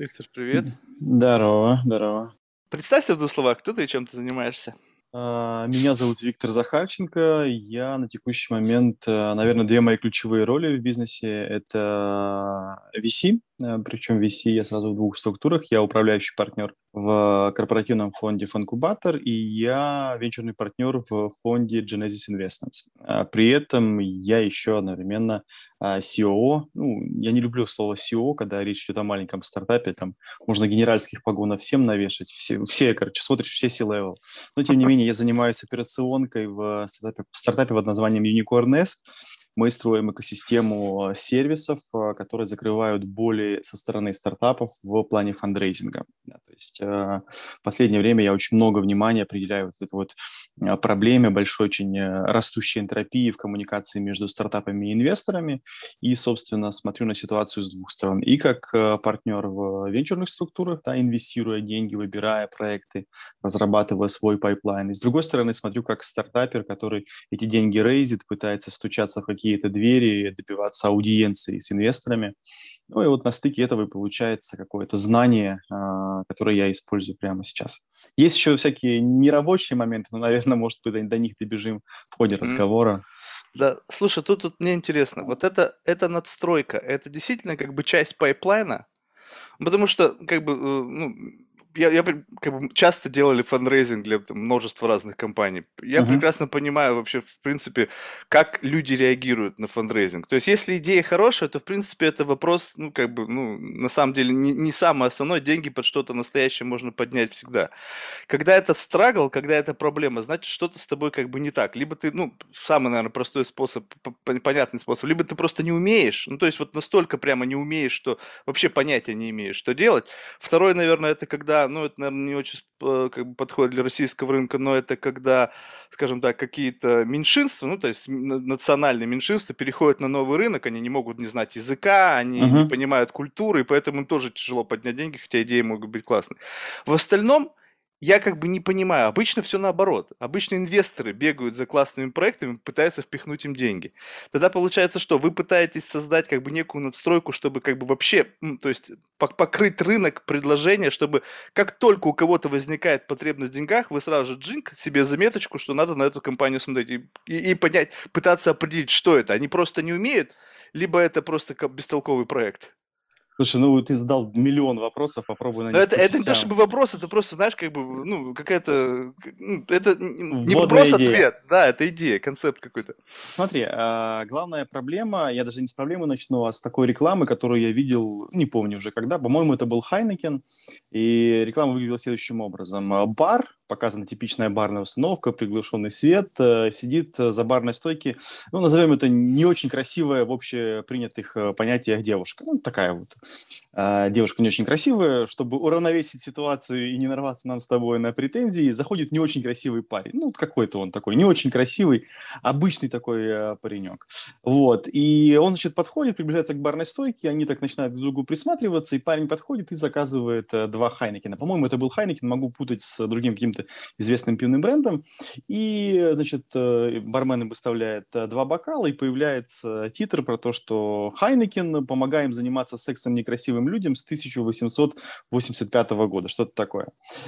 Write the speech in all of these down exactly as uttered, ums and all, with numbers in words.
Виктор, привет. Здорово, здорово. Представься в двух словах, кто ты и чем ты занимаешься. А, Меня зовут Виктор Захарченко. Я на текущий момент, наверное, две мои ключевые роли в бизнесе– это ви си, э, причем ви си я сразу в двух структурах. Я управляющий партнер в корпоративном фонде Фонкубатор, и я венчурный партнер в фонде Genesis Investments. А При этом я еще одновременно а, си и о. Ну, я не люблю слово си и о, когда речь идет о маленьком стартапе. Там можно генеральских погонов всем навешать. Все, все короче, смотришь, все C-level. Но, тем не менее, я занимаюсь операционкой в стартапе, стартапе под названием Unicorn Nest. Мы строим экосистему э, сервисов, э, которые закрывают боли со стороны стартапов в плане фандрейзинга. Да, то есть э, в последнее время я очень много внимания уделяю вот этой вот э, проблеме большой, очень э, растущей энтропии в коммуникации между стартапами и инвесторами. И, собственно, смотрю на ситуацию с двух сторон. И как э, партнер в венчурных структурах, да, инвестируя деньги, выбирая проекты, разрабатывая свой пайплайн. И с другой стороны, смотрю как стартапер, который эти деньги рейзит, пытается стучаться в какие-то двери, добиваться аудиенции с инвесторами. Ну и вот на стыке этого и получается какое-то знание, а, которое я использую прямо сейчас. Есть еще всякие нерабочие моменты, но, наверное, может быть, до, до них добежим в ходе Мгм. разговора. Да, слушай, тут, тут мне интересно, вот это, это надстройка, это действительно как бы часть пайплайна? Потому что, как бы, э, ну, я, я пр- как бы часто делали фандрейзинг для там, множества разных компаний. Я Мгм. прекрасно понимаю вообще, в принципе, как люди реагируют на фандрейзинг. То есть, если идея хорошая, то, в принципе, это вопрос, ну, как бы, ну, на самом деле, не, не самый основной. Деньги под что-то настоящее можно поднять всегда. Когда это страгл, когда это проблема, значит, что-то с тобой как бы не так. Либо ты, ну, самый, наверное, простой способ, п- п- понятный способ, либо ты просто не умеешь, ну, то есть вот настолько прямо не умеешь, что вообще понятия не имеешь, что делать. Второй, наверное, это когда, ну, это, наверное, не очень э, как бы подходит для российского рынка, но это когда, скажем так, какие-то меньшинства, ну, то есть м- на- национальные меньшинства переходят на новый рынок, они не могут не знать языка, они не Мгм. понимают культуры, и поэтому им тоже тяжело поднять деньги, хотя идеи могут быть классные. В остальном, я как бы не понимаю. Обычно все наоборот. Обычно инвесторы бегают за классными проектами, пытаются впихнуть им деньги. Тогда получается что? Вы пытаетесь создать как бы некую надстройку, чтобы как бы вообще, м, то есть пок- покрыть рынок предложения, чтобы как только у кого-то возникает потребность в деньгах, вы сразу же джинк себе заметочку, что надо на эту компанию смотреть и, и- и понять, пытаться определить, что это. Они просто не умеют, либо это просто как бестолковый проект. Слушай, ну ты задал миллион вопросов, попробуй на Но них это, по это не то частям. чтобы вопрос, это просто, знаешь, как бы, ну, какая-то, к- ну, это н- не Вводная идея. вопрос-ответ, да, это идея, концепт какой-то. Смотри, а, главная проблема, я даже не с проблемы начну, а с такой рекламы, которую я видел, не помню уже когда, по-моему, это был Хайнекен, и реклама выглядела следующим образом. А, Бар, показана типичная барная установка, приглушенный свет, э, сидит э, за барной стойки, ну, назовем это не очень красивая в общепринятых э, понятиях девушка. Ну, такая вот а, девушка не очень красивая, чтобы уравновесить ситуацию и не нарваться нам с тобой на претензии, заходит не очень красивый парень. Ну, вот какой-то он такой, не очень красивый, обычный такой э, паренек. Вот. И он, значит, подходит, приближается к барной стойке, они так начинают друг к другу присматриваться, и парень подходит и заказывает э, два Хайнекена. По-моему, это был Хайнекен, могу путать с другим каким-то известным пивным брендом. И, значит, э, бармен им выставляет э, два бокала, и появляется титр про то, что Хайнекен помогаем заниматься сексом некрасивым людям с тысяча восемьсот восемьдесят пятого года. Что-то такое.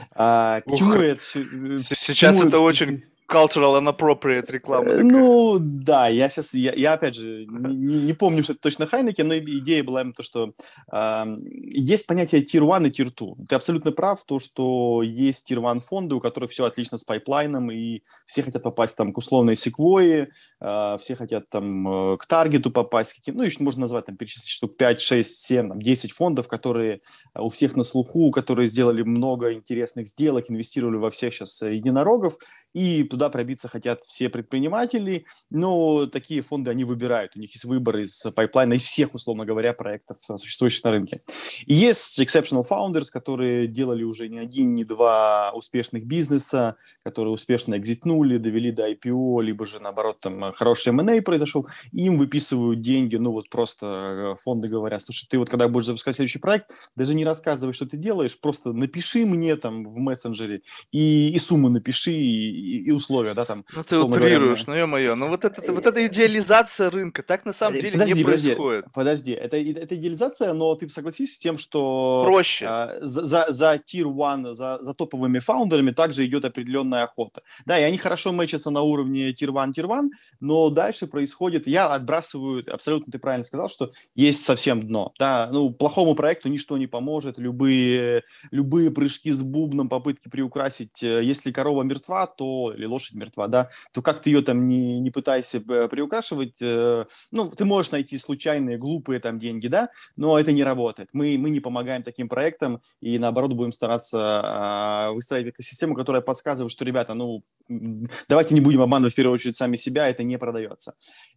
А, к Ух, чему я это все... К сейчас чему это очень cultural inappropriate реклама Э, такая. Ну, да, я сейчас, я, я опять же не, не- не помню, что это точно Хайнекен, но и- идея была именно то, что ам, есть понятие Tier один и Tier два. Ты абсолютно прав, то, что есть Tier один фонды, у которых все отлично с пайплайном, и все хотят попасть там к условной секвойе, а, все хотят там э, к таргету попасть, каким, ну, еще можно назвать, там, перечислить штук пять, шесть, семь, там, десять фондов, которые э, у всех на слуху, которые сделали много интересных сделок, инвестировали во всех сейчас единорогов, и туда пробиться хотят все предприниматели, но такие фонды они выбирают, у них есть выбор из пайплайна, из всех, условно говоря, проектов, существующих на рынке. И есть exceptional founders, которые делали уже не один, не два успешных бизнеса, которые успешно экзитнули, довели до ай пи о, либо же, наоборот, там хороший эм энд эй произошел, и им выписывают деньги, ну вот просто э, фонды говорят, слушай, ты вот когда будешь запускать следующий проект, даже не рассказывай, что ты делаешь, просто напиши мне там в мессенджере, и, и сумму напиши, и, и условия, да, там, Ну, ты условно говоря, утрируешь, на- ну, ё-моё. Ну, вот это, вот Э, эта идеализация рынка, так на самом э, деле не Подожди, подожди, происходит. подожди. Это, и- это идеализация, но ты согласись с тем, что Проще. а, за, за, за Tier один, за, за топовыми фаундерами также идет определенная охота. Да, и они хорошо мэчатся на уровне Tier один, Tier один, но дальше происходит, я отбрасываю, абсолютно ты правильно сказал, что есть совсем дно. Да, ну, плохому проекту ничто не поможет, любые, любые прыжки с бубном, попытки приукрасить, э, если корова мертва, то, или лошадь мертва, да, то как ты ее там не, не пытайся э, приукрашивать, э, ну, ты можешь найти случайные, глупые там деньги, да, но это не работает. Мы, мы не помогаем таким проектам и, наоборот, будем стараться э, выстраивать экосистему, которая подсказывает, что, ребята, ну, давайте не будем обманывать в первую очередь сами себя, это не продается.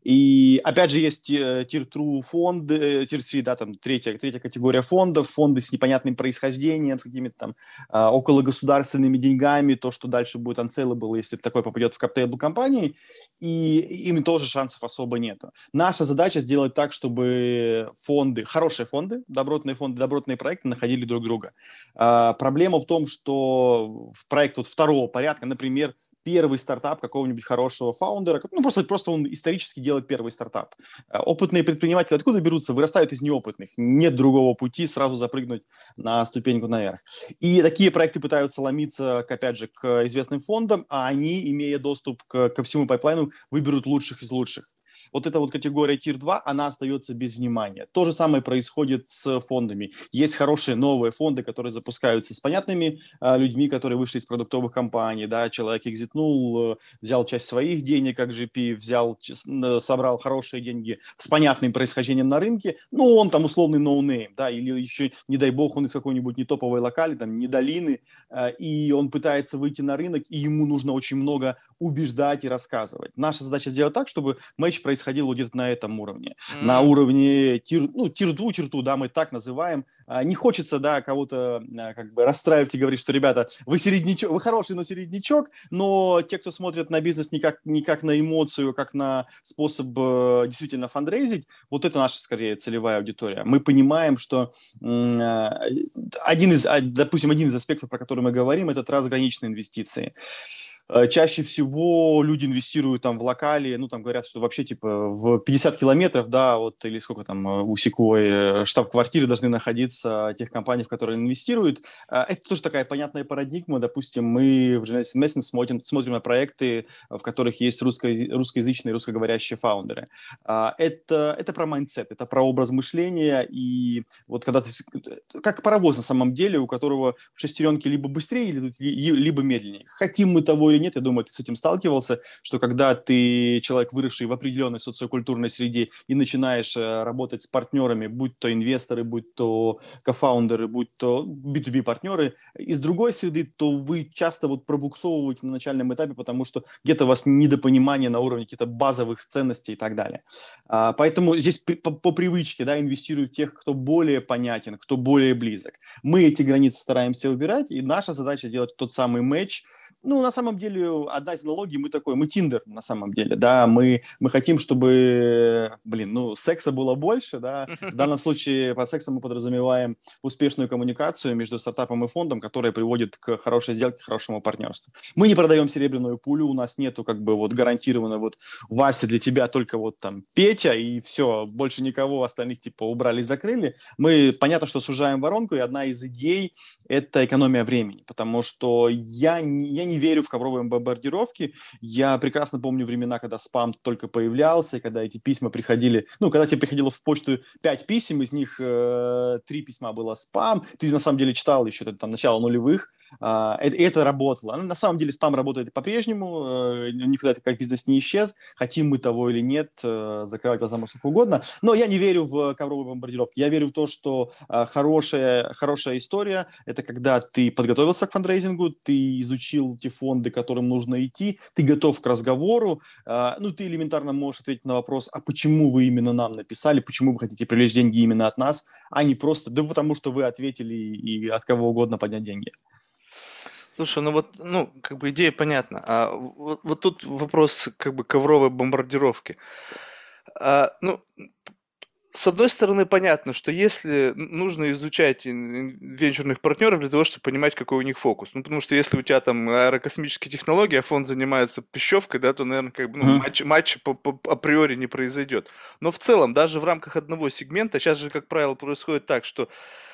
И, опять же, есть э, Tier два фонды, э, Tier три, да, там, третья, третья категория фондов, фонды с непонятным происхождением, с какими-то там э, окологосударственными деньгами, то, что дальше будет unsellable, если такое попадет в каптейбл компании, и им тоже шансов особо нету. Наша задача сделать так, чтобы фонды, хорошие фонды, добротные фонды, добротные проекты находили друг друга. А, проблема в том, что в проект вот второго порядка, например, первый стартап какого-нибудь хорошего фаундера, ну просто, просто он исторически делает первый стартап. А, Опытные предприниматели откуда берутся? Вырастают из неопытных. Нет другого пути сразу запрыгнуть на ступеньку наверх. И такие проекты пытаются ломиться, к, опять же, к известным фондам, а они, имея доступ к, ко всему пайплайну, выберут лучших из лучших. Вот эта вот категория Tier два, она остается без внимания. То же самое происходит с фондами. Есть хорошие новые фонды, которые запускаются с понятными э, людьми, которые вышли из продуктовых компаний. Да, человек экзитнул, э, взял часть своих денег, как джи пи, взял, э, собрал хорошие деньги с понятным происхождением на рынке. Ну, он там условный ноунейм, да, или еще, не дай бог, он из какой-нибудь нетоповой локали, там, не долины, э, и он пытается выйти на рынок, и ему нужно очень много убеждать и рассказывать. Наша задача сделать так, чтобы матч происходил где-то на этом уровне. На М. уровне тир, ну, тир-два, тир-два, да, мы так называем. А, не хочется, да, кого-то а, как бы расстраивать и говорить, что, ребята, вы середнячок, вы хороший, но середнячок, но те, кто смотрят на бизнес не как, не как на эмоцию, как на способ э, действительно фандрейзить, вот это наша, скорее, целевая аудитория. Мы понимаем, что м, а, один из, а, допустим, один из аспектов, про который мы говорим, это трансграничные инвестиции. Э, Чаще всего люди инвестируют там в локали, ну там говорят, что вообще типа в пятьдесят километров, да, вот или сколько там э, у Секвой э, штаб-квартиры должны находиться тех компаний, в которые инвестируют. Э, Это тоже такая понятная парадигма. Допустим, мы в Genesis Investment смотрим, смотрим на проекты, в которых есть русско- русскоязычные, русскоговорящие фаундеры. А, Это, это про майндсет, это про образ мышления. И вот когда ты, как паровоз на самом деле, у которого шестеренки либо быстрее, либо медленнее. Хотим мы того или нет, я думаю, ты с этим сталкивался, что когда ты человек, выросший в определенной социокультурной среде и начинаешь э, работать с партнерами, будь то инвесторы, будь то кофаундеры, будь то би ту би партнеры, из другой среды, то вы часто вот пробуксовываете на начальном этапе, потому что где-то у вас недопонимание на уровне каких-то базовых ценностей и так далее. А, поэтому здесь по, по привычке, да, инвестирую в тех, кто более понятен, кто более близок. Мы эти границы стараемся убирать, и наша задача делать тот самый матч. Ну, на самом деле, одна из аналогий, мы такой, мы Тиндер, на самом деле, да, мы, мы хотим, чтобы, блин, ну, секса было больше, да, в данном случае под сексом мы подразумеваем успешную коммуникацию между стартапом и фондом, которая приводит к хорошей сделке, к хорошему партнерству. Мы не продаем серебряную пулю, у нас нету как бы вот гарантированно вот Вася для тебя только вот там Петя и все, больше никого, остальных типа убрали и закрыли. Мы, понятно, что сужаем воронку, и одна из идей – это экономия времени, потому что я не, я не верю в ковровые бомбардировки. Я прекрасно помню времена, когда спам только появлялся, когда эти письма приходили, ну, когда тебе приходило в почту пять писем, из них э, три письма было спам, ты на самом деле читал еще там начало нулевых, а, это, это работало. На самом деле спам работает по-прежнему, э, никуда это как бизнес не исчез, хотим мы того или нет, э, закрывать глаза можно сколько угодно, но я не верю в ковровые бомбардировки, я верю в то, что э, хорошая, хорошая история – это когда ты подготовился к фандрейзингу, ты изучил те фонды, к которым нужно идти, ты готов к разговору, э, ну, ты элементарно можешь ответить на вопрос, а почему вы именно нам написали, почему вы хотите привлечь деньги именно от нас, а не просто, да потому что вы ответили и от кого угодно поднять деньги. Слушай, ну вот, ну, как бы идея понятна. А вот, вот тут вопрос как бы ковровой бомбардировки. А, ну, С одной стороны, понятно, что если н- нужно изучать ин- ин- венчурных партнеров для того, чтобы понимать, какой у них фокус. Ну, потому что если у тебя там аэрокосмические технологии, а фонд занимается пищевкой, да, то, наверное, как бы, ну, Мгм. матч, матч по- по- априори не произойдет. Но в целом, даже в рамках одного сегмента, сейчас же, как правило, происходит так, что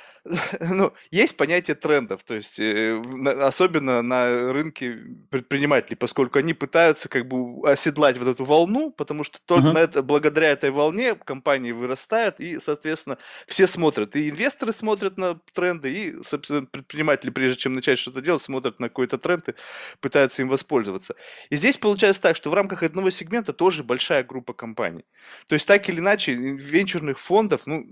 ну, есть понятие трендов, то есть, э, в на особенно на рынке предпринимателей, поскольку они пытаются как бы оседлать вот эту волну, потому что только на Мгм. это, благодаря этой волне компании вырастают, и, соответственно, все смотрят. И инвесторы смотрят на тренды, и, собственно, предприниматели, прежде чем начать что-то делать, смотрят на какой-то тренд и пытаются им воспользоваться. И здесь получается так, что в рамках одного сегмента тоже большая группа компаний. То есть, так или иначе, венчурных фондов, ну,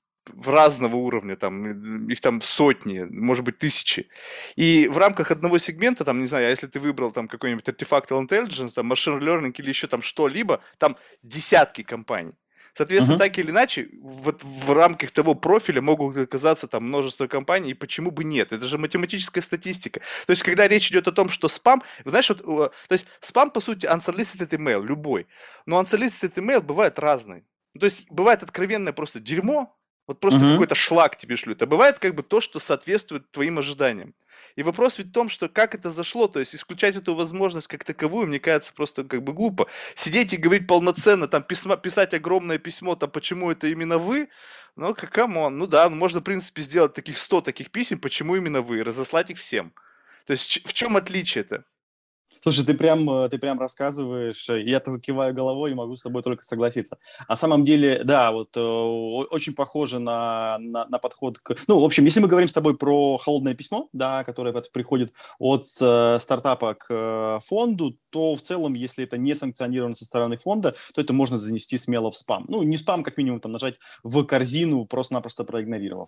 в разного уровня, там, их там сотни, может быть, тысячи. И в рамках одного сегмента, там, не знаю, а если ты выбрал там какой-нибудь Artificial Intelligence, там, Machine Learning или еще там что-либо, там десятки компаний. Соответственно, Мгм. так или иначе, вот в рамках того профиля могут оказаться там множество компаний, и почему бы нет? Это же математическая статистика. То есть, когда речь идет о том, что спам, вы знаешь, вот, э, то есть спам, по сути, unsolicited email, любой. Но unsolicited email бывает разный. Ну, то есть, бывает откровенное просто дерьмо, вот просто Мгм. какой-то шлак тебе шлют. А бывает как бы то, что соответствует твоим ожиданиям. И вопрос ведь в том, что как это зашло, то есть исключать эту возможность как таковую, мне кажется, просто как бы глупо. Сидеть и говорить полноценно, там, письма, писать огромное письмо, там, почему это именно вы, ну, камон, ну да, ну, можно, в принципе, сделать таких сто таких писем, почему именно вы, и разослать их всем. То есть ч- в чем отличие-то? Слушай, ты прям, э, ты прям рассказываешь, э, я только киваю головой и могу с тобой только согласиться. На самом деле, да, вот э, о- очень похоже на, на, на подход к... Ну, в общем, если мы говорим с тобой про холодное письмо, да, которое вот приходит от э, стартапа к э, фонду, то в целом, если это не санкционировано со стороны фонда, то это можно занести смело в спам. Ну, не спам, как минимум, там нажать в корзину, просто-напросто проигнорировав.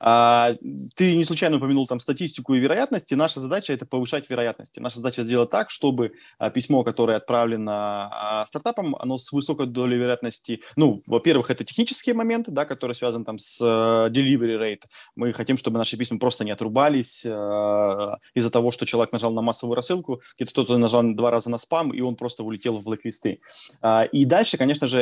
А, ты не случайно упомянул там статистику и вероятности. Наша задача – это повышать вероятности. Наша задача сделать так, чтобы а, письмо, которое отправлено а, стартапам, оно с высокой долей вероятности, ну, во-первых, это технические моменты, да, которые связаны там с э, delivery rate. Мы хотим, чтобы наши письма просто не отрубались э, из-за того, что человек нажал на массовую рассылку, где-то кто-то нажал два раза на спам, и он просто улетел в блэк-листы. А, и дальше, конечно же,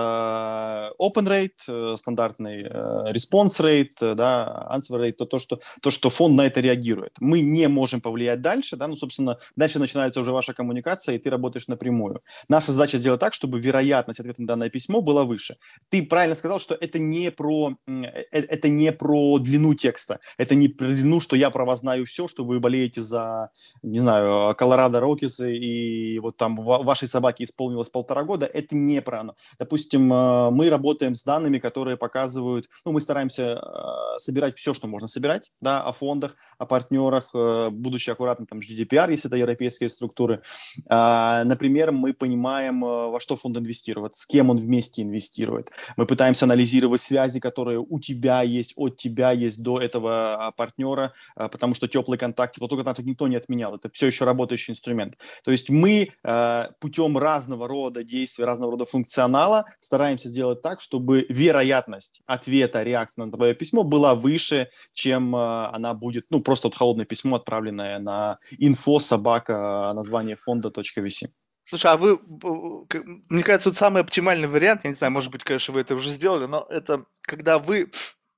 это open rate, э, стандартный э, response rate, э, да, answer rate, то, то, что, то, что фонд на это реагирует. Мы не можем повлиять дальше, да, ну, собственно, дальше начинается уже ваша коммуникация, и ты работаешь напрямую. Наша задача сделать так, чтобы вероятность ответа на данное письмо была выше. Ты правильно сказал, что это не про, э, это не про длину текста, это не про длину, что я про вас знаю все, что вы болеете за, не знаю, Колорадо Рокис, и вот там вашей собаке исполнилось полтора года, это не про оно. Допустим, э, мы работаем с данными, которые показывают, ну, мы стараемся э, собирать все, что можно собирать, да, о фондах, о партнерах, э, будучи аккуратным там с джи ди пи ар, если это европейские структуры. А, например, мы понимаем, э, во что фонд инвестирует, с кем он вместе инвестирует. Мы пытаемся анализировать связи, которые у тебя есть, от тебя есть до этого а, партнера, а, потому что теплый контакт, теплый контакт никто не отменял. Это все еще работающий инструмент. То есть мы э, путем разного рода действий, разного рода функционала стараемся сделать так, чтобы вероятность ответа, реакции на твое письмо была выше, чем э, она будет, ну, просто вот холодное письмо, отправленное на info собака название фонда.vc. Слушай, а вы, б- к- мне кажется, вот самый оптимальный вариант, я не знаю, может быть, конечно, вы это уже сделали, но это когда вы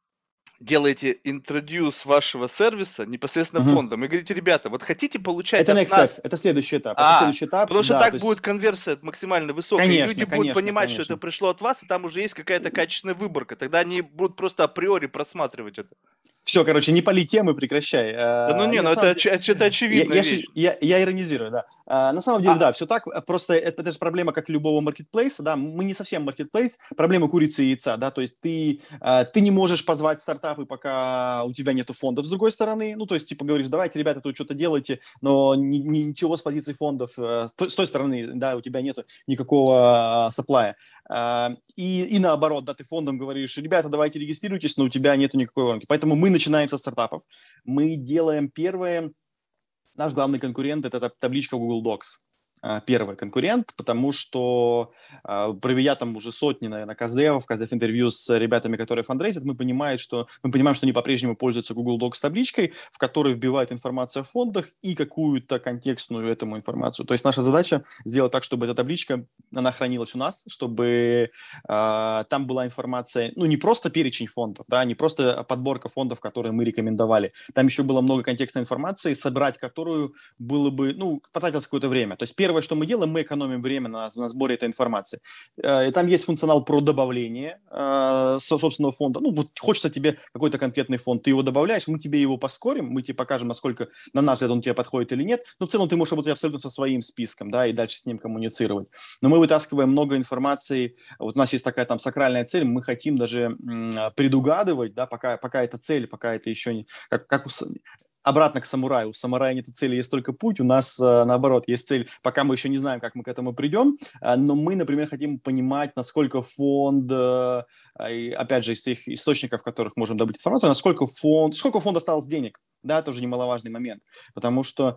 делаете интродюс вашего сервиса непосредственно Мгм. фондом и говорите, ребята, вот хотите получать Это от next step, нас, это следующий этап. Это а, следующий этап, потому что да, то так будет есть, конверсия максимально высокая, и люди конечно, будут конечно, понимать, что это конечно. пришло от вас, и там уже есть какая-то качественная выборка, тогда они будут просто априори просматривать это. Все, короче, не пали темы, прекращай. Да ну А, не, не, ну на это, самом деле, оч- это я, очевидная я, ши- вещь. я, я иронизирую, да. А, на самом деле, А, да, все так. Просто это, это же проблема, как любого маркетплейса, да. Мы не совсем маркетплейс, проблема курицы и яйца, да. То есть ты, а, ты не можешь позвать стартапы, пока у тебя нету фондов с другой стороны. Ну, то есть, типа, говоришь, давайте, ребята, тут что-то делайте, но ни- ни- ничего с позиции фондов, э, с той, с той стороны, да, у тебя нету никакого а, сапплая. А, И, и наоборот, да, ты фондом говоришь, ребята, давайте регистрируйтесь, но у тебя нету никакой воронки. Поэтому мы начинаем со стартапов. Мы делаем первое, наш главный конкурент – это табличка Google Docs. а, первый конкурент, потому что, а, проведя там уже сотни, наверное, каздевов, каздев-интервью с ребятами, которые фандрейзят, мы понимаем, что, мы понимаем, что они по-прежнему пользуются Google Docs табличкой, в которой вбивают информацию о фондах и какую-то контекстную этому информацию. То есть наша задача сделать так, чтобы эта табличка, она хранилась у нас, чтобы а, там была информация, ну, не просто перечень фондов, да, не просто подборка фондов, которые мы рекомендовали. Там еще было много контекстной информации, собрать которую было бы, ну, потратилось какое-то время. То есть первое, что мы делаем, мы экономим время на, на сборе этой информации. Э, и там есть функционал про добавление э, собственного фонда. Ну, вот хочется тебе какой-то конкретный фонд, ты его добавляешь, мы тебе его поскорим, мы тебе покажем, насколько, на наш взгляд, он тебе подходит или нет. Но в целом ты можешь работать абсолютно со своим списком, да, и дальше с ним коммуницировать. Но мы вытаскиваем много информации. Вот у нас есть такая там сакральная цель, мы хотим даже м, предугадывать, да, пока, пока эта цель, пока это еще не... Как, как у, обратно к самураю. У самурая нет цели, есть только путь. У нас, э, наоборот, есть цель, пока мы еще не знаем, как мы к этому придем. Э, но мы, например, хотим понимать, насколько фонд, э, и, опять же, из тех источников, в которых можем добыть информацию, насколько фонд, сколько у фонда осталось денег. Да, тоже немаловажный момент. Потому что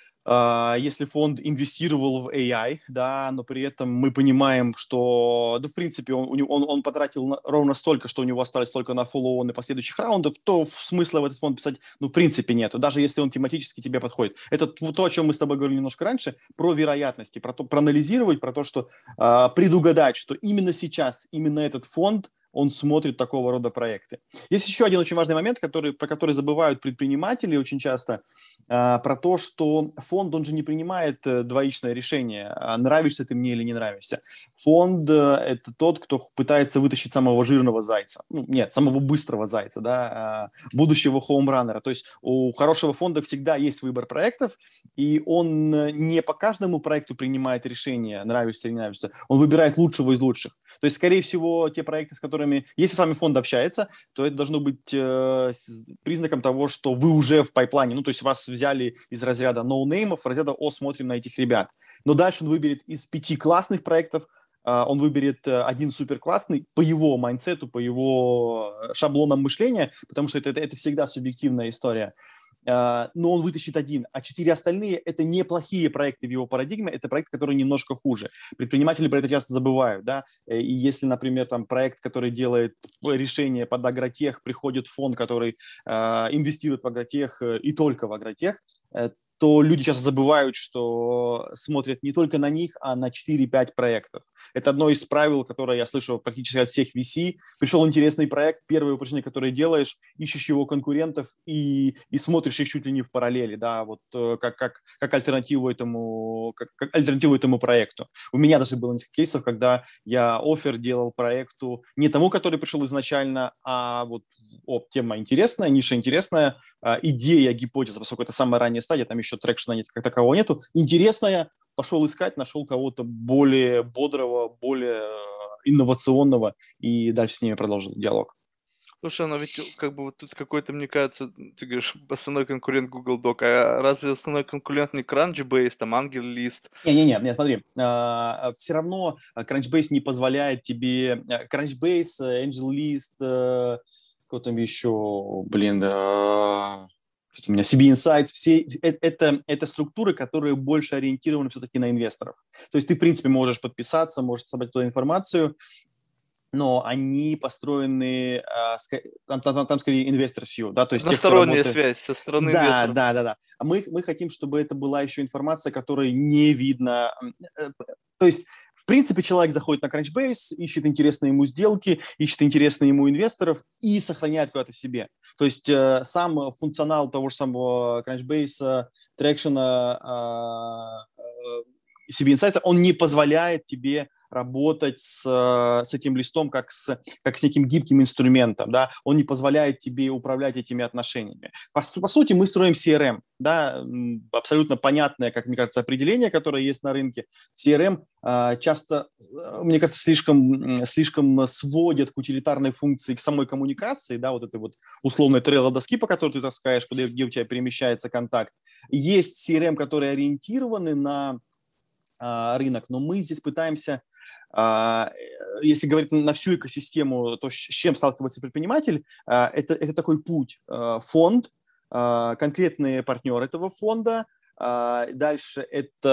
Uh, если фонд инвестировал в эй ай, да, но при этом мы понимаем, что, ну, в принципе, он, он, он потратил на, ровно столько, что у него осталось только на фоллоуон и последующих раундов, то смысла в этот фонд писать, ну, в принципе, нету, даже если он тематически тебе подходит. Это то, о чем мы с тобой говорили немножко раньше, про вероятности, про то, проанализировать, про то, что uh, предугадать, что именно сейчас, именно этот фонд, он смотрит такого рода проекты. Есть еще один очень важный момент, который, про который забывают предприниматели очень часто, э, про то, что фонд, он же не принимает э, двоичное решение, а нравишься ты мне или не нравишься. Фонд э, – это тот, кто пытается вытащить самого жирного зайца. Ну, нет, самого быстрого зайца, да, э, будущего хоумраннера. То есть у хорошего фонда всегда есть выбор проектов, и он не по каждому проекту принимает решение, нравишься или не нравишься. Он выбирает лучшего из лучших. То есть, скорее всего, те проекты, с которыми, если с вами фонд общается, то это должно быть э, признаком того, что вы уже в пайплайне, ну, то есть вас взяли из разряда ноунеймов, разряда «О, смотрим на этих ребят». Но дальше он выберет из пяти классных проектов, э, он выберет э, один суперклассный по его майндсету, по его шаблонам мышления, потому что это, это, это всегда субъективная история. Uh, но он вытащит один, а четыре остальные – это неплохие проекты в его парадигме, это проекты, которые немножко хуже. Предприниматели про это часто забывают, да, и если, например, там проект, который делает решение под агротех, приходит фонд, который uh, инвестирует в агротех uh, и только в агротех, uh, то люди часто забывают, что смотрят не только на них, а на четыре-пять проектов. Это одно из правил, которое я слышу практически от всех ви си. Пришел интересный проект, первое упражнение, которое делаешь, ищешь его конкурентов и, и смотришь их чуть ли не в параллели, да, вот как, как, как, альтернативу этому, как, как альтернативу этому проекту. У меня даже было несколько кейсов, когда я оффер делал проекту не тому, который пришел изначально, а вот о, тема интересная, ниша интересная, идея, гипотеза, поскольку это самая ранняя стадия, там еще трекшена нет, как такового нету. Интересная, пошел искать, нашел кого-то более бодрого, более инновационного и дальше с ними продолжил диалог. Слушай, но ведь как бы вот тут какой-то, мне кажется, ты говоришь, основной конкурент Google Doc, а разве основной конкурент не Crunchbase, там, AngelList? Не-не-не, нет, смотри, а, все равно Crunchbase не позволяет тебе, Crunchbase, AngelList, кто там еще, блин, да, у меня си би Insights, все это, это структуры, которые больше ориентированы все-таки на инвесторов. То есть ты, в принципе, можешь подписаться, можешь собрать туда информацию, но они построены, там, там, там скорее investors view, да, то есть те, кто Односторонняя работает... связь со стороны Да, инвесторов. да, да, да. А мы, мы хотим, чтобы это была еще информация, которой не видно. То есть, в принципе, человек заходит на Crunchbase, ищет интересные ему сделки, ищет интересные ему инвесторов и сохраняет куда-то себе. То есть э, сам функционал того же самого Crunchbase, Traction, э, э, си би Insights, он не позволяет тебе работать с, с этим листом как с, как с неким гибким инструментом, да, он не позволяет тебе управлять этими отношениями. По, по сути, мы строим си эр эм, да, абсолютно понятное, как мне кажется, определение, которое есть на рынке. си эр эм э, часто, мне кажется, слишком, слишком сводят к утилитарной функции, к самой коммуникации, да, вот этой вот условной трелло-доски, по которой ты таскаешь, куда, где у тебя перемещается контакт. Есть си эр эм, которые ориентированы на рынок, но мы здесь пытаемся, если говорить на всю экосистему, то с чем сталкивается предприниматель, это, это такой путь. Фонд, конкретные партнеры этого фонда, а, дальше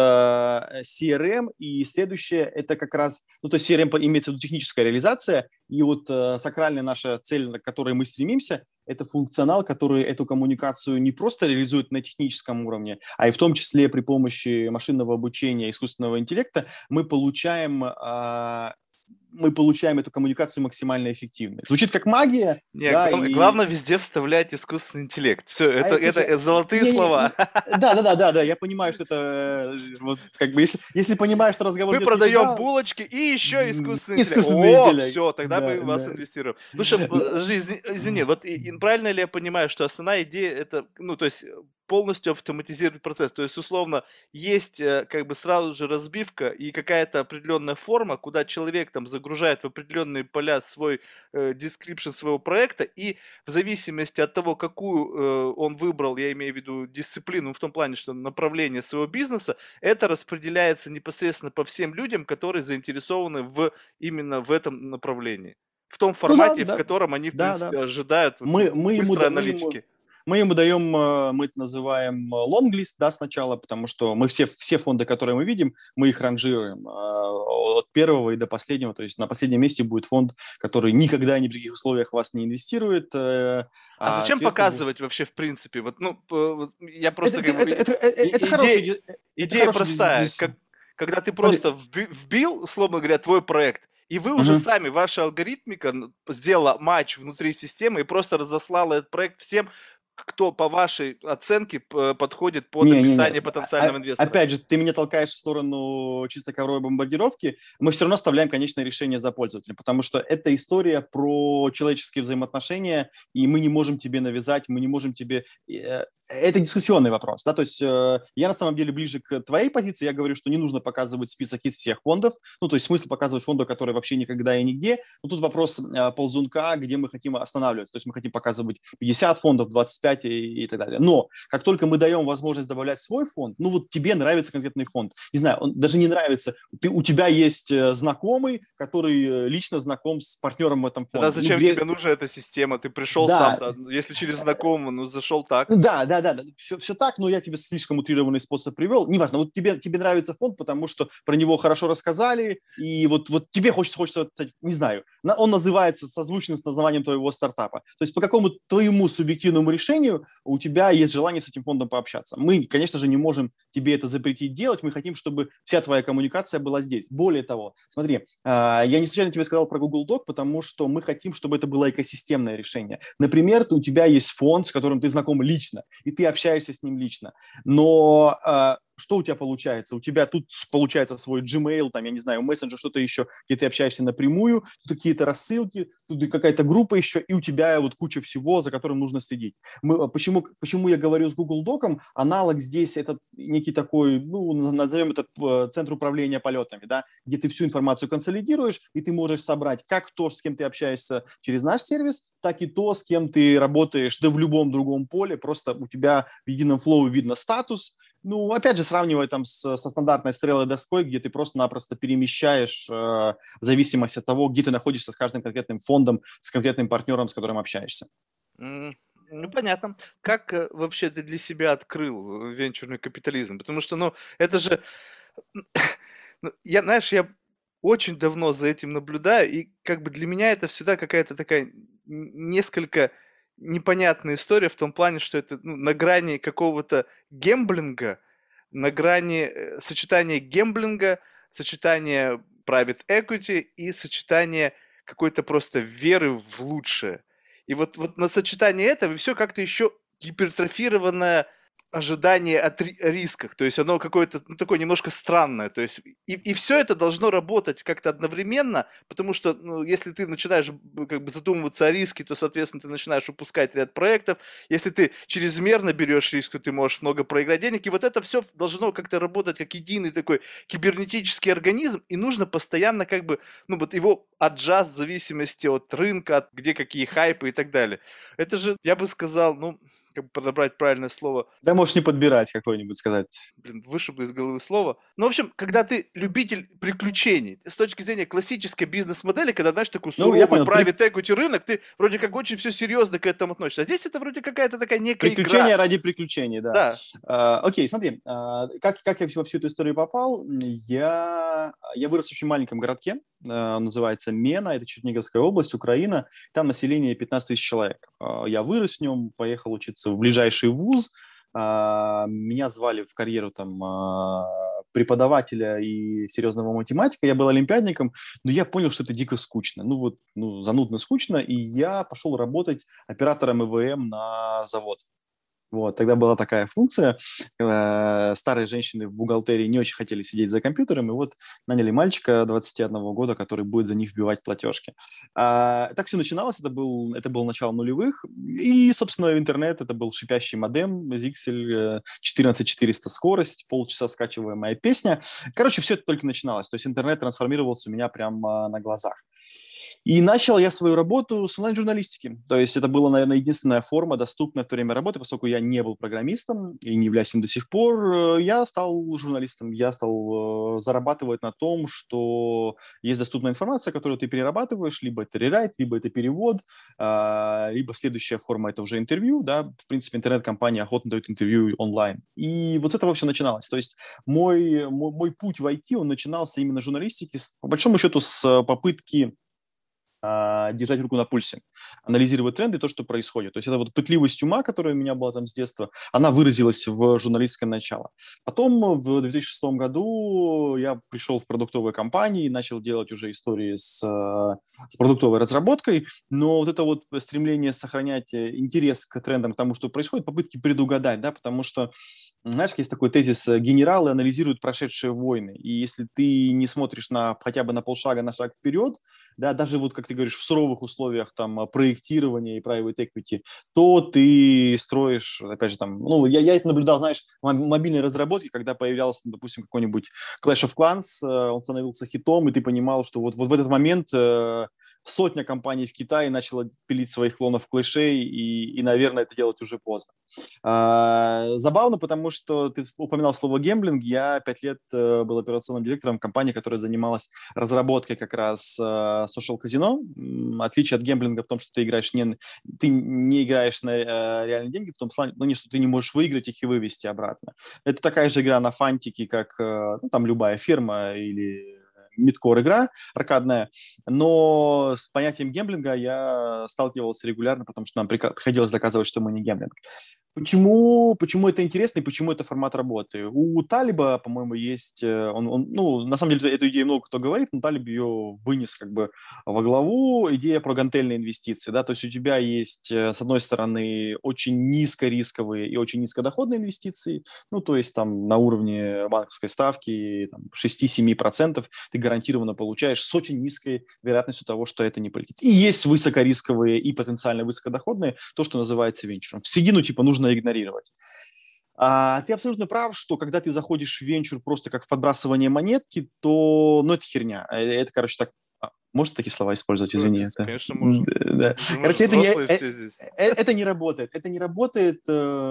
это си ар эм, и следующее это как раз, ну, то есть си ар эм имеется в виду техническая реализация, и вот э, сакральная наша цель, к которой мы стремимся, это функционал, который эту коммуникацию не просто реализует на техническом уровне, а и в том числе при помощи машинного обучения, искусственного интеллекта мы получаем а, мы получаем эту коммуникацию максимально эффективной. Звучит как магия, Не, да, главное, и главное везде вставлять искусственный интеллект. Все, а, это, э, это слушай, э, золотые не, не, слова. да, да, да, да, да, я понимаю, что это э, вот как бы если, если понимаешь, что разговор Мы идет не продаем туда, булочки и еще м, искусственный интеллект. искусственный О, интеллект, все, тогда да, мы в вас да. инвестируем. Слушай, Ну, подожди, извини, извини, вот и- и правильно ли я понимаю, что основная идея это, ну, то есть э, полностью автоматизировать процесс. То есть, условно, есть э, как бы сразу же разбивка и какая-то определенная форма, куда человек там загружает в определенные поля свой э, description своего проекта, и в зависимости от того, какую э, он выбрал, я имею в виду дисциплину, в том плане, что направление своего бизнеса, это распределяется непосредственно по всем людям, которые заинтересованы в именно в этом направлении. В том ну да, формате, в да, котором они, в да, да. принципе, ожидают вот, Мы, ну, мы ему, быстрой да- мы ему, аналитики. мы ему даем, э, мы это называем лонглист, да, сначала, потому что мы все, все фонды, которые мы видим, мы их ранжируем э, от первого и до последнего. То есть на последнем месте будет фонд, который никогда ни при каких условиях вас не инвестирует, э, А а зачем сверху будет... показывать вообще в принципе? Вот, ну, п- вот я Это, просто это, как бы... это, и- это, это, это и- хороший, Идея, ди- это идея хороший ди- простая. ди- Как, когда ты Смотри, просто вби- вбил, условно говоря, твой проект, и вы уже мгм. сами, ваша алгоритмика н- сделала матч внутри системы и просто разослала этот проект всем, кто по вашей оценке п- подходит под Не-не-не, описание а- потенциального а- инвестора. опять же, ты меня толкаешь в сторону чисто ковровой бомбардировки, мы все равно оставляем конечное решение за пользователем, потому что это история про человеческие взаимоотношения, и мы не можем тебе навязать, мы не можем тебе... э, Это дискуссионный вопрос, да, то есть э, я на самом деле ближе к твоей позиции, я говорю, что не нужно показывать список из всех фондов, ну, то есть смысл показывать фонды, которые вообще никогда и нигде, но тут вопрос э, ползунка, где мы хотим останавливаться, то есть мы хотим показывать пятьдесят фондов, двадцать пять и, и так далее, но как только мы даем возможность добавлять свой фонд, ну вот тебе нравится конкретный фонд, не знаю, он даже не нравится, ты, у тебя есть э, знакомый, который э, лично знаком с партнером в этом Тогда фонде. Ну, зачем гре... тебе нужна эта система? Ты пришел сам, Да, да, ну, если через знакомого, ну зашел так. да, да, да, да. Все, все так, но я тебе слишком утрированный способ привел. Неважно, вот тебе, тебе нравится фонд, потому что про него хорошо рассказали, и вот, вот тебе хочется, хочется, кстати, не знаю, на- он называется созвучно с названием твоего стартапа. То есть по какому твоему субъективному решению у тебя есть желание с этим фондом пообщаться. Мы, конечно же, не можем тебе это запретить делать, мы хотим, чтобы вся твоя коммуникация была здесь. Более того, смотри, а, я не случайно тебе сказал про Google Doc, потому что мы хотим, чтобы это было экосистемное решение. Например, у тебя есть фонд, с которым ты знаком лично, и ты общаешься с ним лично. Но э, что у тебя получается? У тебя тут получается свой Gmail, там, я не знаю, мессенджер, что-то еще, где ты общаешься напрямую, тут какие-то рассылки, тут какая-то группа еще, и у тебя вот куча всего, за которым нужно следить. Мы, почему, почему я говорю с Google Doc? Аналог здесь это некий такой, ну, назовем это э, центр управления полетами, да, где ты всю информацию консолидируешь, и ты можешь собрать как то, с кем ты общаешься через наш сервис, так и то, с кем ты работаешь, да в любом другом поле, просто у тебя в едином флоу видно статус. Ну, опять же, сравнивая там с, со стандартной стрелой доской, где ты просто-напросто перемещаешь э, в зависимости от того, где ты находишься с каждым конкретным фондом, с конкретным партнером, с которым общаешься. М, Ну, понятно. Как э, вообще ты для себя открыл э, венчурный капитализм? Потому что, ну, это же, ну, я, знаешь, я очень давно за этим наблюдаю, и как бы для меня это всегда какая-то такая н- несколько непонятная история в том плане, что это ну, на грани какого-то гемблинга, на грани э, сочетания гемблинга, сочетания private equity и сочетания какой-то просто веры в лучшее. И вот, вот на сочетание этого все как-то еще гипертрофированное ожидание от ри- рисках, то есть оно какое-то ну, такое немножко странное, то есть и, и все это должно работать как-то одновременно, потому что ну, если ты начинаешь б- как бы задумываться о риске, то, соответственно, ты начинаешь упускать ряд проектов, если ты чрезмерно берешь риск, то ты можешь много проиграть денег, и вот это все должно как-то работать как единый такой кибернетический организм, и нужно постоянно как бы, ну вот его аджаст в зависимости от рынка, от где какие хайпы и так далее. Это же, я бы сказал, ну, как бы подобрать правильное слово. Да, можешь не подбирать какое-нибудь сказать. Блин, вышибло из головы слово. Ну, в общем, когда ты любитель приключений, с точки зрения классической бизнес-модели, когда, знаешь, такой Ну, я суровый понял. При- private equity рынок, ты вроде как очень все серьезно к этому относишься. А здесь это вроде какая-то такая некая Приключения игра. ради приключений, да. Да. А, окей, смотри, а, как, как я во всю эту историю попал? Я, я вырос в очень маленьком городке, а, называется Мена, это Черниговская область, Украина. Там население пятнадцать тысяч человек. А, я вырос в нем, поехал учиться в ближайший вуз. А, меня звали в карьеру там а, преподавателя и серьезного математика. Я был олимпиадником, но я понял, что это дико скучно. Ну вот, ну, занудно скучно, и я пошел работать оператором ИВМ на завод. Вот, тогда была такая функция. Э, старые женщины в бухгалтерии не очень хотели сидеть за компьютером, и вот наняли мальчика двадцати одного года, который будет за них вбивать платежки. А, так все начиналось, это был, это был начало нулевых, и, собственно, интернет, это был шипящий модем, Zixel, четырнадцать четыреста скорость, полчаса скачиваемая песня. Короче, все это только начиналось, то есть интернет трансформировался у меня прямо на глазах. И начал я свою работу с онлайн-журналистики. То есть это была, наверное, единственная форма, доступная в то время работы, поскольку я не был программистом и не являюсь им до сих пор. Я стал журналистом, я стал э, зарабатывать на том, что есть доступная информация, которую ты перерабатываешь, либо это рерайт, либо это перевод, э, либо следующая форма – это уже интервью. Да? В принципе, интернет-компания охотно дает интервью онлайн. И вот с этого все начиналось. То есть мой, мой, мой путь в ай ти, он начинался именно с журналистики, с, по большому счету, с попытки держать руку на пульсе, анализировать тренды, то, что происходит. То есть это вот пытливость ума, которая у меня была там с детства, она выразилась в журналистское начало. Потом в две тысячи шестом году я пришел в продуктовые компании и начал делать уже истории с, с продуктовой разработкой, но вот это вот стремление сохранять интерес к трендам, к тому, что происходит, попытки предугадать, да, потому что, знаешь, есть такой тезис: генералы анализируют прошедшие войны, и если ты не смотришь на хотя бы на полшага, на шаг вперед, да, даже вот, как ты говоришь, в суровых условиях там проектирования и private equity, то ты строишь, опять же, там, ну, я, я это наблюдал, знаешь, в мобильной разработке, когда появлялся, допустим, какой-нибудь Clash of Clans, он становился хитом, и ты понимал, что вот, вот в этот момент сотня компаний в Китае начала пилить своих клонов клэшей, и, и, наверное, это делать уже поздно. А, забавно, потому что ты упоминал слово гемблинг. Я пять лет был операционным директором компании, которая занималась разработкой как раз social казино. Отличие от гемблинга в том, что ты играешь не, ты не играешь на э, реальные деньги, в том плане, ну, не что ты не можешь выиграть их и вывести обратно. Это такая же игра на фантике, как э, ну, там любая фирма или мидкор игра аркадная, но с понятием гемблинга я сталкивался регулярно, потому что нам приходилось доказывать, что мы не гемблинг. Почему, почему это интересно и почему это формат работы? У Талиба, по-моему, есть, он, он, ну, на самом деле, эту идею много кто говорит, но Талиб ее вынес как бы во главу, идея про гантельные инвестиции, да, то есть у тебя есть, с одной стороны, очень низкорисковые и очень низкодоходные инвестиции, ну, то есть там на уровне банковской ставки там, шесть-семь процентов ты гарантированно получаешь с очень низкой вероятностью того, что это не полетит. И есть высокорисковые и потенциально высокодоходные, то, что называется венчуром. В середину типа нужно игнорировать. А, ты абсолютно прав, что когда ты заходишь в венчур просто как в подбрасывание монетки, то, ну, это херня. Это, короче, так. Можно такие слова использовать? Извини. Да, это... конечно, можно. Да. Мы Короче, это не, все здесь. это не работает. Это не работает.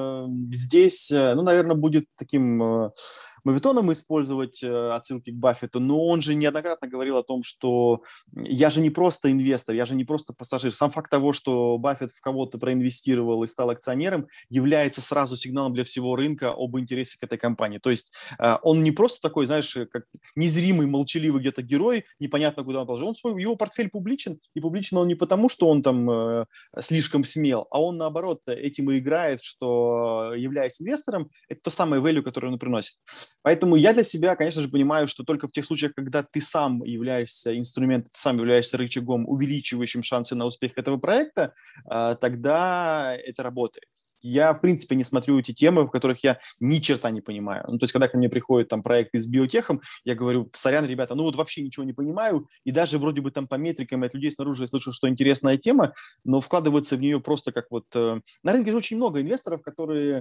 Здесь, ну, наверное, будет таким моветоном использовать отсылки к Баффету, но он же неоднократно говорил о том, что я же не просто инвестор, я же не просто пассажир. Сам факт того, что Баффет в кого-то проинвестировал и стал акционером, является сразу сигналом для всего рынка об интересе к этой компании. То есть он не просто такой, знаешь, как незримый, молчаливый где-то герой, непонятно, куда он положил. Он свой, его портфель публичен, и публичен он не потому, что он там э, слишком смел, а он, наоборот, этим и играет, что, являясь инвестором, это то самое value, которое он приносит. Поэтому я для себя, конечно же, понимаю, что только в тех случаях, когда ты сам являешься инструментом, ты сам являешься рычагом, увеличивающим шансы на успех этого проекта, э, тогда это работает. Я, в принципе, не смотрю эти темы, в которых я ни черта не понимаю. Ну, то есть, когда ко мне приходит там проект из биотехом, я говорю: сорян, ребята, ну вот вообще ничего не понимаю, и даже вроде бы там по метрикам от людей снаружи я слышу, что интересная тема, но вкладываться в нее просто как вот... Э... На рынке же очень много инвесторов, которые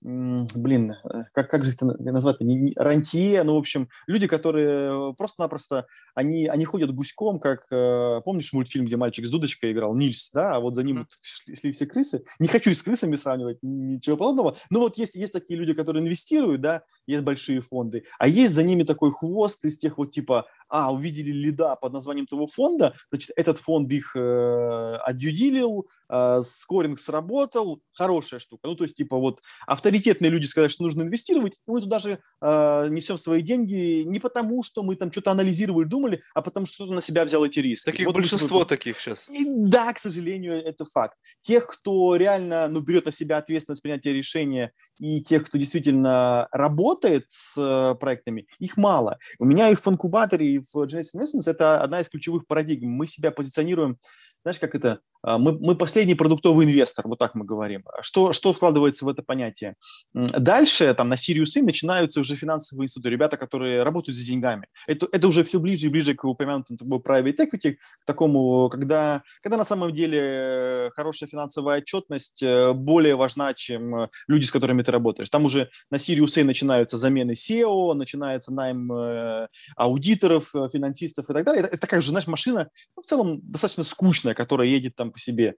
м, блин, э, как, как же это на- назвать-то, не- не- рантье, ну, в общем, люди, которые просто-напросто, они, они ходят гуськом, как, э, помнишь мультфильм, где мальчик с дудочкой играл, Нильс, да, а вот за ним Мгм. вот шли, шли все крысы. Не хочу и с крысами сравнивать, ничего подобного, но вот есть, есть такие люди, которые инвестируют, да, есть большие фонды, а есть за ними такой хвост из тех вот типа, а, увидели лида под названием того фонда, значит, этот фонд их э, отдюдилил, э, скоринг сработал, хорошая штука. Ну, то есть, типа, вот авторитетные люди сказали, что нужно инвестировать, мы туда же э, несем свои деньги не потому, что мы там что-то анализировали, думали, а потому что кто-то на себя взял эти риски. Таких Вот мы типа большинство таких сейчас. и да, к сожалению, это факт. Тех, кто реально ну, берет на себя ответственность принятия решения, и тех, кто действительно работает с э, проектами, их мало. У меня и в инкубаторе, и в Genesis Investments это одна из ключевых парадигм. Мы себя позиционируем, знаешь, как это? А, Мы, мы последний продуктовый инвестор, вот так мы говорим. Что, что вкладывается в это понятие? М, Дальше там на Sirius A начинаются уже финансовые институты, ребята, которые работают с деньгами. Это, это уже все ближе и ближе к упомянутому тобой private equity, к такому, когда, когда на самом деле э, хорошая финансовая отчетность э, более важна, чем э, люди, с которыми ты работаешь. Там уже на Sirius A начинаются замены сео, начинается найм э, аудиторов, э, финансистов и так далее. Это, это такая же, знаешь, машина, ну, в целом достаточно скучная, которая едет там по себе,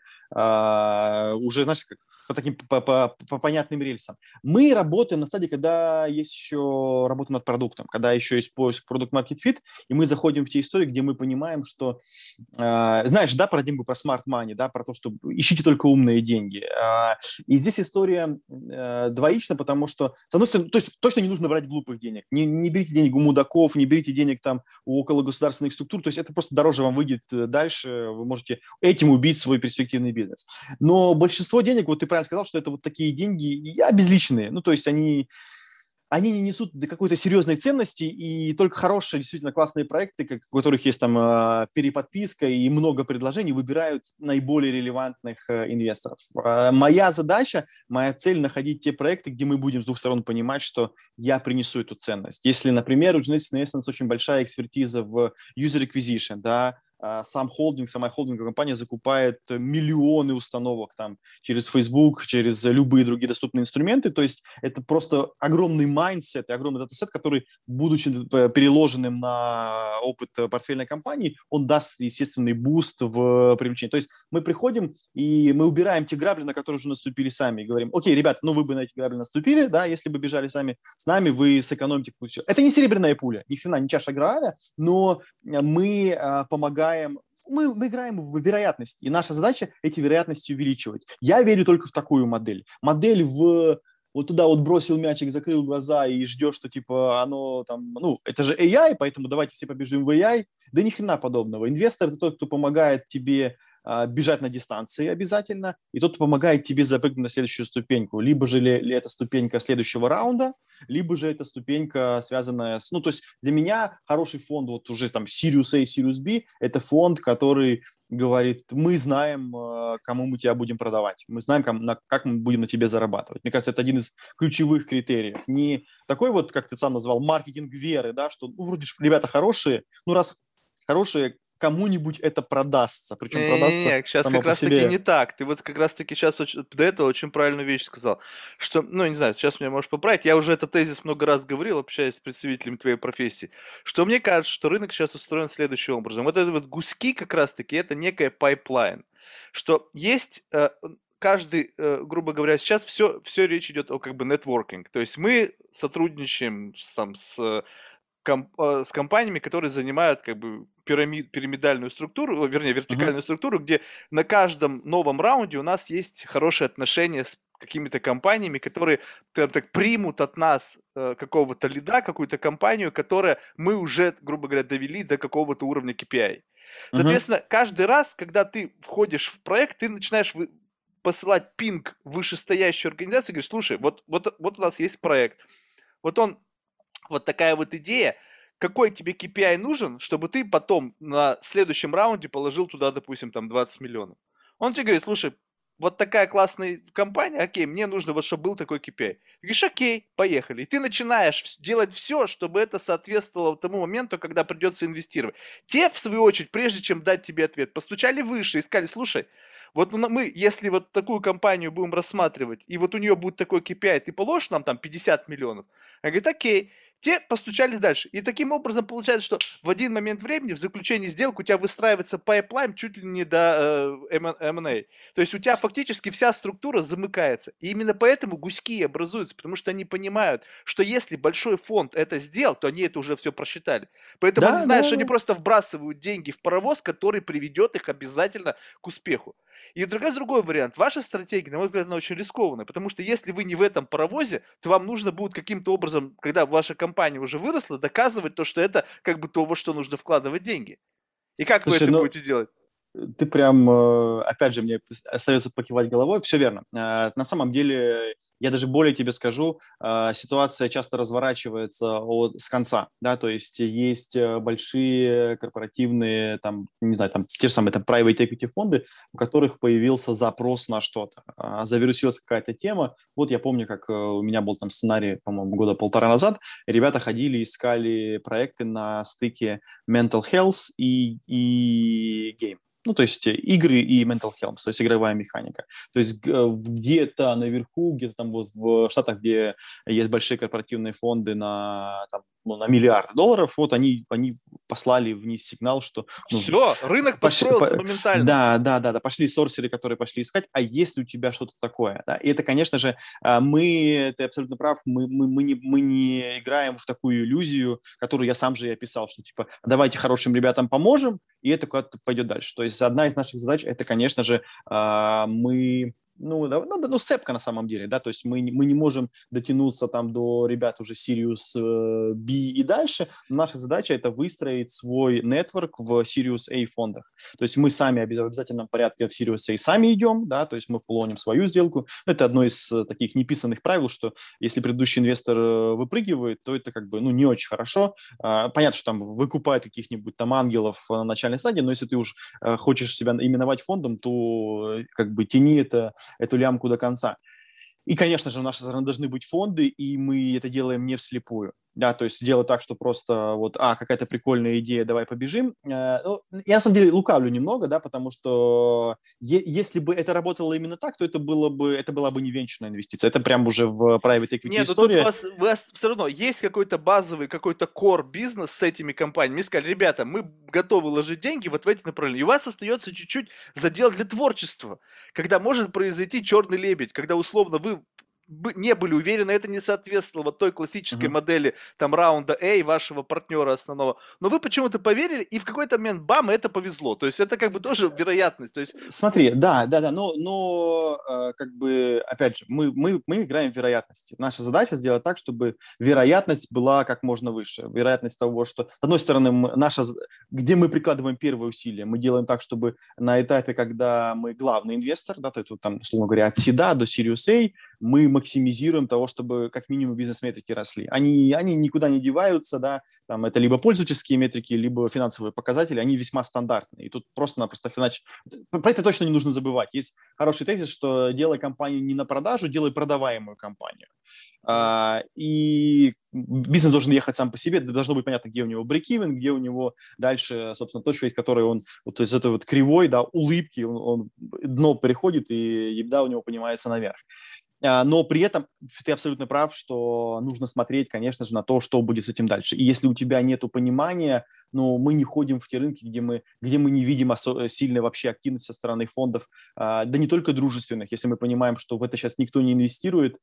а, уже, знаешь, как по таким по, по, по понятным рельсам. Мы работаем на стадии, когда есть еще работа над продуктом, когда еще есть поиск продукт market fit, и мы заходим в те истории, где мы понимаем, что э, знаешь, да, парадигму про smart money, да, про то, что ищите только умные деньги. Э, и здесь история э, двоична, потому что, с одной стороны, то есть точно не нужно брать глупых денег. Не, не берите денег у мудаков, не берите денег там у около государственных структур, то есть это просто дороже вам выйдет дальше, вы можете этим убить свой перспективный бизнес. Но большинство денег, вот ты правильно сказал, что это вот такие деньги обезличенные, ну, то есть они они не несут до какой-то серьезной ценности, и только хорошие, действительно классные проекты, как, у которых есть там э, переподписка и много предложений, выбирают наиболее релевантных э, инвесторов. Э, моя задача, моя цель находить те проекты, где мы будем с двух сторон понимать, что я принесу эту ценность. Если, например, у Genesis Investments очень большая экспертиза в user acquisition, да, сам холдинг, сама холдинговая компания закупает миллионы установок там через Facebook, через любые другие доступные инструменты. То есть это просто огромный майндсет и огромный датасет, который, будучи переложенным на опыт портфельной компании, он даст естественный буст в привлечении. То есть мы приходим и мы убираем те грабли, на которые уже наступили сами, и говорим: окей, ребят, ну вы бы на эти грабли наступили, да, если бы бежали сами с нами, вы сэкономите все. Это не серебряная пуля, ни хрена, не чаша Грааля, но мы а, помогаем, мы, мы играем в вероятности, и наша задача эти вероятности увеличивать. Я верю только в такую модель. Модель в вот туда вот бросил мячик, закрыл глаза и ждешь, что типа оно там, ну, это же эй ай, поэтому давайте все побежим в эй ай. Да ни хрена подобного. Инвестор – это тот, кто помогает тебе а, бежать на дистанции обязательно, и тот, кто помогает тебе запрыгнуть на следующую ступеньку. Либо же ли, ли это ступенька следующего раунда, либо же это ступенька, связанная с... Ну, то есть для меня хороший фонд, вот уже там Sirius A, Sirius B, это фонд, который говорит: мы знаем, кому мы тебя будем продавать, мы знаем, как мы будем на тебе зарабатывать. Мне кажется, это один из ключевых критериев. Не такой вот, как ты сам назвал, маркетинг веры, да, что, ну, вроде же ребята хорошие, ну, раз хорошие, кому-нибудь это продастся, причем продастся Не-не-не, сейчас само как по раз-таки себе. не так. Ты вот как раз-таки сейчас до этого очень правильную вещь сказал, что, ну, не знаю, сейчас меня можешь поправить, я уже этот тезис много раз говорил, общаясь с представителями твоей профессии, что мне кажется, что рынок сейчас устроен следующим образом. Вот это вот гуськи как раз-таки, это некая пайплайн, что есть э, каждый, э, грубо говоря, сейчас все, все речь идет о как бы нетворкинг, то есть мы сотрудничаем сам с ком- э, с компаниями, которые занимают как бы пирамид, пирамидальную структуру, о, вернее, Мгм, вертикальную структуру, где на каждом новом раунде у нас есть хорошие отношения с какими-то компаниями, которые, скажем так, примут от нас э, какого-то лида, какую-то компанию, которая мы уже, грубо говоря, довели до какого-то уровня кей пи ай. мгм, Соответственно, каждый раз, когда ты входишь в проект, ты начинаешь вы- посылать пинг в вышестоящую организацию и говоришь: слушай, вот, вот, вот у нас есть проект, вот он вот такая вот идея. Какой тебе кей пи ай нужен, чтобы ты потом на следующем раунде положил туда, допустим, там двадцать миллионов? Он тебе говорит: слушай, вот такая классная компания, окей, мне нужно вот, чтобы был такой кей пи ай. Ты говоришь, окей, поехали. И ты начинаешь вс- делать все, чтобы это соответствовало тому моменту, когда придется инвестировать. Те, в свою очередь, прежде чем дать тебе ответ, постучали выше и сказали, слушай, вот ну, мы, если вот такую компанию будем рассматривать, и вот у нее будет такой кей пи ай, ты положишь нам там пятьдесят миллионов? Она говорит, окей. Те постучали дальше. И таким образом получается, что в один момент времени, в заключении сделки, у тебя выстраивается пайплайн чуть ли не до э, эм энд эй. То есть у тебя фактически вся структура замыкается. И именно поэтому гуськи образуются, потому что они понимают, что если большой фонд это сделал, то они это уже все просчитали. Поэтому они Да, знают, да, что они да. просто вбрасывают деньги в паровоз, который приведет их обязательно к успеху. И другой, другой вариант. Ваша стратегия, на мой взгляд, она очень рискованная, потому что если вы не в этом паровозе, то вам нужно будет каким-то образом, когда ваша компания уже выросла, доказывать то, что это как бы то, во что нужно вкладывать деньги. И как вы Слушай, это ну, будете делать? ты прям, э, опять же, мне остается покивать головой. Все верно. Э, На самом деле, я даже более тебе скажу, э, ситуация часто разворачивается от, с конца, да, то есть есть э, большие корпоративные, там, не знаю, там, те же самые там private equity фонды, у которых появился запрос на что-то. А, Завирусилась какая-то тема. Вот я помню, как э, у меня был там сценарий, по-моему, года полтора назад. Ребята ходили, искали проекты на стыке mental health и, и game. Ну, то есть э, игры и mental health, то есть игровая механика. То есть г- где-то наверху, где-то там вот в Штатах, где есть большие корпоративные фонды на, там, ну, на миллиарды долларов, вот они, они послали вниз сигнал, что нужно. Все, рынок Пош- построился по- моментально. да, да, да, да, пошли сорсеры, которые пошли искать, а есть ли у тебя что-то такое? Да? И это, конечно же, а, мы, ты абсолютно прав, мы, мы, мы, не, мы не играем в такую иллюзию, которую я сам же и описал, что типа давайте хорошим ребятам поможем, и это куда-то пойдет дальше. То есть одна из наших задач это, конечно же, а, мы ну, да, ну, да, ну, сцепка на самом деле, да, то есть мы, не- мы не можем дотянуться там до ребят уже Sirius э, B и дальше. Наша задача это выстроить свой нетворк в Sirius A фондах. То есть мы сами в обязательном порядке в Sirius A сами идем, да, то есть мы фулоним свою сделку. Это одно из э, таких неписанных правил, что если предыдущий инвестор э, выпрыгивает, то это как бы, ну, не очень хорошо. А, Понятно, что там выкупают каких-нибудь там ангелов на начальной стадии, но если ты уж э, хочешь себя именовать фондом, то э, как бы тяни это эту лямку до конца. И, конечно же, у нас должны быть фонды, и мы это делаем не вслепую. Да, то есть делать так, что просто вот, а, какая-то прикольная идея, давай побежим. Э, ну, я на самом деле лукавлю немного, да, потому что е- если бы это работало именно так, то это было бы, это была бы не венчурная инвестиция. Это прям уже в private equity Не, ну тут у история. вас, у вас все равно есть какой-то базовый, какой-то core бизнес с этими компаниями. И сказали, ребята, мы готовы ложить деньги вот в эти направления. И у вас остается чуть-чуть задел для творчества, когда может произойти черный лебедь, когда условно вы бы- не были уверены, это не соответствовало вот той классической Мгм. модели там раунда A вашего партнера основного. Но вы почему-то поверили, и в какой-то момент бам, и это повезло. То есть это как бы тоже вероятность. То есть Смотри, да, да, да, но, но э, как бы, опять же, мы, мы, мы играем в вероятности. Наша задача сделать так, чтобы вероятность была как можно выше. Вероятность того, что, с одной стороны, мы- наша, з- где мы прикладываем первые усилия, мы делаем так, чтобы на этапе, когда мы главный инвестор, да, то есть, вот там, условно говоря, от сида до Sirius A, мы максимизируем того, чтобы как минимум бизнес-метрики росли. Они, они никуда не деваются, да, там это либо пользовательские метрики, либо финансовые показатели, они весьма стандартные. И тут просто-напросто финач про это точно не нужно забывать. Есть хороший тезис, что делай компанию не на продажу, делай продаваемую компанию. А, и бизнес должен ехать сам по себе, должно быть понятно, где у него break-even, где у него дальше, собственно, точка, из которой он вот из этой вот кривой, да, улыбки, он, он дно переходит, и ебда у него поднимается наверх. А, Но при этом ты абсолютно прав, что нужно смотреть, конечно же, на то, что будет с этим дальше. И если у тебя нет понимания, ну, мы не ходим в те рынки, где мы, где мы не видим осо- сильной вообще активности со стороны фондов, а, да не только дружественных, если мы понимаем, что в это сейчас никто не инвестирует.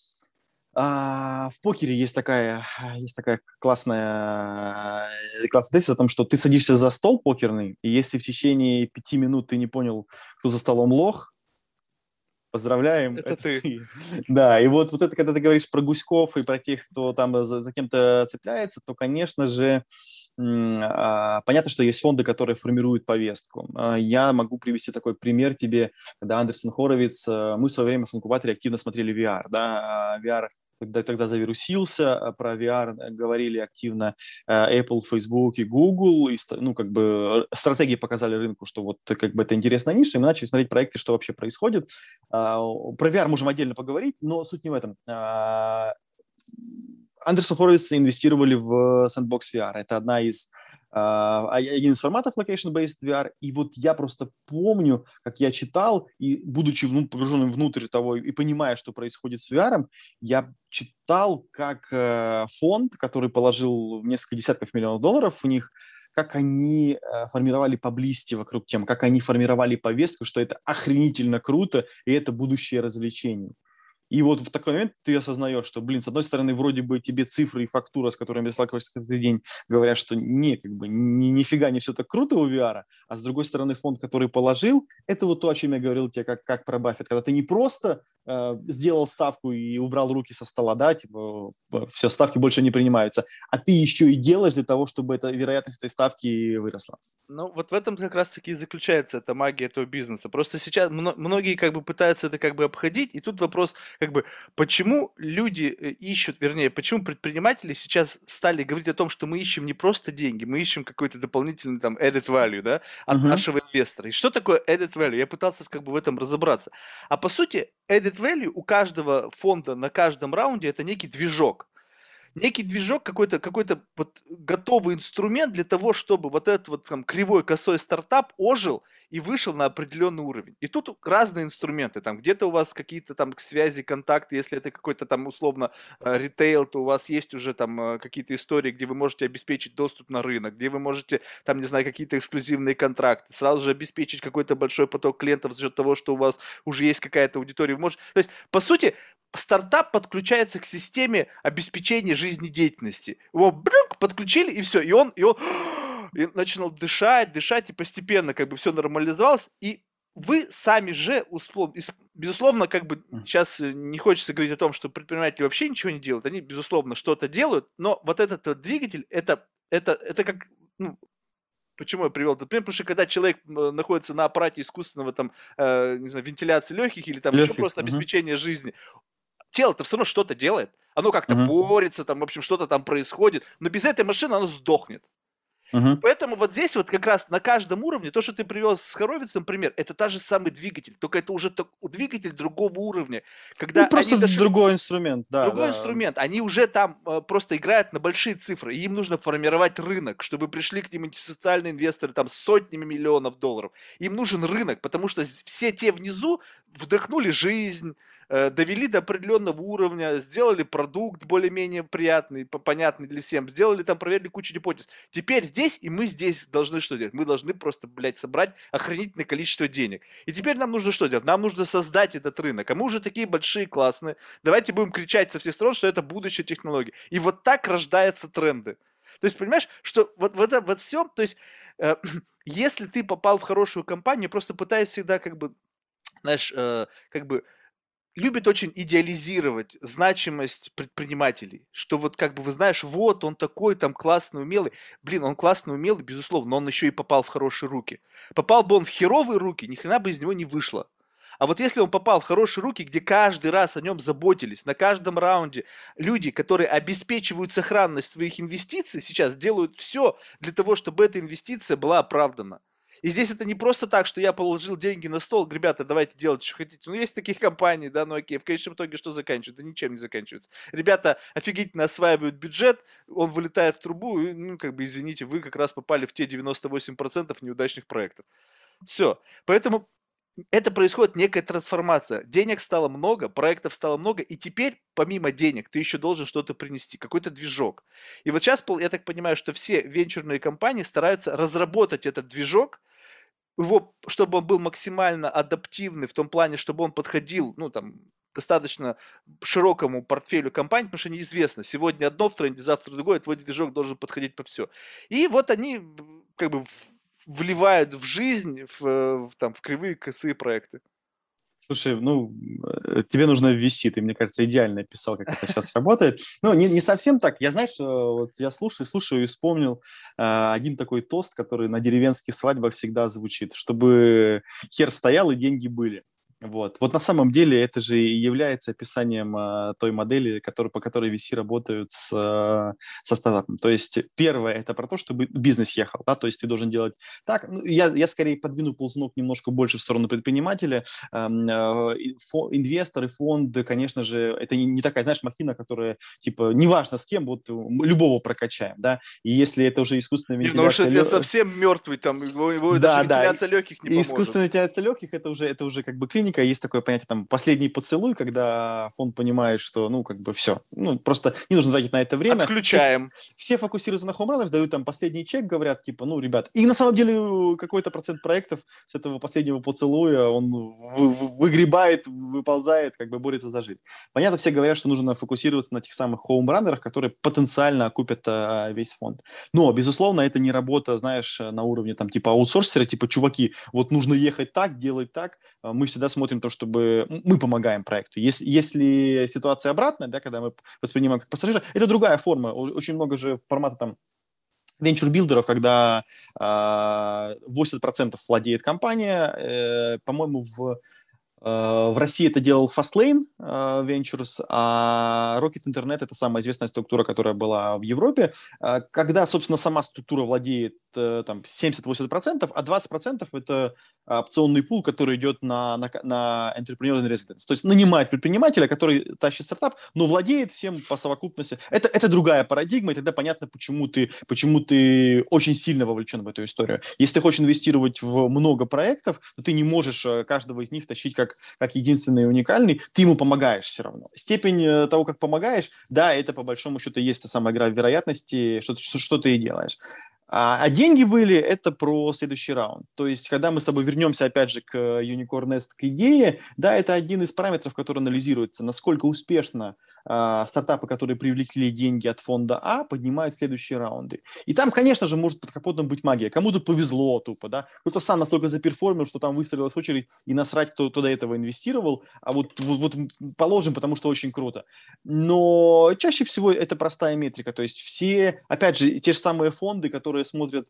А, в покере есть такая, есть такая классная, классная тезис о том, что ты садишься за стол покерный, и если в течение пяти минут ты не понял, кто за столом лох, поздравляем, это это ты. ты. Да, и вот, вот это, когда ты говоришь про гуськов и про тех, кто там за, за кем-то цепляется, то, конечно же, м, а, понятно, что есть фонды, которые формируют повестку. А, Я могу привести такой пример тебе, когда Андерсон Хоровиц, а, мы в свое время в инкубаторе активно смотрели V R, да, а, V R когда тогда завирусился, про ви ар говорили активно Apple, Facebook и Google, и, ну, как бы стратегии показали рынку, что вот как бы это интересная ниша, и мы начали смотреть проекты, что вообще происходит. Про ви ар можем отдельно поговорить, но суть не в этом. Андерсон Хоровиц инвестировали в Sandbox ви ар. Это одна из Uh, один из форматов location-based ви ар, и вот я просто помню, как я читал, и будучи ну, погруженным внутрь того и понимая, что происходит с ви ар, я читал, как uh, фонд, который положил несколько десятков миллионов долларов в них, как они uh, формировали паблисити вокруг тем, как они формировали повестку, что это охренительно круто, и это будущее развлечение. И вот в такой момент ты осознаешь, что, блин, с одной стороны, вроде бы тебе цифры и фактура, с которыми ты сталкиваешься каждый день, говорят, что не, как бы, ни, нифига не все так круто у ви ар, а с другой стороны, фонд, который положил, это вот то, о чем я говорил тебе, как, как про Баффет, когда ты не просто э, сделал ставку и убрал руки со стола, да, типа, все, ставки больше не принимаются, а ты еще и делаешь для того, чтобы эта вероятность этой ставки выросла. Ну, вот в этом как раз-таки и заключается эта магия этого бизнеса. Просто сейчас мно- многие как бы пытаются это как бы обходить, и тут вопрос, как бы, почему люди э, ищут, вернее, почему предприниматели сейчас стали говорить о том, что мы ищем не просто деньги, мы ищем какой-то дополнительный там added value, да, от Мгм. нашего инвестора. И что такое added value? Я пытался как бы в этом разобраться. А по сути, added value у каждого фонда на каждом раунде это некий движок. Некий движок, какой-то какой-то вот готовый инструмент для того, чтобы вот этот вот там кривой косой стартап ожил и вышел на определенный уровень. И тут разные инструменты, там где-то у вас какие-то там связи, контакты, если это какой-то там условно э, ритейл, то у вас есть уже там э, какие-то истории, где вы можете обеспечить доступ на рынок, где вы можете там, не знаю, какие-то эксклюзивные контракты, сразу же обеспечить какой-то большой поток клиентов за счет того, что у вас уже есть какая-то аудитория. Вы можете... То есть, по сути, стартап подключается к системе обеспечения жизнедеятельности. Его брюк, подключили, и все. И он, и он и начинал дышать, дышать, и постепенно как бы все нормализовалось. И вы сами же, условно, безусловно, как бы сейчас не хочется говорить о том, что предприниматели вообще ничего не делают. Они, безусловно, что-то делают, но вот этот вот двигатель, это, это, это как... Ну, почему я привел этот пример? Потому что когда человек э, находится на аппарате искусственного там, э, не знаю, вентиляции легких или там еще Легких. просто Мгм. обеспечения жизни, тело-то все равно что-то делает. Оно как-то Мгм. борется, там, в общем, что-то там происходит. Но без этой машины оно сдохнет. Мгм. Поэтому вот здесь вот как раз на каждом уровне, то, что ты привел с Хоровицем пример, это та же самый двигатель, только это уже так- двигатель другого уровня. Ну, Когда они просто дошли, другой инструмент, да, другой да. инструмент, они уже там э, просто играют на большие цифры, и им нужно формировать рынок, чтобы пришли к ним институциональные инвесторы там с сотнями миллионов долларов. Им нужен рынок, потому что з- все те внизу вдохнули жизнь, э, довели до определенного уровня, сделали продукт более-менее приятный, по- понятный для всем, сделали там, проверили кучу гипотез. Теперь здесь, и мы здесь должны что делать? Мы должны просто, блядь, собрать охренительное количество денег. И теперь нам нужно что делать? Нам нужно создать этот рынок. А мы уже такие большие, классные. Давайте будем кричать со всех сторон, что это будущее технологии. И вот так рождаются тренды. То есть, понимаешь, что вот в этом вот всем, то есть, э, если ты попал в хорошую компанию, я просто пытаюсь всегда как бы, знаешь, э, как бы любит очень идеализировать значимость предпринимателей, что вот как бы вы знаешь, вот он такой там классный, умелый. Блин, он классный, умелый, безусловно, но он еще и попал в хорошие руки. Попал бы он в херовые руки, ни хрена бы из него не вышло. А вот если он попал в хорошие руки, где каждый раз о нем заботились, на каждом раунде люди, которые обеспечивают сохранность своих инвестиций, сейчас делают все для того, чтобы эта инвестиция была оправдана. И здесь это не просто так, что я положил деньги на стол, ребята, давайте делать, что хотите. Ну, есть таких компаний, да, ну окей, в конечном итоге что заканчивается? Да ничем не заканчивается. Ребята офигительно осваивают бюджет, он вылетает в трубу, и, ну, как бы, извините, вы как раз попали в те девяносто восемь процентов неудачных проектов. Все. Поэтому это происходит некая трансформация. Денег стало много, проектов стало много, и теперь, помимо денег, ты еще должен что-то принести, какой-то движок. И вот сейчас, я так понимаю, что все венчурные компании стараются разработать этот движок, его, чтобы он был максимально адаптивный в том плане, чтобы он подходил, ну, там, достаточно широкому портфелю компаний, потому что неизвестно, сегодня одно в тренде, завтра другое, твой движок должен подходить по все. И вот они как бы вливают в жизнь, в, в, там, в кривые, косые проекты. Слушай, ну, э, тебе нужно в ви си, ты, мне кажется, идеально описал, как это сейчас работает. Ну, не, не совсем так. Я, знаешь, э, вот я слушаю, слушаю и вспомнил э, один такой тост, который на деревенских свадьбах всегда звучит, чтобы хер стоял и деньги были. Вот. Вот на самом деле это же и является описанием а, той модели, который, по которой ви си работают с, а, со стартапом. То есть первое это про то, чтобы бизнес ехал, да, то есть ты должен делать так. Ну, я, я скорее подвину ползунок немножко больше в сторону предпринимателя. Эм, э, и фо- инвесторы, фонды, конечно же, это не, не такая, знаешь, махина, которая типа неважно с кем, вот мы любого прокачаем, да. И если это уже искусственная Не, ну уж вентиляция, если лё- совсем мертвый, там его, его даже да, да. И- вентиляция легких не и поможет. искусственная вентиляция легких это уже, это уже как бы клиника. Есть такое понятие там последний поцелуй, когда фонд понимает, что ну как бы все. Ну просто не нужно тратить на это время. Все, Отключаем. все фокусируются на хоумранах, дают там последний чек, говорят, типа, ну, ребят. И на самом деле какой-то процент проектов с этого последнего поцелуя, он вы- вы- выгребает, выползает, как бы борется за жизнь. Понятно, все говорят, что нужно фокусироваться на тех самых хоумранерах, которые потенциально окупят а, весь фонд. Но, безусловно, это не работа, знаешь, на уровне там типа аутсорсера, типа, чуваки, вот нужно ехать так, делать так. А Мы всегда смотрим то, чтобы мы помогаем проекту. Если, если ситуация обратная, да, когда мы воспринимаем как пассажира, это другая форма. О- Очень много же формата там венчур-билдеров, когда а, восемьдесят процентов владеет компания. Э, по-моему, в Э, В России это делал Fastlane э, Ventures, а Rocket Internet — это самая известная структура, которая была в Европе. Э, Когда, собственно, сама структура владеет э, там семьдесят-восемьдесят процентов, а двадцать процентов это опционный пул, который идет на, на, на entrepreneur in residence. То есть нанимает предпринимателя, который тащит стартап, но владеет всем по совокупности. Это, это другая парадигма, и тогда понятно, почему ты, почему ты очень сильно вовлечен в эту историю. Если ты хочешь инвестировать в много проектов, то ты не можешь э, каждого из них тащить как, как единственный и уникальный, ты ему помогаешь все равно. Степень э, того, как помогаешь, да, это по большому счету есть та самая игра в вероятности, что, что, что ты и делаешь. А, а деньги были, это про следующий раунд. То есть, когда мы с тобой вернемся, опять же, к Unicorn Nest, к идее, да, это один из параметров, который анализируется, насколько успешно а, стартапы, которые привлекли деньги от фонда А, поднимают следующие раунды. И там, конечно же, может под капотом быть магия. Кому-то повезло тупо, да, кто-то сам настолько заперформил, что там выстроилась очередь, и насрать, кто, кто до этого инвестировал, а вот, вот, вот положим, потому что очень круто. Но чаще всего это простая метрика, то есть все, опять же, те же самые фонды, которые смотрят,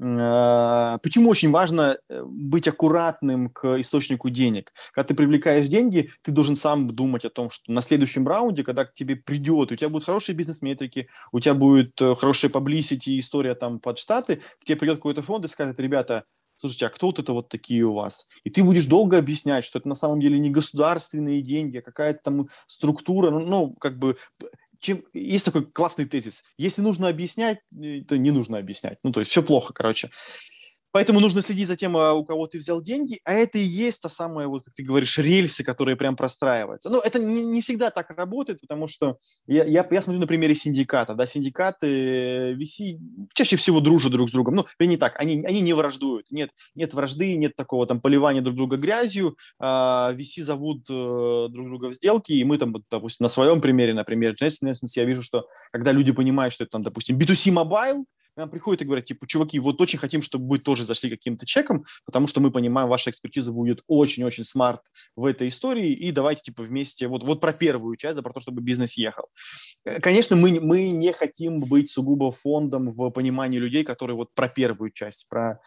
э, почему очень важно э, быть аккуратным к источнику денег. Когда ты привлекаешь деньги, ты должен сам думать о том, что на следующем раунде, когда к тебе придет, у тебя будут хорошие бизнес-метрики, у тебя будет э, хорошая publicity, история там под Штаты, к тебе придет какой-то фонд и скажет: ребята, слушайте, а кто вот это вот такие у вас? И ты будешь долго объяснять, что это на самом деле не государственные деньги, а какая-то там структура, ну, ну как бы чем, есть такой классный тезис. Если нужно объяснять, э, то не нужно объяснять. Ну, то есть все плохо, короче. Поэтому нужно следить за тем, а, у кого ты взял деньги, а это и есть та самая, вот, как ты говоришь, рельсы, которые прям простраиваются. Ну, это не, не всегда так работает, потому что я, я, я смотрю на примере синдиката. Да, синдикаты э, ви си чаще всего дружат друг с другом. Ну, не так, они, они не враждуют. Нет, нет вражды, нет такого там поливания друг друга грязью. А, ви си зовут э, друг друга в сделки, и мы там, вот, допустим, на своем примере, например, я вижу, что когда люди понимают, что это там, допустим, би ту си мобайл, к нам приходят и говорят, типа, чуваки, вот очень хотим, чтобы вы тоже зашли каким-то чеком, потому что мы понимаем, ваша экспертиза будет очень-очень смарт в этой истории, и давайте, типа, вместе, вот, вот про первую часть, да, про то, чтобы бизнес ехал. Э, Конечно, мы, мы не хотим быть сугубо фондом в понимании людей, которые вот про первую часть, про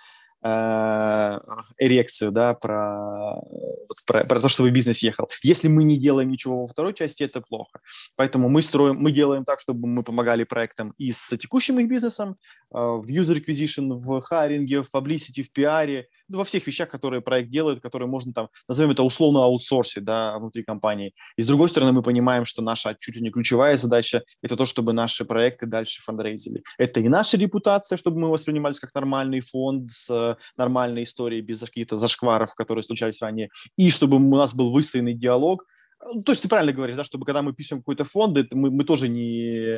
э, эрекцию, да, про, вот про, про то, чтобы бизнес ехал. Если мы не делаем ничего во второй части, это плохо. Поэтому мы строим, мы делаем так, чтобы мы помогали проектам и с текущим их бизнесом, э, в user acquisition, в хайринге, в publicity, в пиаре, ну, во всех вещах, которые проект делает, которые можно там, назовем это условно аутсорсить, да, внутри компании. И с другой стороны, мы понимаем, что наша чуть ли не ключевая задача — это то, чтобы наши проекты дальше фандрейзили. Это и наша репутация, чтобы мы воспринимались как нормальный фонд с нормальной историей, без каких-то зашкваров, которые случались ранее, и чтобы у нас был выстроенный диалог. То есть ты правильно говоришь, да, чтобы когда мы пишем какой-то фонд, это мы, мы тоже не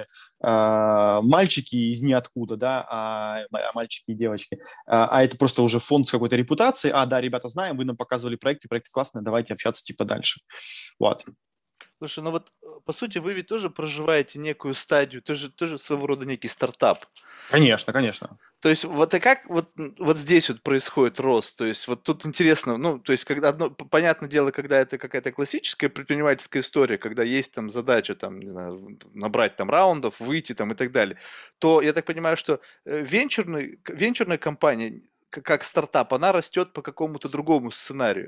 а, мальчики из ниоткуда, да, а, а мальчики и девочки, а, а это просто уже фонд с какой-то репутацией. А, да, ребята, знаем, вы нам показывали проекты, проекты классные, давайте общаться типа дальше. Вот. Слушай, ну вот, э, по сути, вы ведь тоже проживаете некую стадию, тоже, тоже своего рода некий стартап. Конечно, конечно. То есть вот и как вот, м, вот здесь вот происходит рост? То есть вот тут интересно, ну, то есть когда одно, п- понятное дело, когда это какая-то классическая предпринимательская история, когда есть там задача там, не знаю, в- набрать там раундов, выйти там и так далее, то я так понимаю, что э, венчурный, к- венчурная компания, к- как стартап, она растет по какому-то другому сценарию.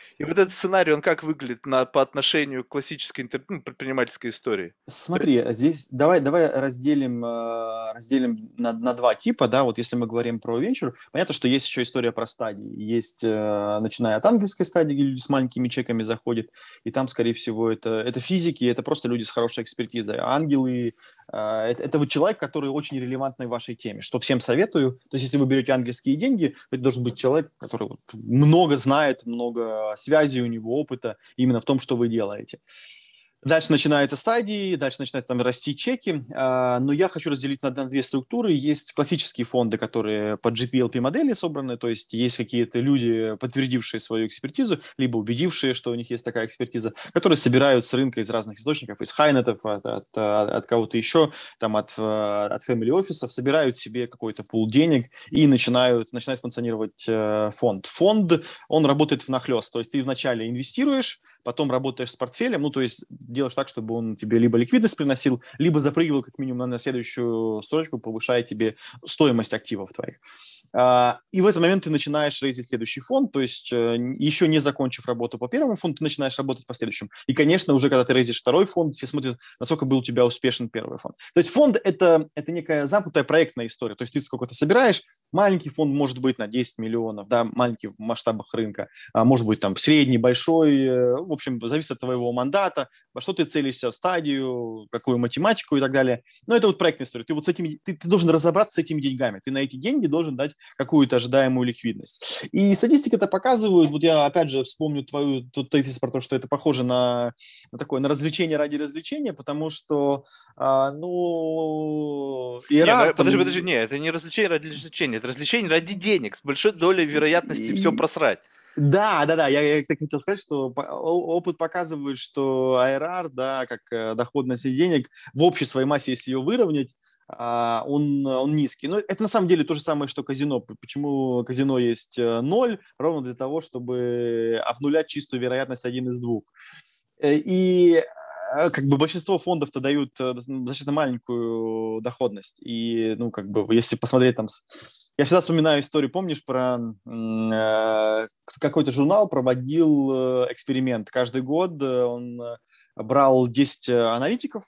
И вот этот сценарий, он как выглядит на, по отношению к классической интер- ну, предпринимательской истории? То есть, Смотри, а здесь давай, давай разделим, э, разделим на, на два типа, да, вот если мы говорим про венчур, понятно, что есть еще история про стадии, есть, э, начиная от ангельской стадии, где люди с маленькими чеками заходят, и там, скорее всего, это, это физики, это просто люди с хорошей экспертизой, а ангелы, э, это, это вот человек, который очень релевантный в вашей теме, что всем советую, то есть если вы берете ангельские деньги, это должен быть человек, который вот много знает, много связей у него, опыта именно в том, что вы делаете. Дальше начинаются стадии, дальше начинают там расти чеки, а, но я хочу разделить на, на две структуры. Есть классические фонды, которые по джи пи эл пи-модели собраны, то есть есть какие-то люди, подтвердившие свою экспертизу, либо убедившие, что у них есть такая экспертиза, которые собирают с рынка из разных источников, из хайнетов, от, от, от, от кого-то еще, там, от, от family офисов, собирают себе какой-то пул денег и начинают, начинает функционировать э, фонд. Фонд, он работает внахлёст, то есть ты вначале инвестируешь, потом работаешь с портфелем, ну, то есть делаешь так, чтобы он тебе либо ликвидность приносил, либо запрыгивал как минимум на следующую строчку, повышая тебе стоимость активов твоих. И в этот момент ты начинаешь рейзить следующий фонд, то есть еще не закончив работу по первому фонду, ты начинаешь работать по следующему. И, конечно, уже когда ты рейзишь второй фонд, все смотрят, насколько был у тебя успешен первый фонд. То есть фонд это, – это некая замкнутая проектная история, то есть ты сколько-то собираешь, маленький фонд может быть на десять миллионов, да, маленький в масштабах рынка, а может быть там средний, большой, в общем, зависит от твоего мандата, во что ты целишься, в стадию, какую математику и так далее. Но это вот проектная история. Ты вот с этими, ты, ты должен разобраться с этими деньгами. Ты на эти деньги должен дать какую-то ожидаемую ликвидность. И статистика это показывает. Вот я опять же вспомню твою тут тезис про то, что это похоже на, на такое, на развлечение ради развлечения, потому что, а, ну, не, ну иерарх э, там... подожди, подожди, не, это не развлечение ради развлечения, это развлечение ради денег, с большой долей вероятности все И, просрать. да, да, да, я, я так хотел сказать, что по- о- опыт показывает, что ай ар ар, да, как э, доходность денег в общей своей массе, если ее выровнять, а, он, он низкий. Но это на самом деле то же самое, что казино. П- Почему казино есть э, ноль? Ровно для того, чтобы обнулять чистую вероятность один из двух. Э, И э, как бы большинство фондов-то дают э, достаточно маленькую доходность. И, ну, как бы, если посмотреть там... с- Я всегда вспоминаю историю, помнишь, про м, э, какой-то журнал проводил э, эксперимент. Каждый год э, он э, брал десять э, аналитиков,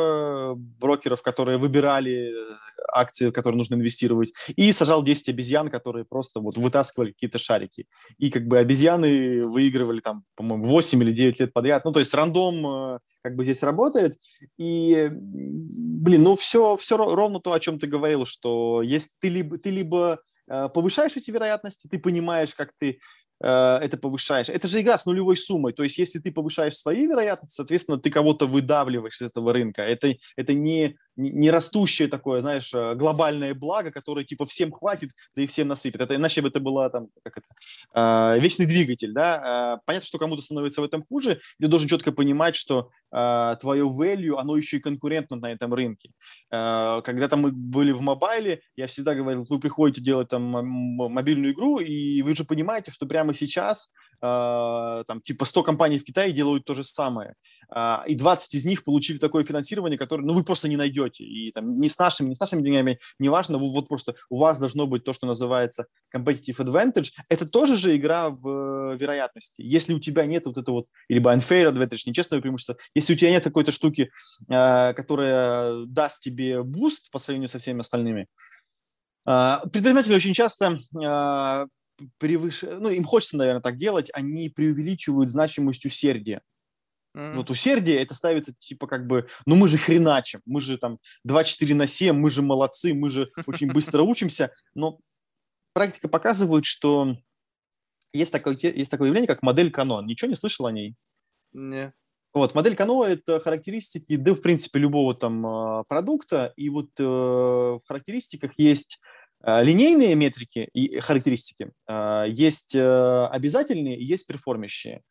э, брокеров, которые выбирали э, акции, в которые нужно инвестировать, и сажал десять обезьян, которые просто вот вытаскивали какие-то шарики. И как бы обезьяны выигрывали там, по-моему, восемь или девять лет подряд. Ну, то есть рандом э, как бы здесь работает. И, блин, ну все, все ровно то, о чем ты говорил, что есть ты либо, ты либо э, повышаешь эти вероятности, ты понимаешь, как ты э, это повышаешь. Это же игра с нулевой суммой. То есть если ты повышаешь свои вероятности, соответственно, ты кого-то выдавливаешь из этого рынка. Это, это не, не растущее такое, знаешь, э, глобальное благо, которое типа всем хватит, да и всем насыпет. Это, иначе бы это было там, как это, э, вечный двигатель, да. Э, понятно, что кому-то становится в этом хуже, ты должен четко понимать, что э, твое value, оно еще и конкурентно на этом рынке. Э, когда-то мы были в мобайле, я всегда говорил, вы приходите делать там м- мобильную игру, и вы же понимаете, что прямо сейчас э, там типа сто компаний в Китае делают то же самое. Э, и двадцать из них получили такое финансирование, которое, ну, вы просто не найдете. И там не с нашими, не с нашими деньгами, неважно, вы, вот просто у вас должно быть то, что называется competitive advantage. Это тоже же игра в вероятности. Если у тебя нет вот этого вот, либо unfair advantage, нечестное преимущество, если у тебя нет какой-то штуки, э, которая даст тебе буст по сравнению со всеми остальными, э, предприниматели очень часто э, превыш... ну, им хочется, наверное, так делать, они преувеличивают значимость усердия. Мгм. Вот усердие это ставится типа как бы, ну мы же хреначим, мы же там двадцать четыре на семь, мы же молодцы, мы же очень быстро учимся, но практика показывает, что есть такое, есть такое явление, как модель Канон. Ничего не слышал о ней? Не. Вот, модель Кано – это характеристики, да, в принципе, любого там э, продукта. И вот э, в характеристиках есть э, линейные метрики и характеристики, э, есть э, обязательные и есть перформящие.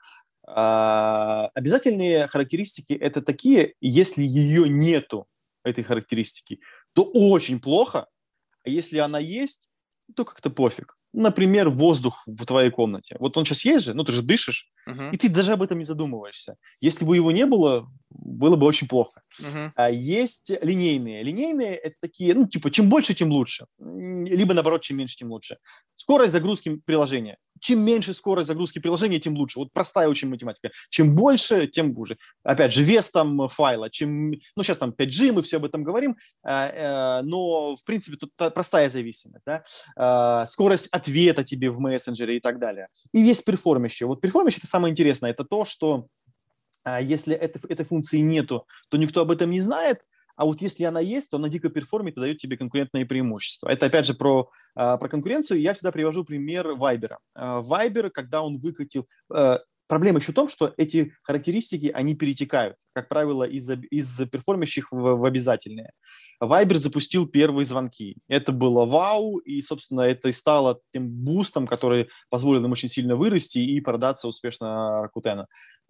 А, обязательные характеристики – это такие, если ее нету, этой характеристики, то очень плохо, а если она есть, то как-то пофиг. Например, воздух в твоей комнате. Вот он сейчас есть же, ну ты же дышишь, Мгм. и ты даже об этом не задумываешься. Если бы его не было, было бы очень плохо. Мгм. А есть линейные. Линейные – это такие, ну типа, чем больше, тем лучше. Либо наоборот, чем меньше, тем лучше. скорость загрузки приложения. Чем меньше скорость загрузки приложения, тем лучше. Вот простая очень математика. Чем больше, тем хуже. Опять же, вес там файла. Чем, ну, сейчас там пять джи, мы все об этом говорим, но, в принципе, тут простая зависимость. Да? Скорость ответа тебе в мессенджере и так далее. И есть перформище. Вот перформище – это самое интересное. Это то, что если это, этой функции нету, то никто об этом не знает. А вот если она есть, то она дико перформит и дает тебе конкурентные преимущества. Это опять же про, про конкуренцию. Я всегда привожу пример Viber. Viber, когда он выкатил... Проблема еще в том, что эти характеристики, они перетекают, как правило, из, из перформящих в, в обязательные. Viber запустил первые звонки. Это было вау, и, собственно, это и стало тем бустом, который позволил им очень сильно вырасти и продаться успешно Rakuten.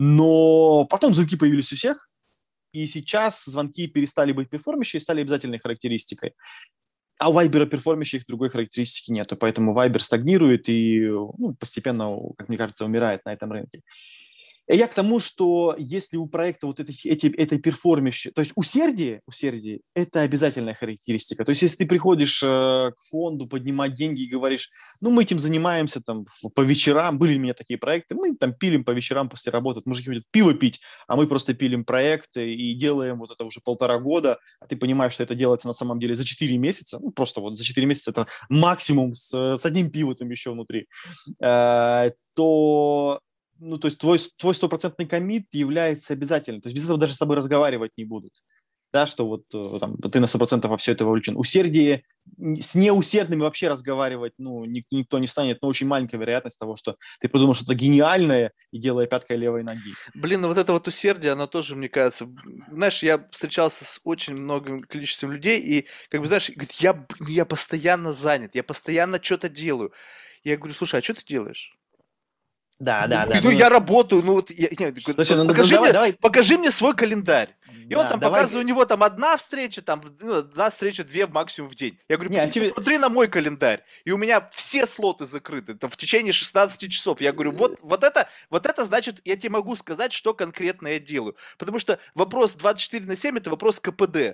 Но потом звонки появились у всех, и сейчас звонки перестали быть перформящими и стали обязательной характеристикой. А у Viber перформящих другой характеристики нету, поэтому Viber стагнирует и ну, постепенно, как мне кажется, умирает на этом рынке. И я к тому, что если у проекта вот эти, эти, этой перформящей, то есть усердие, усердие – это обязательная характеристика. То есть если ты приходишь э, к фонду поднимать деньги и говоришь, ну мы этим занимаемся там по вечерам, были у меня такие проекты, мы там пилим по вечерам после работы, мужики ходят пиво пить, а мы просто пилим проекты и делаем вот это уже полтора года, а ты понимаешь, что это делается на самом деле за четыре месяца, ну просто вот за четыре месяца это максимум с, с одним пивотом еще внутри, э, то... Ну, то есть твой, твой стопроцентный коммит является обязательным. То есть без этого даже с тобой разговаривать не будут. Да, что вот там, ты на сто процентов во все это вовлечен. Усердие, с неусердными вообще разговаривать, ну, никто не станет, но очень маленькая вероятность того, что ты подумал что-то гениальное и делая пяткой левой ноги. Блин, ну вот это вот усердие, оно тоже, мне кажется, знаешь, я встречался с очень многим количеством людей, и, как бы, знаешь, я, я постоянно занят, я постоянно что-то делаю. Я говорю, слушай, а что ты делаешь? Да, Ну, да, да. ну, Ну, я работаю, ну вот я, я, слушай, ну, ну, покажи давай, мне, давай. покажи мне свой календарь. И он Да, там давай. показывает, у него там одна встреча, там ну, одна встреча, две максимум в день. Я говорю, Не, а тебе... посмотри на мой календарь. И у меня все слоты закрыты, там в течение шестнадцати часов. Я говорю, вот, вот это, вот это значит, я тебе могу сказать, что конкретно я делаю. Потому что вопрос двадцать четыре на семь это вопрос ка пэ дэ.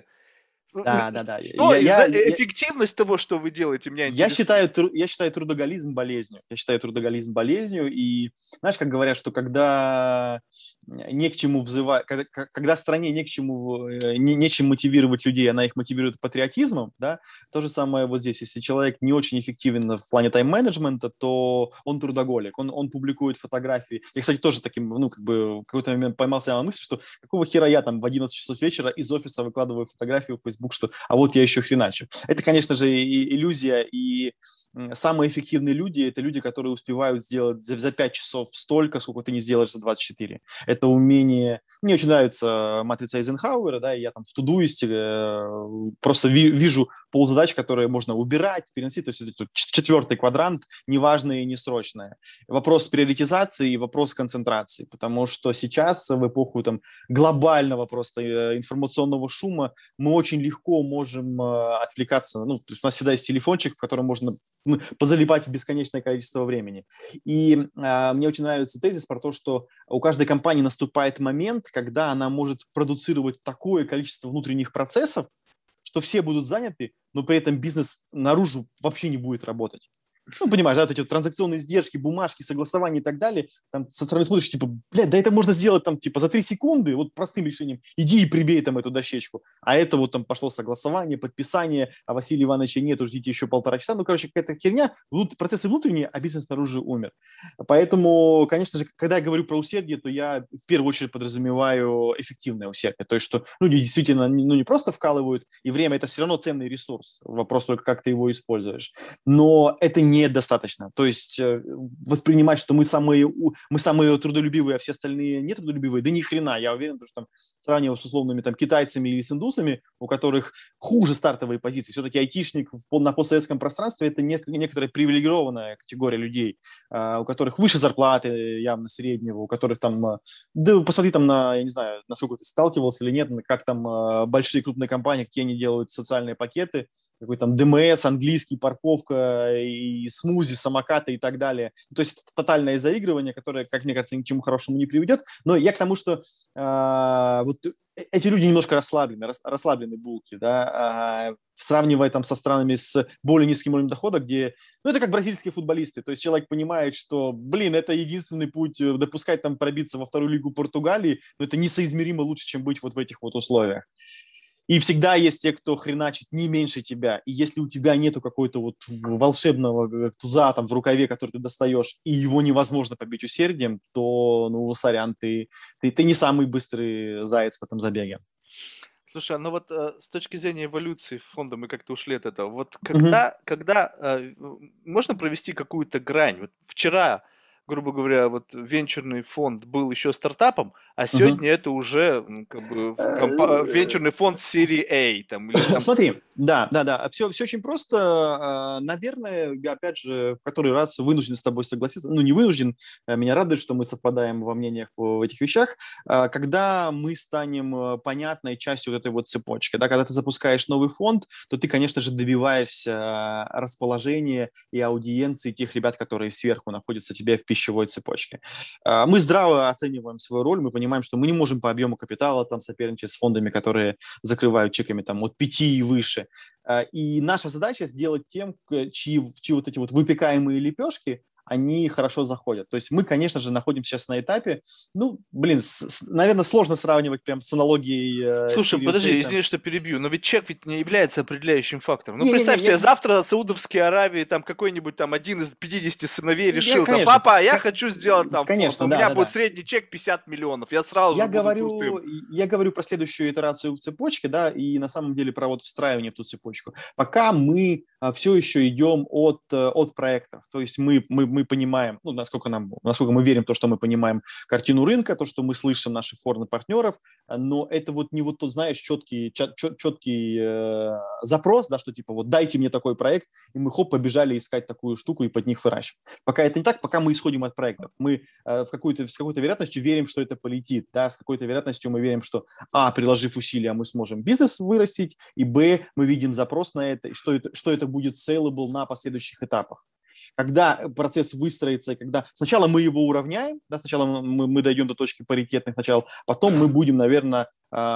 Да, да, да. Что Я, из-за я, я, эффективность того, что вы делаете, меня Я интересует. считаю, тру- я считаю трудоголизм болезнью. Я считаю трудоголизм болезнью. И знаешь, как говорят, что когда не к чему взывать, когда, когда стране не к чему, э, не, нечем мотивировать людей, она их мотивирует патриотизмом, да, то же самое вот здесь. Если человек не очень эффективен в плане тайм-менеджмента, то он трудоголик, он, он публикует фотографии. Я, кстати, тоже таким, ну, как бы, в какой-то момент поймался на мысли, что какого хера я там в одиннадцать часов вечера из офиса выкладываю фотографию в Facebook, что а вот я еще хреначу. Это, конечно же, и иллюзия, и самые эффективные люди – это люди, которые успевают сделать за, за пять часов столько, сколько ты не сделаешь за двадцать четыре. Это умение… Мне очень нравится матрица Эйзенхауэра, да, и я там в Тудуисте э, просто ви, вижу ползадач, которые можно убирать, переносить, то есть это четвертый квадрант, неважное и несрочное. Вопрос приоритизации и вопрос концентрации, потому что сейчас в эпоху там, глобального просто э, информационного шума мы очень легко можем э, отвлекаться, ну, то есть у нас всегда есть телефончик, в котором можно ну, позалипать в бесконечное количество времени. И э, мне очень нравится тезис про то, что у каждой компании наступает момент, когда она может продуцировать такое количество внутренних процессов, что все будут заняты, но при этом бизнес наружу вообще не будет работать. Ну, понимаешь, да, вот эти вот транзакционные издержки, бумажки, согласования и так далее, там со стороны смотришь, типа, блядь, да это можно сделать там, типа, за три секунды, вот простым решением, иди и прибей там эту дощечку, а это вот там пошло согласование, подписание, а Василия Ивановича нету, ждите еще полтора часа, ну, короче, какая-то херня, процессы внутренние, а бизнес снаружи умер. Поэтому, конечно же, когда я говорю про усердие, то я в первую очередь подразумеваю эффективное усердие, то есть, что люди действительно, ну, не просто вкалывают, и время это все равно ценный ресурс, вопрос только, как ты его используешь, но это не недостаточно. То есть э, воспринимать, что мы самые, мы самые трудолюбивые, а все остальные не трудолюбивые, да ни хрена. Я уверен, что там, сравнивая с условными там, китайцами или с индусами, у которых хуже стартовые позиции. Все-таки айтишник в, на постсоветском пространстве – это не, некоторая привилегированная категория людей, э, у которых выше зарплаты явно среднего, у которых там… Э, да посмотри там на, я не знаю, насколько ты сталкивался или нет, как там э, большие крупные компании, какие они делают социальные пакеты, какой там ДМС, английский, парковка, и смузи, самокаты и так далее. То есть это тотальное заигрывание, которое, как мне кажется, ни к чему хорошему не приведет. Но я к тому, что э, вот эти люди немножко расслаблены, рас, расслаблены булки, да, э, сравнивая там со странами с более низким уровнем дохода, где, ну, это как бразильские футболисты, то есть человек понимает, что, блин, это единственный путь допускать там пробиться во вторую лигу Португалии, но это несоизмеримо лучше, чем быть вот в этих вот условиях. И всегда есть те, кто хреначит не меньше тебя. И если у тебя нету какой-то вот волшебного туза там в рукаве, который ты достаешь, и его невозможно побить усердием, то, ну, сорян, ты, ты, ты не самый быстрый заяц в этом забеге. Слушай, ну вот э, с точки зрения эволюции фонда мы как-то ушли от этого. Вот Мгм. когда, когда э, можно провести какую-то грань? Вот вчера, грубо говоря, вот венчурный фонд был еще стартапом, а Мгм. сегодня это уже м, как бы в компа- Э, венчурный фонд в серии A там или там. Смотри, да, да, да, все, все очень просто. А, Наверное, я опять же в который раз вынужден с тобой согласиться, ну не вынужден, а меня радует, что мы совпадаем во мнениях в этих вещах. А, Когда мы станем э, понятной частью вот этой вот цепочки, да, когда ты запускаешь новый фонд, то ты, конечно же, добиваешься расположения и аудиенции тех ребят, которые сверху находятся тебе в пищевой цепочке. А, Мы здраво оцениваем свою роль, мы понимаем, что мы не можем по объему капитала там соперничать с фондами, которые закрывают чеками там от пяти и выше. А, И наша задача сделать тем, к- чьи, чьи вот эти вот выпекаемые лепешки, они хорошо заходят. То есть мы, конечно же, находимся сейчас на этапе, ну, блин, с- с- наверное, сложно сравнивать прям с аналогией э, Слушай, Series подожди, A, там. извини, что перебью, но ведь чек ведь не является определяющим фактором. Ну, Не-не-не, представь себе, я, завтра в Саудовской Аравии там какой-нибудь там один из пятидесяти сыновей я, решил там, конечно, папа, я ко- хочу сделать там фонд, конечно, у да, меня да, будет да. средний чек пятьдесят миллионов, я сразу Я же буду крутым. говорю, я говорю про следующую итерацию цепочки, да, и на самом деле про вот встраивание в ту цепочку. Пока мы а, все еще идем от, э, от проектов, то есть мы, мы, мы понимаем, ну, насколько, нам, насколько мы верим в то, что мы понимаем картину рынка, то, что мы слышим наших форных партнеров, но это вот не вот тот, знаешь, четкий, чет, четкий э, запрос, да, что типа вот дайте мне такой проект, и мы хоп, побежали искать такую штуку и под них выращивать. Пока это не так, пока мы исходим от проектов. Мы э, в какую-то, с какой-то вероятностью верим, что это полетит, да, с какой-то вероятностью мы верим, что, а, приложив усилия, мы сможем бизнес вырастить, и, б, мы видим запрос на это, и что это, что это будет saleable на последующих этапах. Когда процесс выстроится, когда сначала мы его уравняем, да, сначала мы, мы дойдем до точки паритетных начал, потом мы будем, наверное,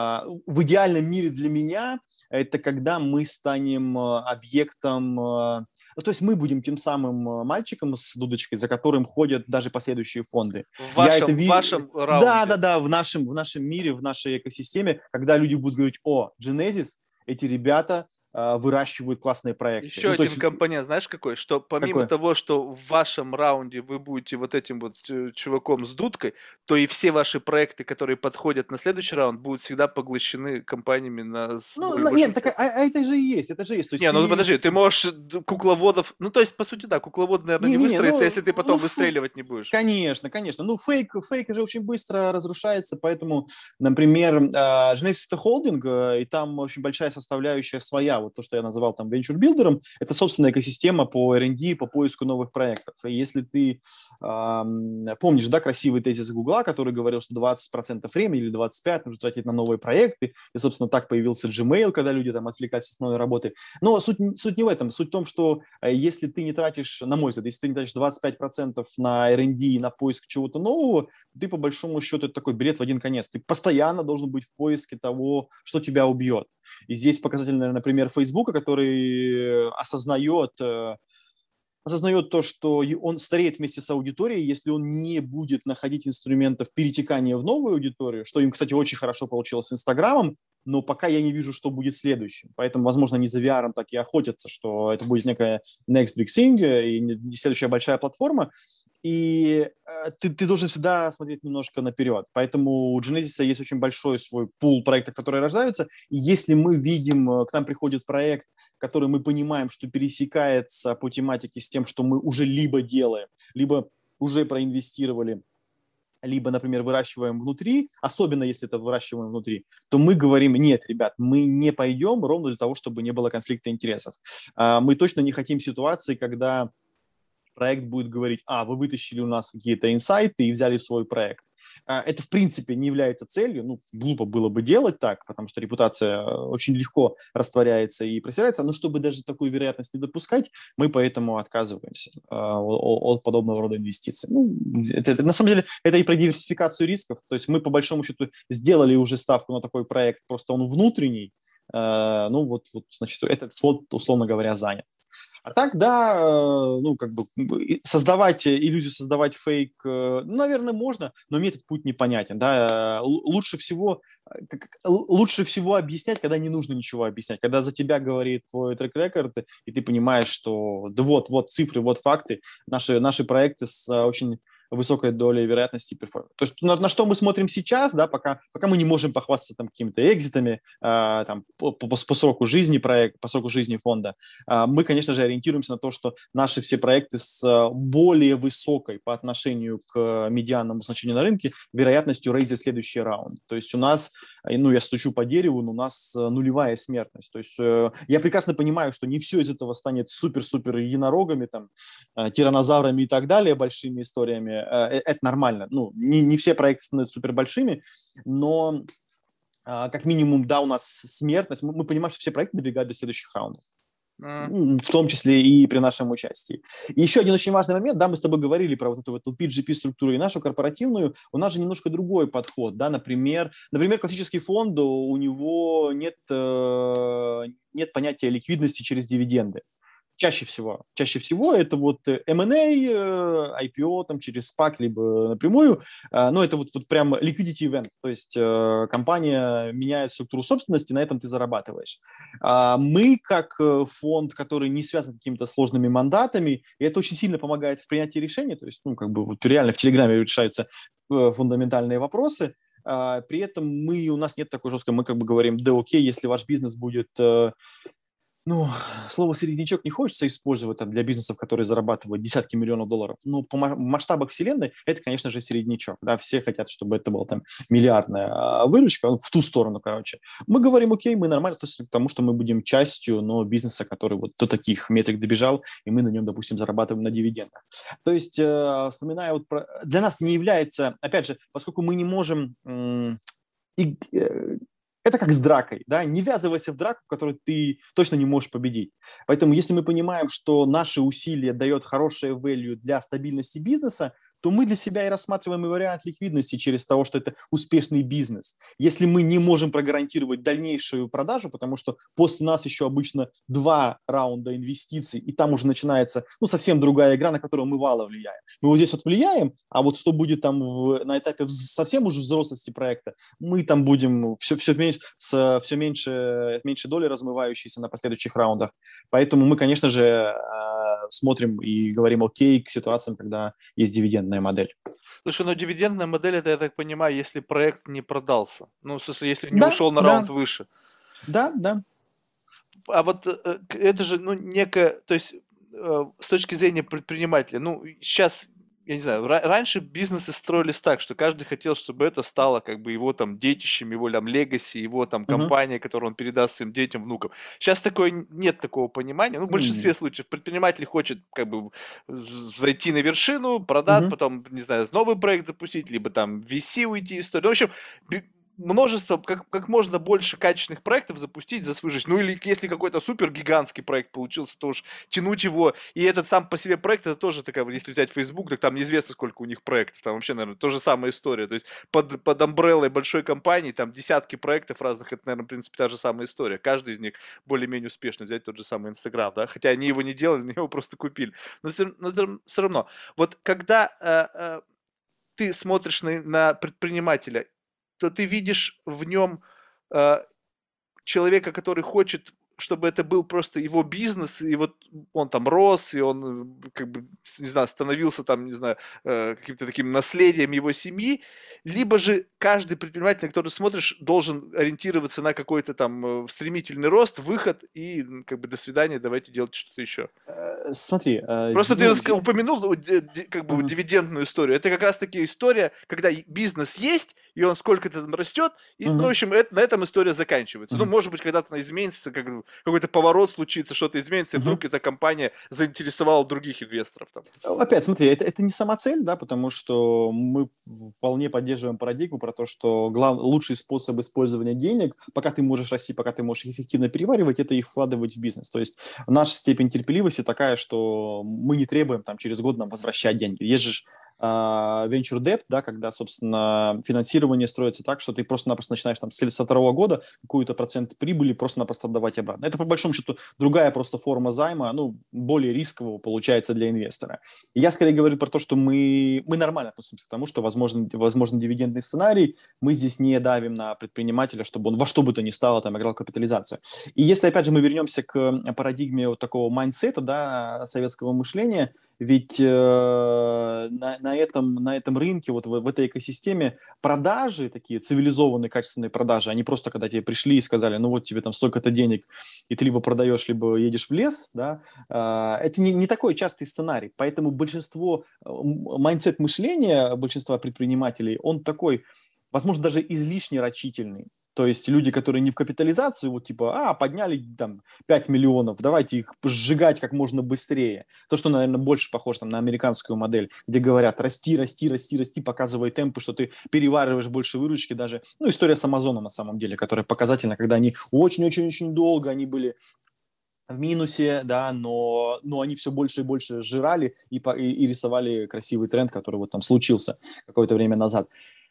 в идеальном мире для меня это когда мы станем объектом, ну, то есть мы будем тем самым мальчиком с дудочкой, за которым ходят даже последующие фонды. В Я это вашем, в вижу, вашем да, да, раунде. да, в нашем, в нашем мире, в нашей экосистеме, когда люди будут говорить, о, Genesis, эти ребята э, выращивают классные проекты. Еще Ну, то один есть, компонент, знаешь какой? Что помимо какой? того, что в вашем раунде вы будете вот этим вот э, чуваком с дудкой, то и все ваши проекты, которые подходят на следующий раунд, будут всегда поглощены компаниями на, с Ну, более на- большим нет, так, а, скоростью. а это же и есть, это же есть. То есть Не, ну ты, подожди, ты можешь э, д- кукловодов... Ну, то есть, по сути, да, кукловод, наверное, не не-не-не, выстроится, ну, если ты ну, потом выстреливать не будешь. конечно, конечно. Ну, фейк, фейк же очень быстро разрушается, поэтому, например, э, Genesis это холдинг, э, и там очень большая составляющая своя, вот то, что я называл там venture-билдером, это собственная экосистема по эр энд ди, по поиску новых проектов. И если ты эм, помнишь, да, красивый тезис Гугла, который говорил, что двадцать процентов времени или двадцать пять процентов нужно тратить на новые проекты, и, собственно, так появился Gmail, когда люди там отвлекались от основной работы. Но суть, суть не в этом, суть в том, что э, если ты не тратишь, на мой взгляд, если ты не тратишь двадцать пять процентов на эр энд ди и на поиск чего-то нового, ты по большому счету это такой билет в один конец. Ты постоянно должен быть в поиске того, что тебя убьет. И здесь показательный, например, Фейсбука, который осознает, э, осознает то, что он стареет вместе с аудиторией, если он не будет находить инструментов перетекания в новую аудиторию, что им, кстати, очень хорошо получилось с Инстаграмом, но пока я не вижу, что будет следующим. Поэтому, возможно, они за ви ар так и охотятся, что это будет некая next big thing и следующая большая платформа. И э, ты, ты должен всегда смотреть немножко наперед. Поэтому у Genesis есть очень большой свой пул проектов, которые рождаются. И если мы видим, э, к нам приходит проект, который мы понимаем, что пересекается по тематике с тем, что мы уже либо делаем, либо уже проинвестировали, либо, например, выращиваем внутри, особенно если это выращиваем внутри, то мы говорим, нет, ребят, мы не пойдем ровно для того, чтобы не было конфликта интересов. А, Мы точно не хотим ситуации, когда проект будет говорить, а, вы вытащили у нас какие-то инсайты и взяли в свой проект. а, это в принципе не является целью, ну, глупо было бы делать так, потому что репутация очень легко растворяется и просирается, но чтобы даже такую вероятность не допускать, мы поэтому отказываемся а, от подобного рода инвестиций. Ну, это, это, на самом деле это и про диверсификацию рисков, то есть мы по большому счету сделали уже ставку на такой проект, просто он внутренний, а, ну вот, вот, значит, этот слот, условно говоря, занят. А так, да, э, ну, как бы создавать иллюзию, создавать фейк, э, ну, наверное, можно, но мне этот путь непонятен, да. Л- Лучше всего, э, как- л- лучше всего объяснять, когда не нужно ничего объяснять, когда за тебя говорит твой трек-рекорд, и ты понимаешь, что да вот, вот цифры, вот факты, наши, наши проекты с э, очень высокой долей вероятности перформанса. То есть на, на что мы смотрим сейчас, да, пока, пока мы не можем похвастаться там какими-то экзитами, э, там, по, по, по сроку жизни проекта, по сроку жизни фонда, а, мы, конечно же, ориентируемся на то, что наши все проекты с а, более высокой по отношению к медианному значению на рынке вероятностью рейза следующий раунд. То есть у нас, э, ну, я стучу по дереву, но у нас э, нулевая смертность. То есть э, я прекрасно понимаю, что не все из этого станет супер-супер единорогами, там, э, тираннозаврами и так далее, большими историями. Э, Это нормально. Ну, не, не все проекты становятся супер большими, но а, как минимум, да, у нас смертность. Мы, мы понимаем, что все проекты добегают до следующих раундов, М. в том числе и при нашем участии. И еще один очень важный момент, да, мы с тобой говорили про вот эту вот пи джи пи-структуру и нашу корпоративную, у нас же немножко другой подход, да, например, например, классический фонд, у него нет, э, нет понятия ликвидности через дивиденды. Чаще всего. Чаще всего это вот эм энд эй, ай пи о там, через спак, либо напрямую. Но это вот, вот прям liquidity event. То есть э, компания меняет структуру собственности, на этом ты зарабатываешь. А мы, как э, фонд, который не связан с какими-то сложными мандатами, и это очень сильно помогает в принятии решений. То есть, ну, как бы вот реально в Телеграме решаются э, фундаментальные вопросы. А, при этом мы, у нас нет такой жесткой, мы как бы говорим, да окей, если ваш бизнес будет э, ну, слово «середнячок» не хочется использовать там, для бизнесов, которые зарабатывают десятки миллионов долларов. Но по ма- в масштабах вселенной это, конечно же, середнячок. Да? Все хотят, чтобы это была там миллиардная а, выручка, ну, в ту сторону, короче. Мы говорим, окей, мы нормально относимся к тому, что мы будем частью, но бизнеса, который вот до таких метрик добежал, и мы на нем, допустим, зарабатываем на дивидендах. То есть, э, вспоминая вот про... Для нас не является, опять же, поскольку мы не можем... м- и, э, это как с дракой, да, не ввязывайся в драку, в которой ты точно не можешь победить. Поэтому если мы понимаем, что наши усилия дают хорошее value для стабильности бизнеса, то мы для себя и рассматриваем и вариант ликвидности через того, что это успешный бизнес. Если мы не можем прогарантировать дальнейшую продажу, потому что после нас еще обычно два раунда инвестиций, и там уже начинается ну, совсем другая игра, на которую мы вало влияем. Мы вот здесь вот влияем, а вот что будет там в, на этапе совсем уже взрослости проекта, мы там будем все, все, меньше, с, все меньше, меньше доли размывающейся на последующих раундах. Поэтому мы, конечно же, смотрим и говорим окей к ситуациям, когда есть дивидендная модель. Слушай, ну дивидендная модель, это, я так понимаю, если проект не продался. Ну, в смысле, если не Да, ушел на раунд да, выше. да, да. А вот э, к- это же, ну, некое, то есть э, с точки зрения предпринимателя, ну, сейчас, я не знаю, ра- раньше бизнесы строились так, что каждый хотел, чтобы это стало как бы его там детищем, его там легаси, его там Мгм. компания, которую он передаст своим детям, внукам. Сейчас такое н- нет такого понимания. Ну, в большинстве М. случаев предприниматель хочет как бы з- зайти на вершину, продать, Мгм. потом, не знаю, новый проект запустить, либо там в ви си уйти из истории. Ну, в общем, би- множество, как, как можно больше качественных проектов запустить за свою жизнь. Ну или если какой-то супер гигантский проект получился, то уж тянуть его. И этот сам по себе проект, это тоже такая, вот если взять Facebook, так там неизвестно, сколько у них проектов. Там вообще, наверное, тоже самая история. То есть под, под амбреллой большой компании там десятки проектов разных, это, наверное, в принципе, та же самая история. Каждый из них более-менее успешно. Взять тот же самый Инстаграм, да, хотя они его не делали, они его просто купили. Но все, но все равно, вот когда э, э, ты смотришь на, на предпринимателя, то ты видишь в нем э, человека, который хочет, чтобы это был просто его бизнес, и вот он там рос, и он, э, как бы, не знаю, становился там, не знаю, э, каким-то таким наследием его семьи, либо же каждый предприниматель, на который смотришь, должен ориентироваться на какой-то там э, стремительный рост, выход, и м, как бы до свидания, давайте делать что-то еще. Э, Смотри, э, Просто ты ну, упомянул ну, ди- ди- как бы мгм. дивидендную историю. Это как раз таки история, когда и бизнес есть, и он сколько-то там растет, и, ну, в Мгм. общем, это, на этом история заканчивается. Ну, Мгм. может быть, когда-то она изменится, как, какой-то поворот случится, что-то изменится, и Мгм. вдруг эта компания заинтересовала других инвесторов там. Опять, смотри, это, это не самоцель, да, потому что мы вполне поддерживаем парадигму про то, что глав... лучший способ использования денег, пока ты можешь расти, пока ты можешь их эффективно переваривать, это их вкладывать в бизнес. То есть наша степень терпеливости такая, что мы не требуем там через год нам возвращать деньги. Есть же а, venture debt, да, когда, собственно, финансирование строится так, что ты просто-напросто начинаешь там с со второго года какую-то процент прибыли просто-напросто отдавать обратно. Это, по большому счету, другая просто форма займа, ну, более рискового получается для инвестора. Я скорее говорю про то, что мы, мы нормально относимся к тому, что возможен, возможен дивидендный сценарий, мы здесь не давим на предпринимателя, чтобы он во что бы то ни стало там играл капитализацию. И если, опять же, мы вернемся к парадигме вот такого майндсета, да, советского мышления, ведь э, на, на, этом, на этом рынке, вот в, в этой экосистеме продажи, такие цивилизованные, качественные продажи, они просто когда тебе пришли и сказали, ну вот тебе там столько-то денег, и ты либо продаешь, либо едешь в лес, да, э, это не, не такой частый сценарий. Поэтому большинство, майндсет мышления большинства предпринимателей, он такой, возможно, даже излишне рачительный. То есть люди, которые не в капитализацию, вот типа, а, подняли там пять миллионов, давайте их сжигать как можно быстрее. То, что, наверное, больше похоже там, на американскую модель, где говорят, расти, расти, расти, расти, показывай темпы, что ты перевариваешь больше выручки даже. Ну, история с Амазоном на самом деле, которая показательна, когда они очень-очень-очень долго, они были в минусе, да, но, но они все больше и больше жрали и, и, и рисовали красивый тренд, который вот там случился какое-то время назад.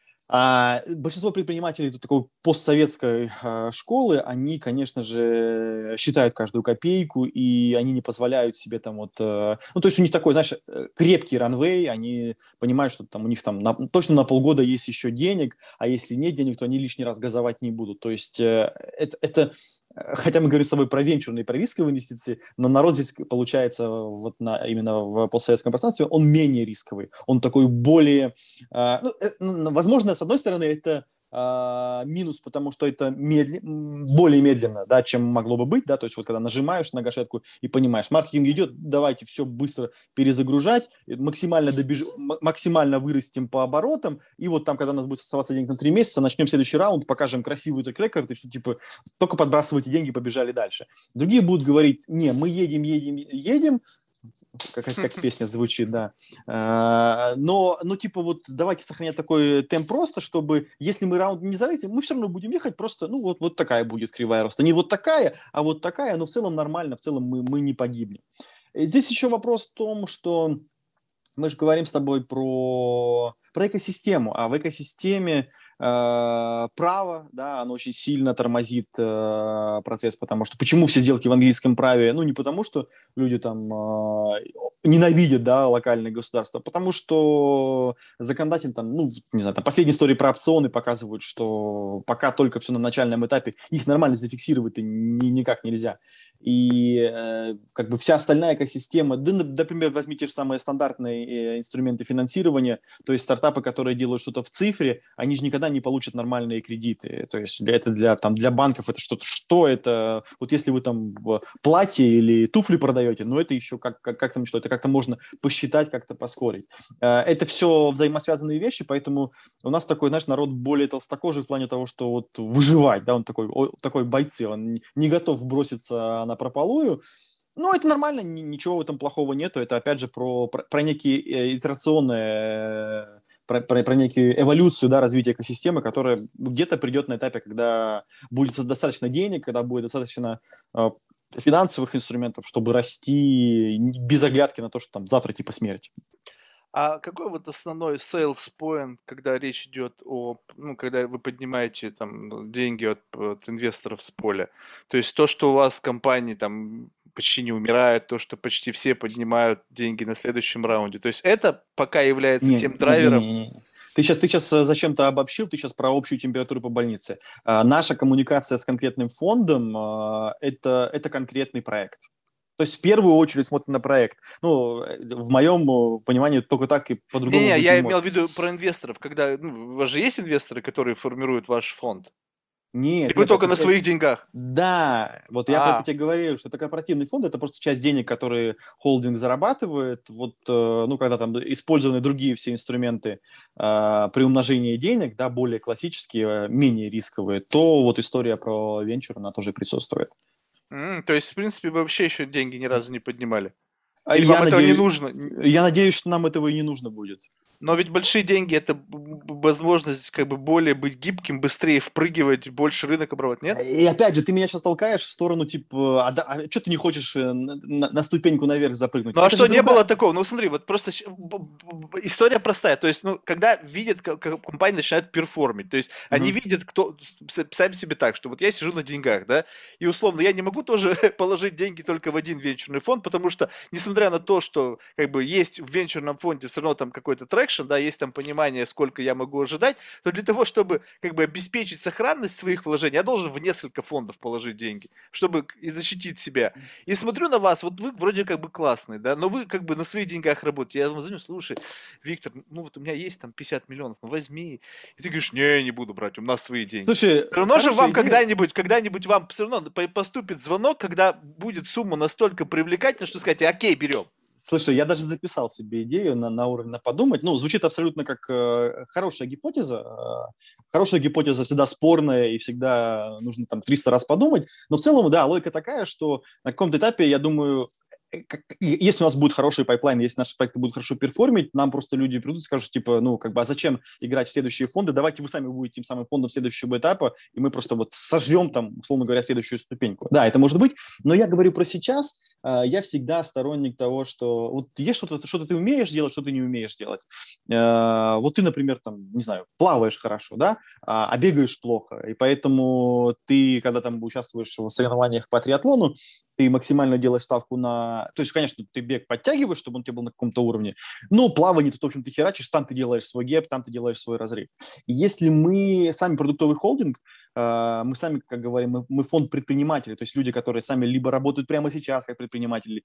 А большинство предпринимателей тут такой постсоветской а, школы, они, конечно же, считают каждую копейку, и они не позволяют себе там вот... Э, ну, то есть у них такой, знаешь, крепкий ранвей, они понимают, что там у них там на, точно на полгода есть еще денег, а если нет денег, то они лишний раз газовать не будут. То есть э, это, это хотя мы говорим с тобой про венчурные, про рисковые инвестиции, но народ здесь получается вот на, именно в постсоветском пространстве, он менее рисковый, он такой более... Э, ну, э, возможно, с одной стороны, это э, минус, потому что это медли... более медленно, да, чем могло бы быть, да, то есть вот когда нажимаешь на гашетку и понимаешь, маркетинг идет, давайте все быстро перезагружать, максимально, добеж... максимально вырастим по оборотам, и вот там, когда у нас будет оставаться денег на три месяца, начнем следующий раунд, покажем красивый трек-рекорд, и что типа только подбрасывайте деньги, побежали дальше. Другие будут говорить, не, мы едем, едем, едем, как, как песня звучит, да. А, но, ну, типа, вот давайте сохранять такой темп просто, чтобы, если мы раунд не залезем, мы все равно будем ехать просто, ну, вот, вот такая будет кривая роста. Не вот такая, а вот такая, но в целом нормально, в целом мы, мы не погибнем. Здесь еще вопрос в том, что мы же говорим с тобой про, про экосистему, а в экосистеме э, право, да, оно очень сильно тормозит э, процесс, потому что почему все сделки в английском праве? Ну, не потому, что люди там э, ненавидят, да, локальные государства, а потому что законодатель там, ну, не знаю, там последние истории про опционы показывают, что пока только все на начальном этапе, их нормально зафиксировать ни, никак нельзя. И э, как бы вся остальная экосистема, да, например, возьмите же самые стандартные э, инструменты финансирования, то есть стартапы, которые делают что-то в цифре, они же никогда не получат нормальные кредиты. То есть для, это для, там, для банков это что-то, что это? Вот если вы там платье или туфли продаете, ну это еще как, как, как там что, это как-то можно посчитать, как-то поскорить. Э, это все взаимосвязанные вещи, поэтому у нас такой, знаешь, народ более толстокожий в плане того, что вот выживать, да, он такой, о, такой бойцы, он не готов броситься на прополую. Ну, это нормально, ничего в этом плохого нету. Это, опять же, про, про, про некие итерационные, про, про, про некую эволюцию, да, развития экосистемы, которая где-то придет на этапе, когда будет достаточно денег, когда будет достаточно э, финансовых инструментов, чтобы расти без оглядки на то, что там завтра типа смерть. А какой вот основной sales point, когда речь идет о, ну, когда вы поднимаете там ну, деньги от, от инвесторов с поля? То есть то, что у вас в компании там почти не умирает, то, что почти все поднимают деньги на следующем раунде. То есть это пока является Не, тем не, не, драйвером. не, не. Ты сейчас, ты сейчас зачем-то обобщил, ты сейчас про общую температуру по больнице. А, наша коммуникация с конкретным фондом а, это, это конкретный проект. То есть в первую очередь смотрим на проект. Ну, э, в моем э, понимании только так и по-другому Не-не, быть не я имел может. в виду про инвесторов, когда ну, у вас же есть инвесторы, которые формируют ваш фонд. Или Нет, вы нет, только это на те- своих деньгах? да, вот я про это А, тебе говорил, что это корпоративный фонд, это просто часть денег, которые холдинг зарабатывает. Вот, э, ну, когда там использованы другие все инструменты э, при умножении денег, да, более классические, э, менее рисковые, то вот история про венчур, она тоже присутствует. м, то есть, в принципе, вы вообще еще деньги ни разу не поднимали? А Или Я вам этого не надеюсь, нужно? я надеюсь, что нам этого и не нужно будет. Но ведь большие деньги — это б- б- возможность как бы более быть гибким, быстрее впрыгивать, больше рынок обрабатывать, нет? И опять же, ты меня сейчас толкаешь в сторону, типа, а, да, а что ты не хочешь э, на, на- на ступеньку наверх запрыгнуть? Ну а Это же что, не было другая. такого? Ну смотри, вот просто щ- б- б- б- история простая. То есть, ну, когда видят, как как компания начинает перформить, то есть они Мгм. видят, кто с- сами себе так, что вот я сижу на деньгах, да, и условно я не могу тоже положить деньги только в один венчурный фонд, потому что, несмотря на то, что как бы есть в венчурном фонде все равно там какой-то трекшн, да, есть там понимание, сколько я могу ожидать, то для того, чтобы как бы обеспечить сохранность своих вложений, я должен в несколько фондов положить деньги, чтобы к- и защитить себя. И смотрю на вас, вот вы вроде как бы классный, да, но вы как бы на своих деньгах работаете. Я вам звоню, слушай, Виктор, ну вот у меня есть там пятьдесят миллионов, ну возьми. И ты говоришь, не, не буду брать, у нас свои деньги. Слушай, Все равно же хорошая вам идея. когда-нибудь, когда-нибудь вам все равно по- поступит звонок, когда будет сумма настолько привлекательна, что сказать, окей, берем. Слушай, я даже записал себе идею на, на уровень на подумать. Ну, звучит абсолютно как э, хорошая гипотеза. Э, хорошая гипотеза всегда спорная, и всегда нужно там триста раз подумать. Но в целом, да, логика такая, что на каком-то этапе, я думаю, э, как- если у нас будет хороший пайплайн, если наши проекты будут хорошо перформить, нам просто люди придут и скажут, типа, ну, как бы, а зачем играть в следующие фонды? Давайте вы сами будете тем самым фондом следующего этапа, и мы просто вот сожжем там, условно говоря, следующую ступеньку. Да, это может быть, но я говорю про сейчас. э, Я всегда сторонник того, что вот есть что-то, что-то ты умеешь делать, что ты не умеешь делать. Э, Вот ты, например, там, не знаю, плаваешь хорошо, да, а а бегаешь плохо, и поэтому ты, когда там участвуешь в соревнованиях по триатлону, ты максимально делаешь ставку на... То есть, конечно, ты бег подтягиваешь, чтобы он у тебя был на каком-то уровне, но плавание ты, в общем, ты херачишь, там ты делаешь свой гэп, там ты делаешь свой разрыв. И если мы сами продуктовый холдинг, э, мы сами, как говорим, мы, мы фонд предпринимателей, то есть люди, которые сами либо работают прямо сейчас как предприниматели,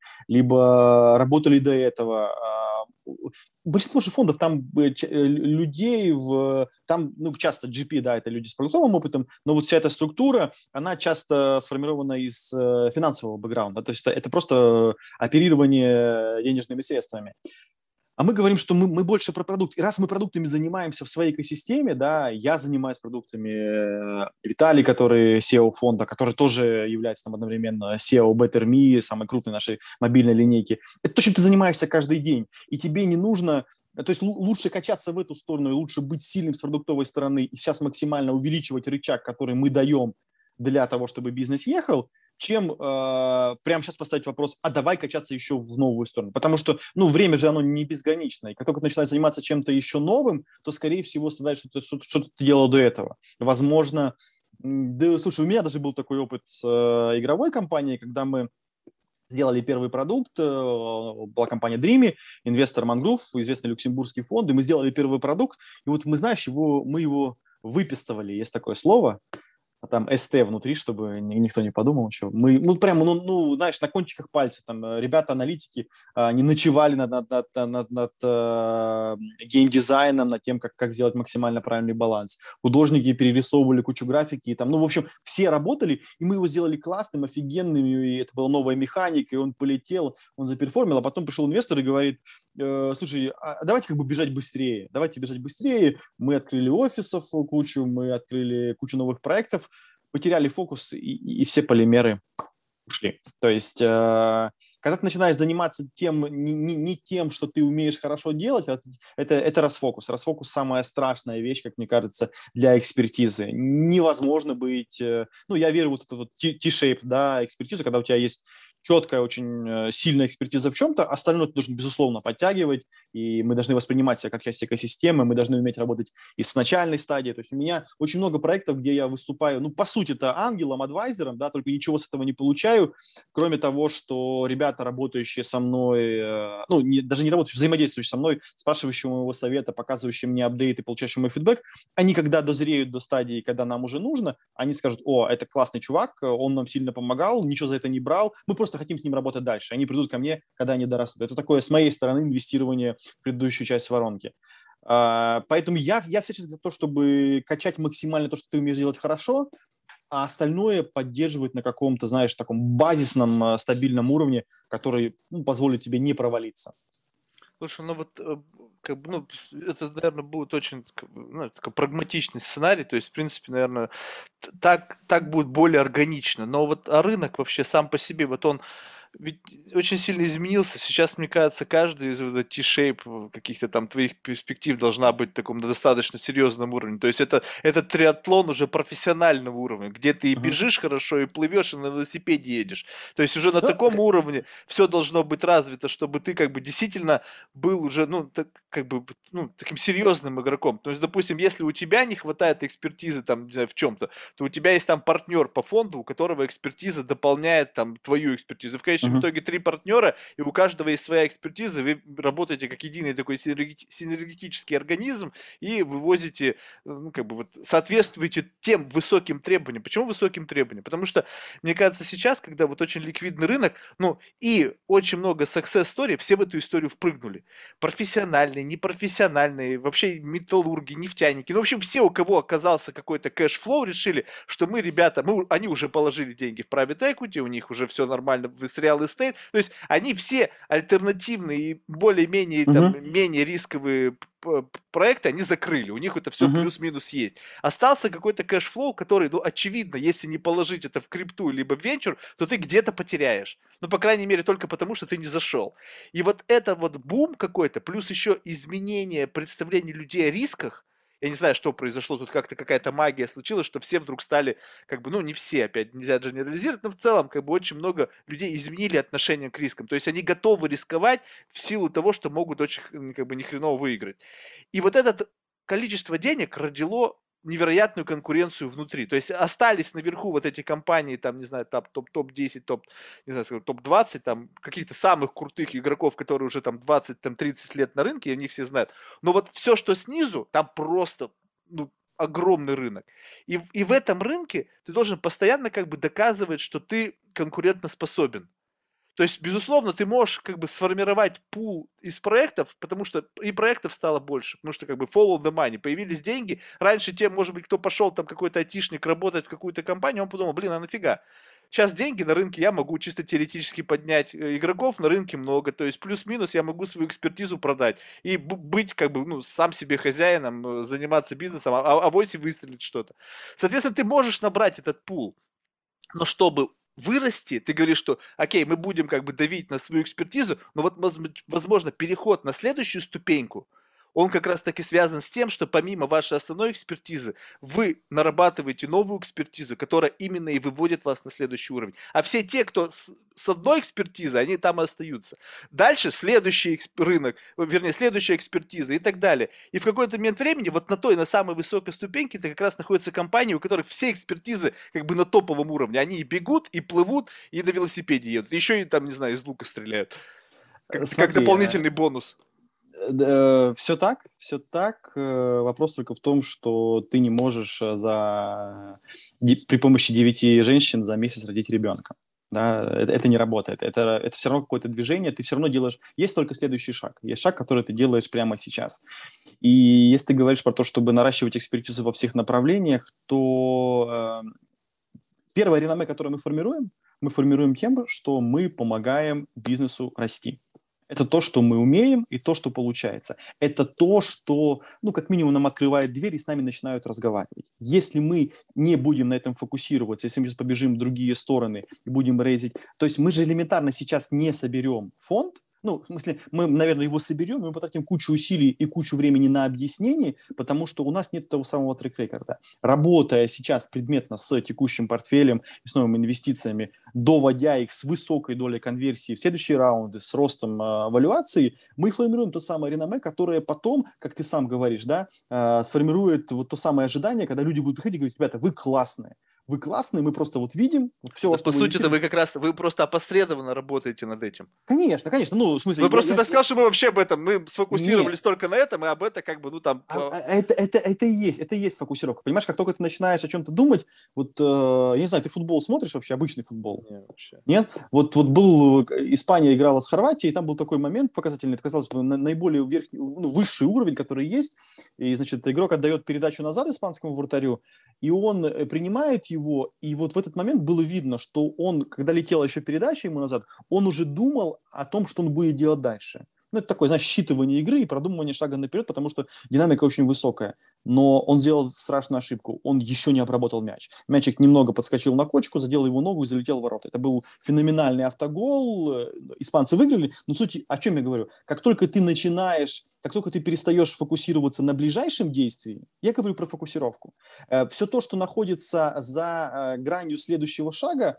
либо работали до этого. А, Большинство же фондов там э, ч- э, людей, в, там, ну, часто джи пи, да, это люди с продуктовым опытом, но вот вся эта структура, она часто сформирована из э, финансового бэкграунда, то есть это, это просто оперирование денежными средствами. А мы говорим, что мы, мы больше про продукт. И раз мы продуктами занимаемся в своей экосистеме, да, я занимаюсь продуктами, э, Виталий, который си и о фонда, который тоже является там одновременно си и о BetterMe, самой крупной нашей мобильной линейки. Это то, чем ты занимаешься каждый день. И тебе не нужно... То есть лучше качаться в эту сторону и лучше быть сильным с продуктовой стороны и сейчас максимально увеличивать рычаг, который мы даем для того, чтобы бизнес ехал, чем э, прямо сейчас поставить вопрос, а давай качаться еще в новую сторону. Потому что, ну, время же оно не безгранично. И как только ты начинаешь заниматься чем-то еще новым, то, скорее всего, страдает, что, что, что ты делал до этого. Возможно, да, слушай, у меня даже был такой опыт с э, игровой компанией, когда мы сделали первый продукт, э, была компания Dreamy, инвестор Мангрув, известный люксембургский фонд, и мы сделали первый продукт, и вот мы, знаешь, его, мы его выпистывали, есть такое слово, а там эс тэ внутри, чтобы ни- никто не подумал еще. Мы, ну, прямо, ну, ну, знаешь, на кончиках пальцев, там, э, ребята-аналитики, а, они ночевали над, над, над, над, над э, геймдизайном, над тем, как, как сделать максимально правильный баланс. Художники перерисовывали кучу графики, и там, ну, в общем, все работали, и мы его сделали классным, офигенным, и это была новая механика, и он полетел, он заперформил, а потом пришел инвестор и говорит, э, слушай, а давайте как бы бежать быстрее, давайте бежать быстрее, мы открыли офисов кучу, мы открыли кучу новых проектов, потеряли фокус, и, и все полимеры ушли. То есть, э, когда ты начинаешь заниматься тем, не, не, не тем, что ты умеешь хорошо делать, это, это, это расфокус. Расфокус – самая страшная вещь, как мне кажется, для экспертизы. Невозможно быть… э, Ну, я верю в вот эту вот T-shape, да, экспертизу, когда у тебя есть четкая, очень э, сильная экспертиза в чем-то, остальное ты должен, безусловно, подтягивать, и мы должны воспринимать себя как часть экосистемы, мы должны уметь работать и с начальной стадии. То есть у меня очень много проектов, где я выступаю, ну, по сути, это ангелом, адвайзером, да, только ничего с этого не получаю, кроме того, что ребята, работающие со мной, э, ну, не, даже не работающие, взаимодействующие со мной, спрашивающие моего совета, показывающие мне апдейты, получающие мой фидбэк, они, когда дозреют до стадии, когда нам уже нужно, они скажут, о, это классный чувак, он нам сильно помогал, ничего за это не брал, мы просто хотим с ним работать дальше. Они придут ко мне, когда они дорастут. Это такое, с моей стороны, инвестирование в предыдущую часть воронки. А, Поэтому я, я всячески за то, чтобы качать максимально то, что ты умеешь делать хорошо, а остальное поддерживать на каком-то, знаешь, таком базисном, стабильном уровне, который, ну, позволит тебе не провалиться. Слушай, ну вот, э, как бы, ну, это, наверное, будет очень, как бы, ну, такой прагматичный сценарий, то есть, в принципе, наверное, так, так будет более органично. Но вот а рынок вообще сам по себе, вот он ведь очень сильно изменился. Сейчас, мне кажется, каждый из вот T-shape э, каких-то там твоих перспектив должна быть в таком достаточно серьезном уровне. То есть это, это триатлон уже профессионального уровня, где ты и Мгм. бежишь хорошо, и плывешь, и на велосипеде едешь. То есть уже на Ну, таком к- уровне все должно быть развито, чтобы ты как бы действительно был уже, ну, так, как бы, ну, таким серьезным игроком. То есть, допустим, если у тебя не хватает экспертизы там, не знаю, в чем-то, то у тебя есть там партнер по фонду, у которого экспертиза дополняет там твою экспертизу. В конечном Мгм. итоге три партнера, и у каждого есть своя экспертиза, вы работаете как единый такой синергет- синергетический организм и вывозите, э, ну, как бы вот соответствуете тем высоким требованиям. Почему высоким требованиям? Потому что, мне кажется, сейчас, когда вот очень ликвидный рынок, ну, и очень много success story, все в эту историю впрыгнули. Профессиональные, непрофессиональные, вообще металлурги, нефтяники. Ну, в общем, все, у кого оказался какой-то кэшфлоу, решили, что мы, ребята, мы, они уже положили деньги в private equity, у них уже все нормально в real estate. То есть они все альтернативные и более-менее там Мгм. менее рисковые п- п- проекты, они закрыли. У них это все Мгм. плюс-минус есть. Остался какой-то кэшфлоу, который, ну, очевидно, если не положить это в крипту либо в венчур, то ты где-то потеряешь. Ну, по крайней мере, только потому, что ты не зашел. И вот это вот бум какой-то, плюс еще изменение представления людей о рисках, я не знаю, что произошло, тут как-то какая-то магия случилась, что все вдруг стали, как бы, ну, не все, опять, нельзя генерализировать, но в целом, как бы, очень много людей изменили отношение к рискам. То есть они готовы рисковать в силу того, что могут очень, как бы, ни хреново выиграть. И вот это количество денег родило невероятную конкуренцию внутри. То есть остались наверху вот эти компании, там, не знаю, топ, топ, топ-десять, топ, не знаю, скажу, топ двадцать, там, каких-то самых крутых игроков, которые уже там двадцать, там, тридцать лет на рынке, и они все знают. Но вот все, что снизу, там просто, ну, огромный рынок. И, и в этом рынке ты должен постоянно как бы доказывать, что ты конкурентоспособен. То есть, безусловно, ты можешь как бы сформировать пул из проектов, потому что и проектов стало больше, потому что как бы follow the money, появились деньги. Раньше тем, может быть, кто пошел там какой-то айтишник работать в какую-то компанию, он подумал, блин, а нафига? Сейчас деньги на рынке, я могу чисто теоретически поднять э, игроков, на рынке много, то есть плюс-минус я могу свою экспертизу продать и быть как бы, ну, сам себе хозяином, э, заниматься бизнесом, а, а авось и выстрелит что-то. Соответственно, ты можешь набрать этот пул, но чтобы вырасти, ты говоришь, что, окей, мы будем как бы давить на свою экспертизу, но вот, возможно, переход на следующую ступеньку, он как раз таки связан с тем, что помимо вашей основной экспертизы, вы нарабатываете новую экспертизу, которая именно и выводит вас на следующий уровень. А все те, кто с, с одной экспертизой, они там и остаются. Дальше следующий эксп- рынок, вернее, следующая экспертиза и так далее. И в какой-то момент времени вот на той, на самой высокой ступеньке, это как раз находятся компании, у которых все экспертизы как бы на топовом уровне. Они и бегут, и плывут, и на велосипеде едут. Еще и там, не знаю, из лука стреляют. Как, как Смотри, дополнительный бонус. все так, все так. Э, Вопрос только в том, что ты не можешь э, за... ди- при помощи девяти женщин за месяц родить ребенка. Да, это, это не работает. Это, это все равно какое-то движение, ты все равно делаешь... Есть только следующий шаг. Есть шаг, который ты делаешь прямо сейчас. И если ты говоришь про то, чтобы наращивать экспертизу во всех направлениях, то э, первое реноме, которое мы формируем, мы формируем тем, что мы помогаем бизнесу расти. Это то, что мы умеем, и то, что получается. Это то, что, ну, как минимум, нам открывает дверь, и с нами начинают разговаривать. Если мы не будем на этом фокусироваться, если мы сейчас побежим в другие стороны и будем рейзить, то есть мы же элементарно сейчас не соберем фонд, ну, в смысле, мы, наверное, его соберем, и мы потратим кучу усилий и кучу времени на объяснение, потому что у нас нет того самого трек-рекорда. Работая сейчас предметно с текущим портфелем и с новыми инвестициями, доводя их с высокой долей конверсии в следующие раунды, с ростом э, валюации, мы формируем то самое реноме, которое потом, как ты сам говоришь, да, э, сформирует вот то самое ожидание, когда люди будут приходить и говорить, ребята, вы классные, вы классные, мы просто вот видим все, во Так что по вы сути-то инвестировали. вы как раз, вы просто опосредованно работаете над этим. Конечно, конечно, ну, в смысле, Вы я, просто я, так я... сказал, что мы вообще об этом, мы Не, сфокусировались только на этом, и об этом как бы, ну там, А, по- а это, это, это и есть, это и есть фокусировка. Понимаешь, как только ты начинаешь о чем-то думать, вот, э, я не знаю, ты футбол смотришь вообще, обычный футбол? не, вообще. Нет? Вот, вот был, Испания играла с Хорватией, и там был такой момент показательный, это казалось бы на- наиболее верхний, ну, высший уровень, который есть, и, значит, игрок отдает передачу назад испанскому вратарю, и он э, принимает его, и вот в этот момент было видно, что он, когда летела еще передача ему назад, он уже думал о том, что он будет делать дальше. Ну, это такое, знаешь, считывание игры и продумывание шага наперед, потому что динамика очень высокая. Но он сделал страшную ошибку. Он еще не обработал мяч. Мячик немного подскочил на кочку, задел его ногу и залетел в ворота. Это был феноменальный автогол. Испанцы выиграли. Но суть, о чем я говорю? Как только ты начинаешь, как только ты перестаешь фокусироваться на ближайшем действии, я говорю про фокусировку. Все то, что находится за гранью следующего шага,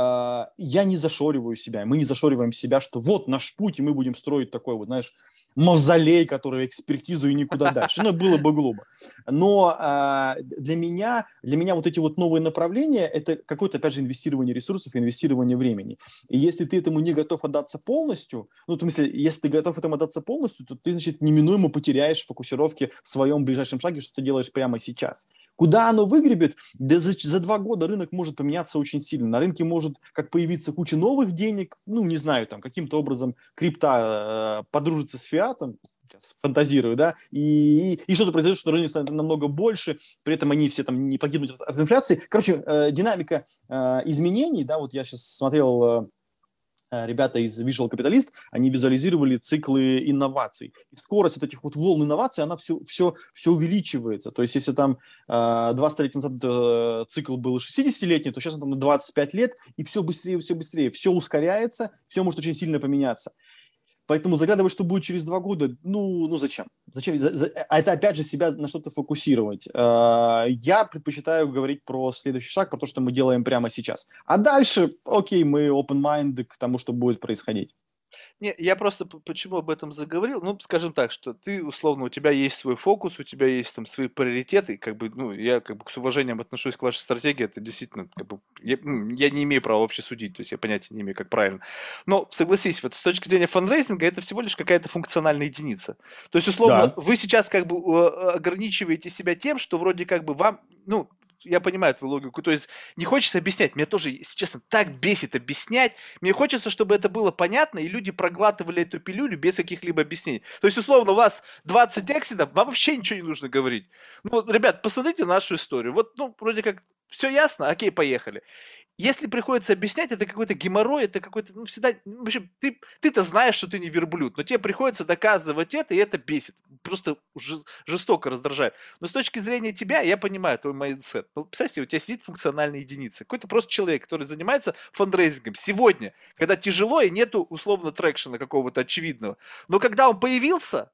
я не зашориваю себя, мы не зашориваем себя, что вот наш путь, и мы будем строить такой вот, знаешь, мавзолей, который экспертизу и никуда дальше. Ну, было бы глупо. Но а, для меня, для меня вот эти вот новые направления, это какое-то, опять же, инвестирование ресурсов, инвестирование времени. И если ты этому не готов отдаться полностью, ну, в смысле, если ты готов этому отдаться полностью, то ты, значит, неминуемо потеряешь фокусировки в своем ближайшем шаге, что ты делаешь прямо сейчас. Куда оно выгребет? Да за, за два года рынок может поменяться очень сильно. На рынке может как появиться куча новых денег, ну, не знаю, там, каким-то образом крипта э, подружится с фиатом, фантазирую, да, и, и, и что-то произойдет, что рынок станет намного больше, при этом они все там не погибнут от, от инфляции. Короче, э, динамика э, изменений, да, вот я сейчас смотрел... Э, ребята из Visual Capitalist, они визуализировали циклы инноваций. И скорость вот этих вот волн инноваций, она все, все, все увеличивается. То есть, если там э, двадцать лет назад э, цикл был шестидесятилетний, то сейчас он там на двадцать пять лет, и все быстрее, все быстрее. Все ускоряется, все может очень сильно поменяться. Поэтому заглядывать, что будет через два года, ну, ну зачем? Зачем? За, за, а это опять же себя на что-то фокусировать. Э, я предпочитаю говорить про следующий шаг, про то, что мы делаем прямо сейчас. А дальше, окей, мы open-minded к тому, что будет происходить. Не, я просто п- почему об этом заговорил, ну, скажем так, что ты, условно, у тебя есть свой фокус, у тебя есть там свои приоритеты, как бы, ну, я как бы с уважением отношусь к вашей стратегии, это действительно, как бы, я, ну, я не имею права вообще судить, то есть я понятия не имею, как правильно. Но, согласись, вот с точки зрения фандрейзинга, это всего лишь какая-то функциональная единица. То есть, условно, Да. вы сейчас как бы э, ограничиваете себя тем, что вроде как бы вам, ну, я понимаю твою логику, то есть не хочется объяснять, меня тоже, если честно, так бесит объяснять, мне хочется, чтобы это было понятно, и люди проглатывали эту пилюлю без каких-либо объяснений. То есть, условно, у вас двадцать эксидов, вам вообще ничего не нужно говорить. Ну, вот, ребят, посмотрите нашу историю. Вот, ну, вроде как, все ясно, окей, поехали. Если приходится объяснять, это какой-то геморрой, это какой-то, ну, всегда, ну, в общем, ты, ты-то знаешь, что ты не верблюд, но тебе приходится доказывать это, и это бесит, просто жес- жестоко раздражает. Но с точки зрения тебя, я понимаю твой майндсет. Ну, представьте, у тебя сидит функциональная единица, какой-то просто человек, который занимается фандрейзингом сегодня, когда тяжело и нету условно трекшена какого-то очевидного. Но когда он появился,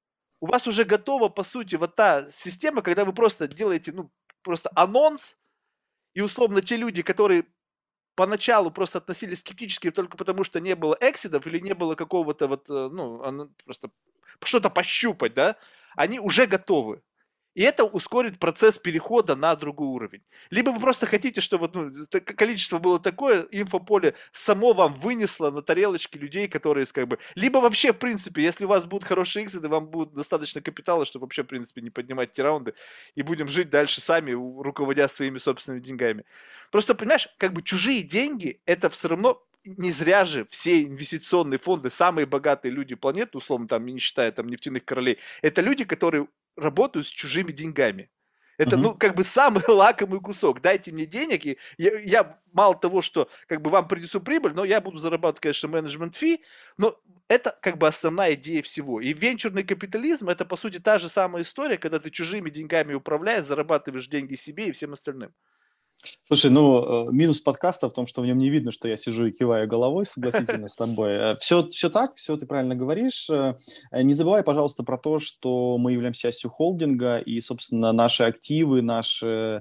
у вас уже готова, по сути, вот та система, когда вы просто делаете, ну, просто анонс, и условно те люди, которые поначалу просто относились скептически только потому, что не было эксидов или не было какого-то вот, э, ну, оно просто что-то пощупать, да, они уже готовы. И это ускорит процесс перехода на другой уровень. Либо вы просто хотите, чтобы ну, так- количество было такое, инфополе само вам вынесло на тарелочке людей, которые как бы... Либо вообще, в принципе, если у вас будут хорошие экзиты, вам будет достаточно капитала, чтобы вообще, в принципе, не поднимать эти раунды, и будем жить дальше сами, у- руководя своими собственными деньгами. Просто, понимаешь, как бы чужие деньги, это все равно не зря же все инвестиционные фонды, самые богатые люди планеты, условно, там, не считая там нефтяных королей, это люди, которые работают с чужими деньгами. Это, ну, Мгм. как бы самый лакомый кусок. Дайте мне денег, и я, я мало того, что как бы вам принесу прибыль, но я буду зарабатывать, конечно, менеджмент-фи, но это как бы основная идея всего. И венчурный капитализм – это, по сути, та же самая история, когда ты чужими деньгами управляешь, зарабатываешь деньги себе и всем остальным. Слушай, ну, э, минус подкаста в том, что в нем не видно, что я сижу и киваю головой, согласительно с тобой. Все, все так, все ты правильно говоришь. Э, Не забывай, пожалуйста, про то, что мы являемся частью холдинга, и, собственно, наши активы, наша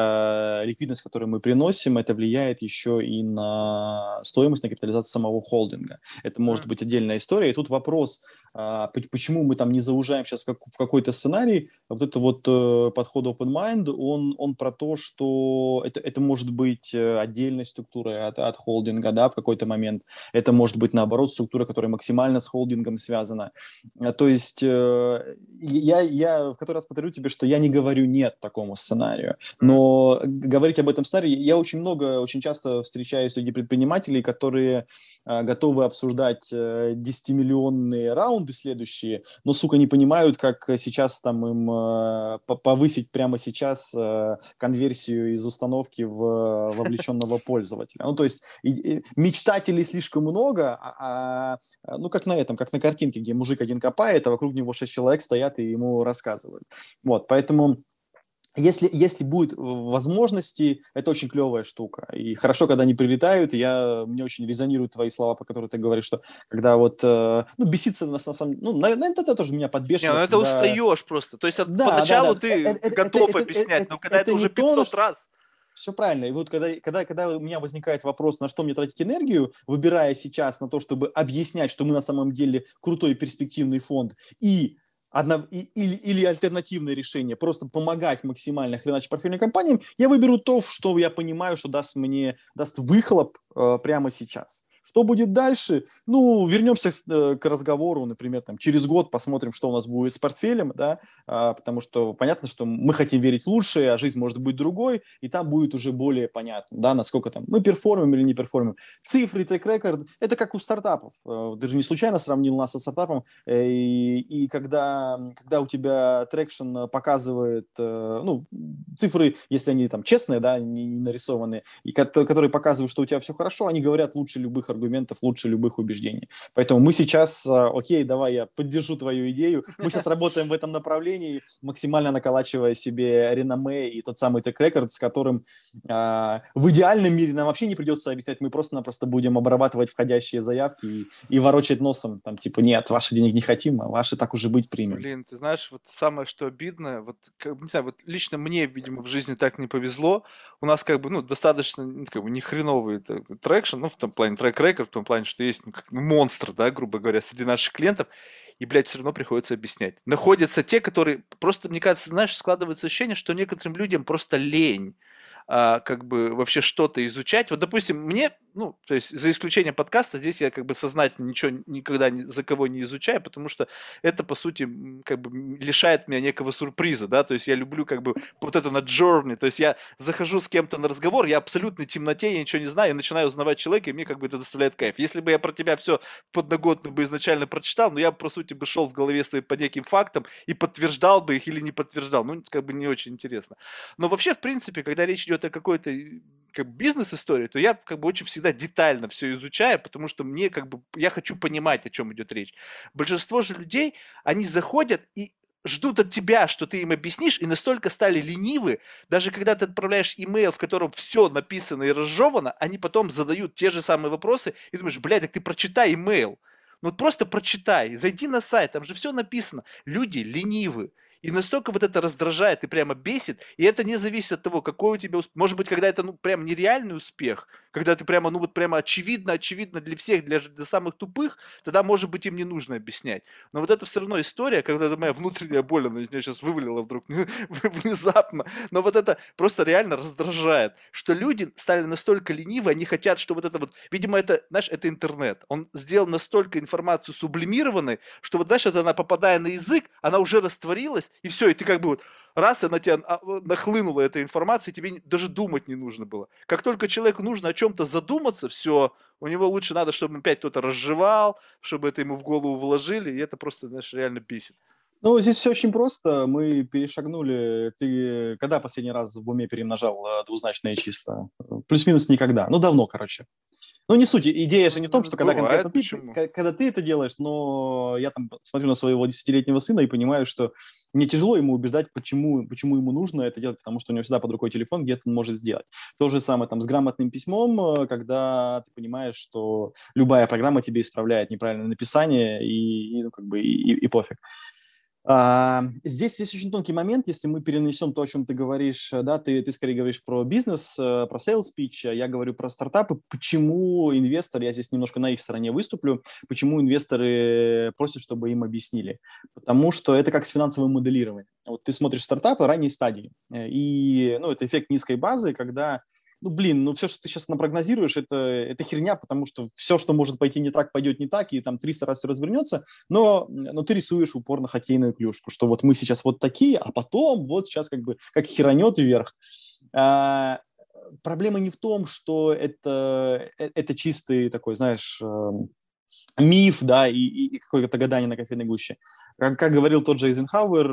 э, ликвидность, которую мы приносим, это влияет еще и на стоимость, на капитализацию самого холдинга. Это может быть отдельная история. И тут вопрос, а, п- почему мы там не заужаем сейчас в, как- в какой-то сценарий. Вот это вот э, подход open mind, он, он про то, что это, это может быть э, отдельной структурой от, от холдинга, да, в какой-то момент. Это может быть, наоборот, структура, которая максимально с холдингом связана. А, То есть э, я, я в который раз повторю тебе, что я не говорю нет такому сценарию, но говорить об этом сценарии, я очень много, очень часто встречаюсь среди предпринимателей, которые э, готовы обсуждать э, десятимиллионные раунды, раунды следующие, но, сука, не понимают, как сейчас там им э, повысить прямо сейчас э, конверсию из установки в вовлеченного пользователя. Ну, то есть и, и, мечтателей слишком много, а, а, ну, как на этом, как на картинке, где мужик один копает, а вокруг него шесть человек стоят и ему рассказывают. Вот, поэтому Если, если будет возможности, это очень клевая штука. И хорошо, когда они прилетают. Я, мне очень резонируют твои слова, по которым ты говоришь, что когда вот, э, ну, беситься на, на самом ну, наверное, это тоже меня Не, ну подбешивает, это когда... устаешь просто. То есть от- Да, да, поначалу да, ты это, это, это, готов это, объяснять, это, но когда это это не уже то, на пятьсот что... раз, Все правильно. И вот когда, когда, когда у меня возникает вопрос, на что мне тратить энергию, выбирая сейчас на то, чтобы объяснять, что мы на самом деле крутой перспективный фонд, и одно, и, или, или альтернативное решение, просто помогать максимально хреначить портфельным компаниям, я выберу то, что я понимаю, что даст мне даст выхлоп э, прямо сейчас. Что будет дальше? Ну, вернемся с, э, к разговору, например, там, через год посмотрим, что у нас будет с портфелем, да, а, потому что понятно, что мы хотим верить в лучшее, а жизнь может быть другой, и там будет уже более понятно, да, насколько там мы перформим или не перформим. Цифры, трек-рекорд, это как у стартапов. Э, Ты же не случайно сравнил нас со стартапом, э, и, и когда, когда у тебя трекшн показывает, э, ну, цифры, если они там честные, да, не, не нарисованные, и ко- которые показывают, что у тебя все хорошо, они говорят лучше любых аргументов, лучше любых убеждений. Поэтому мы сейчас, э, окей, давай я поддержу твою идею, мы сейчас работаем в этом направлении, максимально наколачивая себе реноме и тот самый трек-рекорд, с которым а, в идеальном мире нам вообще не придется объяснять, мы просто-напросто будем обрабатывать входящие заявки и, и ворочать носом, там, типа, нет, ваши денег не хотим, а ваши так уже быть примем. блин, ты знаешь, вот самое что обидное, вот, как бы, не знаю, вот лично мне, видимо, в жизни так не повезло. У нас как бы, ну, достаточно, ну, как бы, не хреновый это, трекшн, ну, в том плане, трек-рекорд, в том плане, что есть, ну, как, ну, монстр, да, грубо говоря, среди наших клиентов, и, блядь, все равно приходится объяснять. Находятся те, которые, просто, мне кажется, знаешь, складывается ощущение, что некоторым людям просто лень а, как бы вообще что-то изучать. Вот, допустим, мне, ну, то есть за исключением подкаста, здесь я как бы сознательно ничего никогда ни, за кого не изучаю, потому что это, по сути, м, как бы м, лишает меня некого сюрприза, да, то есть я люблю как бы вот это на journey, то есть я захожу с кем-то на разговор, я абсолютно в темноте, я ничего не знаю, я начинаю узнавать человека, и мне как бы это доставляет кайф. Если бы я про тебя все подноготно бы изначально прочитал, но я бы, по сути, бы шел в голове своей по неким фактам и подтверждал бы их или не подтверждал, ну, как бы не очень интересно. Но вообще, в принципе, когда речь идет о какой-то э, как бы бизнес-истории, то я как бы очень всегда детально все изучаю, потому что мне как бы, я хочу понимать, о чем идет речь. Большинство же людей, они заходят и ждут от тебя, что ты им объяснишь, и настолько стали ленивы, даже когда ты отправляешь имейл, в котором все написано и разжевано, они потом задают те же самые вопросы, и думаешь, блядь, так ты прочитай имейл. Ну вот просто прочитай, зайди на сайт, там же все написано. Люди ленивы. И настолько вот это раздражает и прямо бесит, и это не зависит от того, какой у тебя успех. Может быть, когда это, ну, прям нереальный успех, когда ты прямо, ну, вот прямо очевидно, очевидно для всех, для, для самых тупых, тогда, может быть, им не нужно объяснять. Но вот это все равно история, когда это моя внутренняя боль, она меня сейчас вывалила вдруг внезапно, но вот это просто реально раздражает, что люди стали настолько ленивы, они хотят, что вот это вот, видимо, это, знаешь, это интернет. Он сделал настолько информацию сублимированной, что вот, знаешь, это она, попадая на язык, она уже растворилась, и все, и ты как бы вот раз, и на тебя а, нахлынула эта информация, и тебе даже думать не нужно было. Как только человеку нужно о чем-то задуматься, все, у него лучше надо, чтобы опять кто-то разжевал, чтобы это ему в голову вложили, и это просто, знаешь, реально бесит. Ну, здесь все очень просто. Мы перешагнули. Ты когда последний раз в уме перемножал э, двузначные числа? Плюс-минус никогда. Ну, давно, короче. Ну, не суть. Идея же не в том, Ну, что когда конкретно бывает, ты, почему? к- когда ты это делаешь, но я там смотрю на своего десятилетнего сына и понимаю, что мне тяжело ему убеждать, почему, почему ему нужно это делать, потому что у него всегда под рукой телефон, где это он может сделать. То же самое там с грамотным письмом, э, когда ты понимаешь, что любая программа тебе исправляет неправильное написание, и, и, ну, как бы, и, и пофиг. А, здесь есть очень тонкий момент, если мы перенесем то, о чем ты говоришь, да, ты, ты скорее говоришь про бизнес, э, про sales pitch, а я говорю про стартапы. Почему инвесторы, я здесь немножко на их стороне выступлю, почему инвесторы просят, чтобы им объяснили? Потому что это как с финансовым моделированием. Вот ты смотришь стартапы ранней стадии, э, и, ну, это эффект низкой базы, когда ну, блин, ну все, что ты сейчас напрогнозируешь, это, это херня, потому что все, что может пойти не так, пойдет не так, и там триста раз все развернется, но, но ты рисуешь упорно хоккейную клюшку, что вот мы сейчас вот такие, а потом вот сейчас как бы как херанет вверх. А, проблема не в том, что это, это чистый такой, знаешь, миф, да, и, и какое-то гадание на кофейной гуще. Как, как говорил тот же Эйзенхауэр,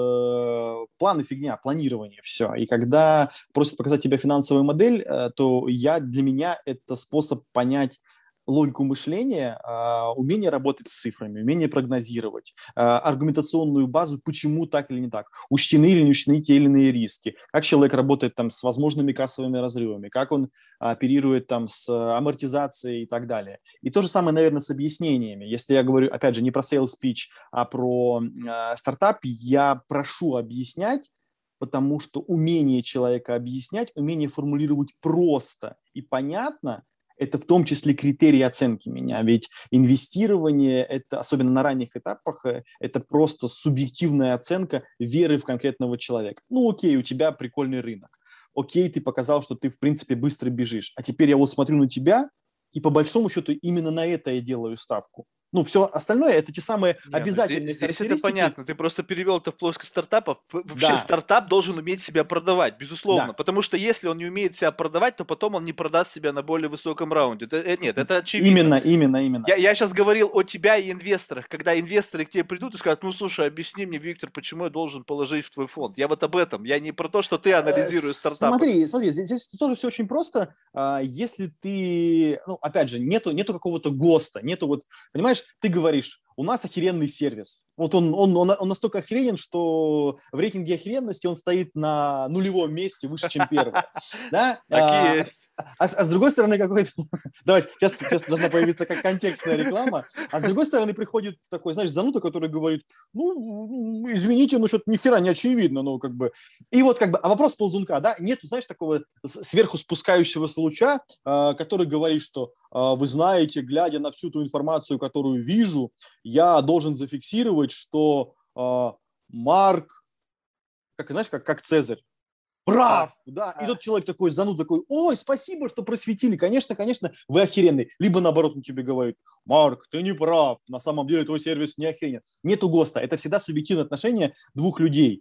э, планы фигня, планирование, все. И когда просят показать тебе финансовую модель, э, то я, для меня это способ понять логику мышления, э, умение работать с цифрами, умение прогнозировать, э, аргументационную базу, почему так или не так, учтены или не учтены те или иные риски, как человек работает там с возможными кассовыми разрывами, как он оперирует там с амортизацией и так далее. И то же самое, наверное, с объяснениями. Если я говорю, опять же, не про sales pitch, а про э, стартап, я прошу объяснять, потому что умение человека объяснять, умение формулировать просто и понятно, это в том числе критерий оценки меня. Ведь инвестирование, это, особенно на ранних этапах, это просто субъективная оценка веры в конкретного человека. Ну окей, у тебя прикольный рынок. Окей, ты показал, что ты, в принципе, быстро бежишь. А теперь я вот смотрю на тебя, и по большому счету именно на это я делаю ставку. Ну, все остальное – это те самые Не, ну здесь, обязательные здесь это характеристики. понятно. Ты просто перевел это в плоскость стартапов. В- Вообще Да, стартап должен уметь себя продавать, безусловно. да. Потому что если он не умеет себя продавать, то потом он не продаст себя на более высоком раунде. Это- э, нет, это очевидно. Именно, именно, именно. Я, я сейчас говорил о тебя и инвесторах. Когда инвесторы к тебе придут и скажут, ну слушай, объясни мне, Виктор, почему я должен положить в твой фонд. Я вот об этом. Я не про то, что ты Э, анализируешь стартапы. Смотри, смотри, здесь, здесь тоже все очень просто. А, Если ты, ну, опять же, нету, нету какого-то ГОСТа, нету вот, понимаешь, ты говоришь, у нас охеренный сервис. Вот он, он, он, он настолько охеренен, что в рейтинге охеренности он стоит на нулевом месте выше, чем первый. Да? Так и А, есть. а, а с другой стороны, какой-то... Давай, сейчас, сейчас должна появиться как контекстная реклама. А с другой стороны приходит такой, знаешь, зануда, который говорит, ну, извините, ну, что-то ни хера не очевидно, ну, как бы... И вот как бы, а вопрос ползунка, да, нет, знаешь, такого сверху спускающегося луча, э, который говорит, что э, вы знаете, глядя на всю ту информацию, которую вижу, я должен зафиксировать, что э, Марк, как, знаешь, как, как Цезарь, А, прав, да, и а. тот человек такой, зануд такой, ой, спасибо, что просветили, конечно, конечно, вы охеренный. Либо наоборот он тебе говорит, Марк, ты не прав, на самом деле твой сервис не охеренен. Нету ГОСТа, это всегда субъективное отношение двух людей.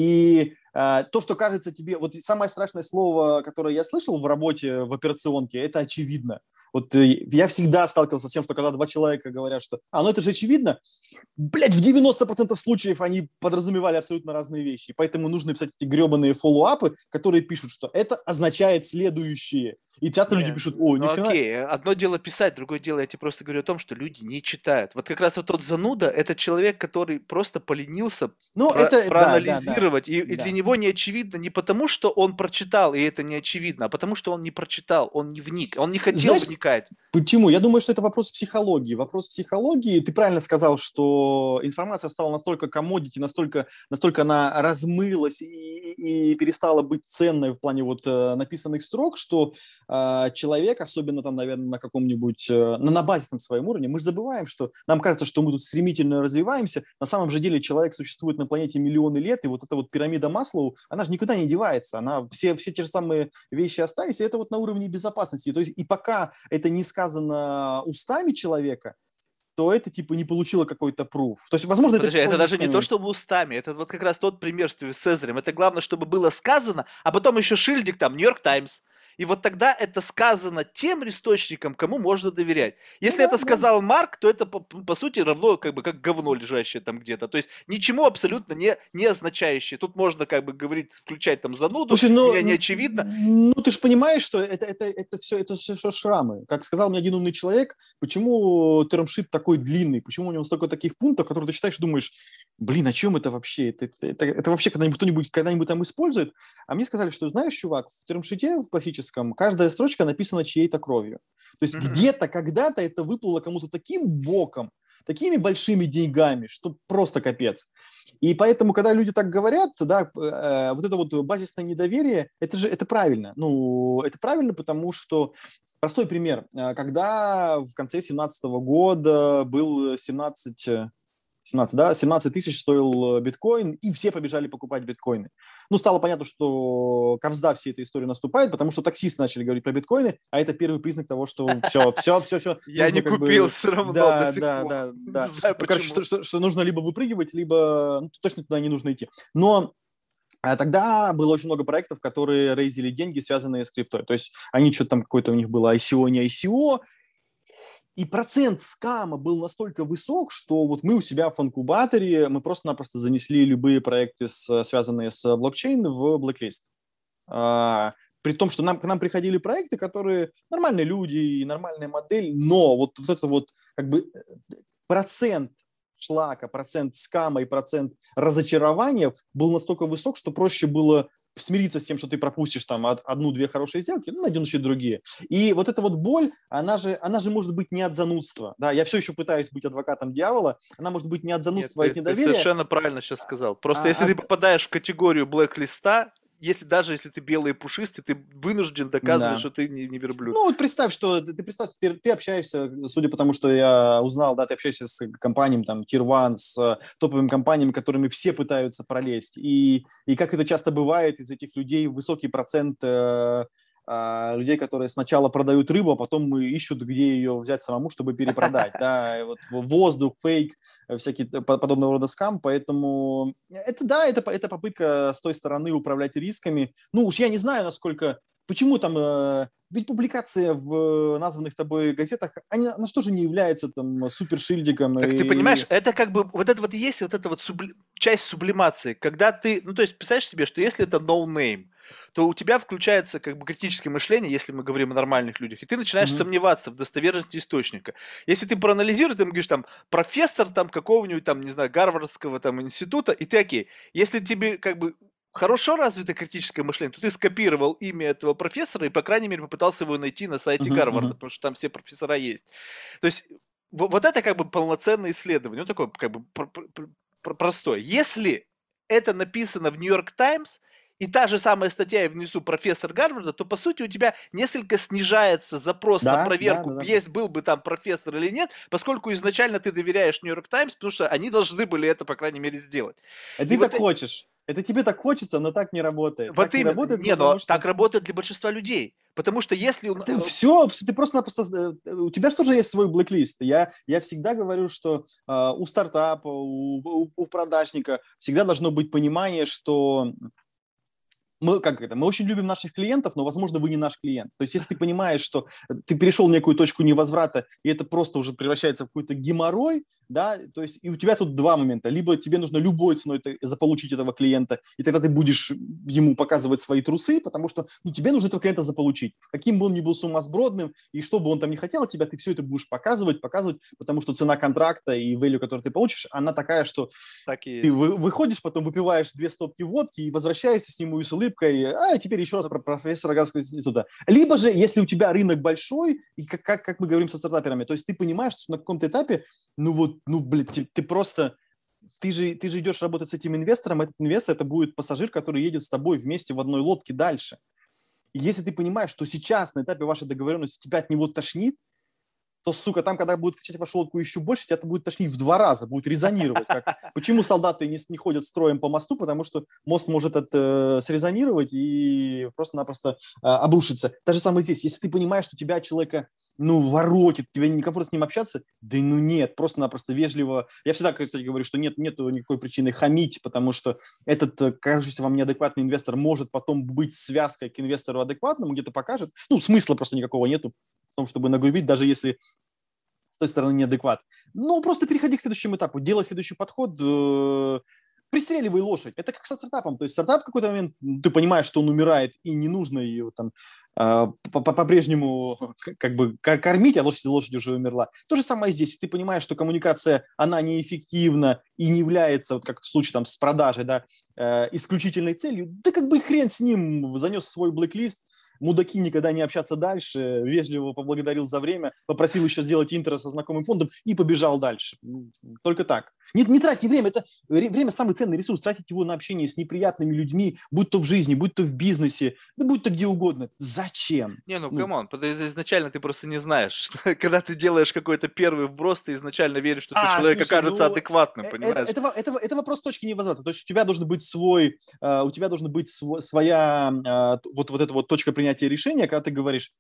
И э, то, что кажется тебе, вот самое страшное слово, которое я слышал в работе в операционке, это очевидно. Вот э, я всегда сталкивался с тем, что когда два человека говорят, что, а, ну это же очевидно, блядь, в девяносто процентов случаев они подразумевали абсолютно разные вещи. Поэтому нужно писать эти гребаные фоллоуапы, которые пишут, что это означает следующее. И часто люди Не, пишут, о, ни ну хрена. окей, одно дело писать, другое дело, я тебе просто говорю о том, что люди не читают. Вот как раз вот тот зануда, это человек, который просто поленился Ну, про- это, да, да, да, проанализировать, и, и для да. него не очевидно не потому, что он прочитал, и это не очевидно, а потому, что он не прочитал, он не вник, он не хотел Знаешь, вникать. почему? Я думаю, что это вопрос психологии. Вопрос психологии. Ты правильно сказал, что информация стала настолько коммодити, настолько, настолько она размылась и, и- и перестала быть ценной в плане вот э, написанных строк, что э, человек, особенно там, наверное, на каком-нибудь, э, на, на базисном своем уровне, мы же забываем, что нам кажется, что мы тут стремительно развиваемся. На самом же деле человек существует на планете миллионы лет, и вот эта вот пирамида Маслоу, она же никуда не девается. Она, все, все те же самые вещи остались, и это вот на уровне безопасности. То есть и пока это не сказано устами человека, то это типа не получило какой-то пруф. То есть, возможно, это Подожди, это даже психологический не то, момент. чтобы устами, это вот как раз тот пример с Цезарем. Это главное, чтобы было сказано, а потом еще шильдик там, Нью-Йорк Таймс. И вот тогда это сказано тем источникам, кому можно доверять. Ну Если да, это да. сказал Марк, то это по, по сути равно как бы как говно лежащее там где-то. То есть ничего абсолютно не, не означающее. Тут можно как бы говорить, включать там зануду, Слушай, меня не ну, очевидно. ну ты же понимаешь, что это, это, это, все, это все, все шрамы. Как сказал мне один умный человек, почему термшит такой длинный, почему у него столько таких пунктов, которые ты читаешь и думаешь, блин, о чем это вообще? Это, это, это, это вообще когда-нибудь кто-нибудь когда-нибудь там использует? А мне сказали, что знаешь, чувак, в термшите в классическом каждая строчка написана чьей-то кровью. То есть Мгм. где-то, когда-то это выплыло кому-то таким боком, такими большими деньгами, что просто капец. И поэтому, когда люди так говорят, да, э, вот это вот базисное недоверие, это же это правильно. Ну, это правильно, потому что простой пример. Э, Когда в конце семнадцатого года был семнадцать семнадцать, да, семнадцать тысяч стоил биткоин, и все побежали покупать биткоины. Ну, стало понятно, что ковзда всей этой истории наступает, потому что таксисты начали говорить про биткоины, а это первый признак того, что все, все, все, все, Я не нужно как купил бы, все равно до да, сих да, пор. да, Не да. знаю Ну, короче, что, почему. что, что нужно либо выпрыгивать, либо ну, точно туда не нужно идти. Но а тогда было очень много проектов, которые рейзили деньги, связанные с криптой. То есть они что-то там какое-то у них было ай си о, не ай си о, И процент скама был настолько высок, что вот мы у себя в инкубаторе, мы просто-напросто занесли любые проекты, с, связанные с блокчейн, в блэклист. А, при том, что нам, к нам приходили проекты, которые нормальные люди и нормальная модель, но вот, вот это вот как бы процент шлака, процент скама и процент разочарования был настолько высок, что проще было смириться с тем, что ты пропустишь там одну-две хорошие сделки, ну, найдем еще другие. И вот эта вот боль, она же, она же может быть не от занудства. Да? Я все еще пытаюсь быть адвокатом дьявола, она может быть не от Нет, занудства, а от ты, ты недоверия, совершенно правильно сейчас сказал. Просто а если ты от... попадаешь в категорию блэк-листа, если, даже если ты белый и пушистый, ты вынужден доказывать, Да. что ты не, не верблюд. Ну, вот представь, что ты представь, ты, ты общаешься, судя по тому, что я узнал, да, ты общаешься с компаниями, там, Tier один, с э, топовыми компаниями, которыми все пытаются пролезть. И, и как это часто бывает, из этих людей высокий процент э, э, людей, которые сначала продают рыбу, а потом ищут, где ее взять самому, чтобы перепродать. Да, и вот воздух, фейк, всякие подобного рода скам. Поэтому это, да, это, это попытка с той стороны управлять рисками. Ну, уж я не знаю, насколько... Почему там, э, ведь публикация в названных тобой газетах, они, она что же не является там супершильдиком? Так И... ты понимаешь, это как бы, вот это вот и есть вот эта вот субли... часть сублимации, когда ты, ну то есть представляешь себе, что если это no name, то у тебя включается как бы критическое мышление, если мы говорим о нормальных людях, и ты начинаешь Мгм. сомневаться в достоверности источника. Если ты проанализируешь, ты говоришь там профессор там какого-нибудь там, не знаю, Гарвардского там института, и ты окей. Если тебе как бы хорошо развито критическое мышление, то ты скопировал имя этого профессора и, по крайней мере, попытался его найти на сайте Мгм. Гарварда, Мгм. потому что там все профессора есть. То есть во- вот это как бы полноценное исследование, ну такое как бы пр- пр- пр- простое. Если это написано в Нью-Йорк Таймс, и та же самая статья и внизу профессор Гарварда, то по сути у тебя несколько снижается запрос на Да, да, проверку, да, да. есть был бы там профессор или нет, поскольку изначально ты доверяешь Нью-Йорк Таймс, потому что они должны были это, по крайней мере, сделать. Это И ты так вот, э- хочешь. Это тебе так хочется, но так не работает. вот Так не именно, работает, не, но потому что так работает для большинства людей. Потому что если... у- ты э, все, ты просто-напросто... э, У тебя же тоже есть свой блэк-лист. Я, я всегда говорю, что э, у стартапа, у, у, у продажника всегда должно быть понимание, что мы, как это, мы очень любим наших клиентов, но, возможно, вы не наш клиент. То есть, если ты понимаешь, что ты перешел в некую точку невозврата, и это просто уже превращается в какой-то геморрой, да, то есть, и у тебя тут два момента. Либо тебе нужно любой ценой это, заполучить этого клиента, и тогда ты будешь ему показывать свои трусы, потому что, ну, тебе нужно этого клиента заполучить. Каким бы он ни был сумасбродным, и что бы он там ни хотел от тебя, ты все это будешь показывать, показывать, потому что цена контракта и value, который ты получишь, она такая, что Так и ты есть. вы, выходишь, потом выпиваешь две стопки водки и возвращаешься с ним с улыбкой, а теперь еще раз Ну, про профессора Гарвардского института. Либо же, если у тебя рынок большой, и как, как, как мы говорим со стартаперами, то есть ты понимаешь, что на каком-то этапе, ну вот, ну, блин, ты, ты просто, ты же, ты же идешь работать с этим инвестором, этот инвестор, это будет пассажир, который едет с тобой вместе в одной лодке дальше. И если ты понимаешь, что сейчас на этапе вашей договоренности тебя от него тошнит, то, сука, там, когда будет качать вашу лодку еще больше, тебя это будет тошнить в два раза, будет резонировать. Как... Почему солдаты не, не ходят строем по мосту? Потому что мост может это, э, срезонировать и просто-напросто э, обрушиться. Так же самое здесь. Если ты понимаешь, что тебя человека, ну, воротит, тебе некомфортно с ним общаться, да ну нет, просто-напросто вежливо. Я всегда, кстати, говорю, что нет, нету никакой причины хамить, потому что этот, э, кажущийся вам неадекватный инвестор может потом быть связкой к инвестору адекватному, где-то покажет. Ну, смысла просто никакого нету в том, чтобы нагрубить, даже если с той стороны неадекват. Ну, просто переходи к следующему этапу, делай следующий подход, э, пристреливай лошадь. Это как со стартапом. То есть стартап в какой-то момент, ты понимаешь, что он умирает, и не нужно ее там э, по-прежнему как бы кормить, а лошадь, лошадь уже умерла. То же самое здесь. Ты понимаешь, что коммуникация, она неэффективна и не является, вот как в случае там с продажей, да, э, исключительной целью, да как бы хрен с ним, занес свой блэк-лист, мудаки никогда не общаться дальше, вежливо поблагодарил за время, попросил еще сделать интро со знакомым фондом и побежал дальше. Только так. Не, не тратьте время, это время самый ценный ресурс, тратить его на общение с неприятными людьми, будь то в жизни, будь то в бизнесе, да будь то где угодно. Зачем? Не, ну Ну, камон, потому что изначально ты просто не знаешь, что когда ты делаешь какой-то первый вброс, ты изначально веришь, что твой а, человек слушай, окажется ну, адекватным, э, это, понимаешь? это, во- это, во- это вопрос точки невозврата. То есть у тебя должен быть свой, э, у тебя должна быть сво- своя, э, вот, вот эта вот точка принятия решения, когда ты говоришь,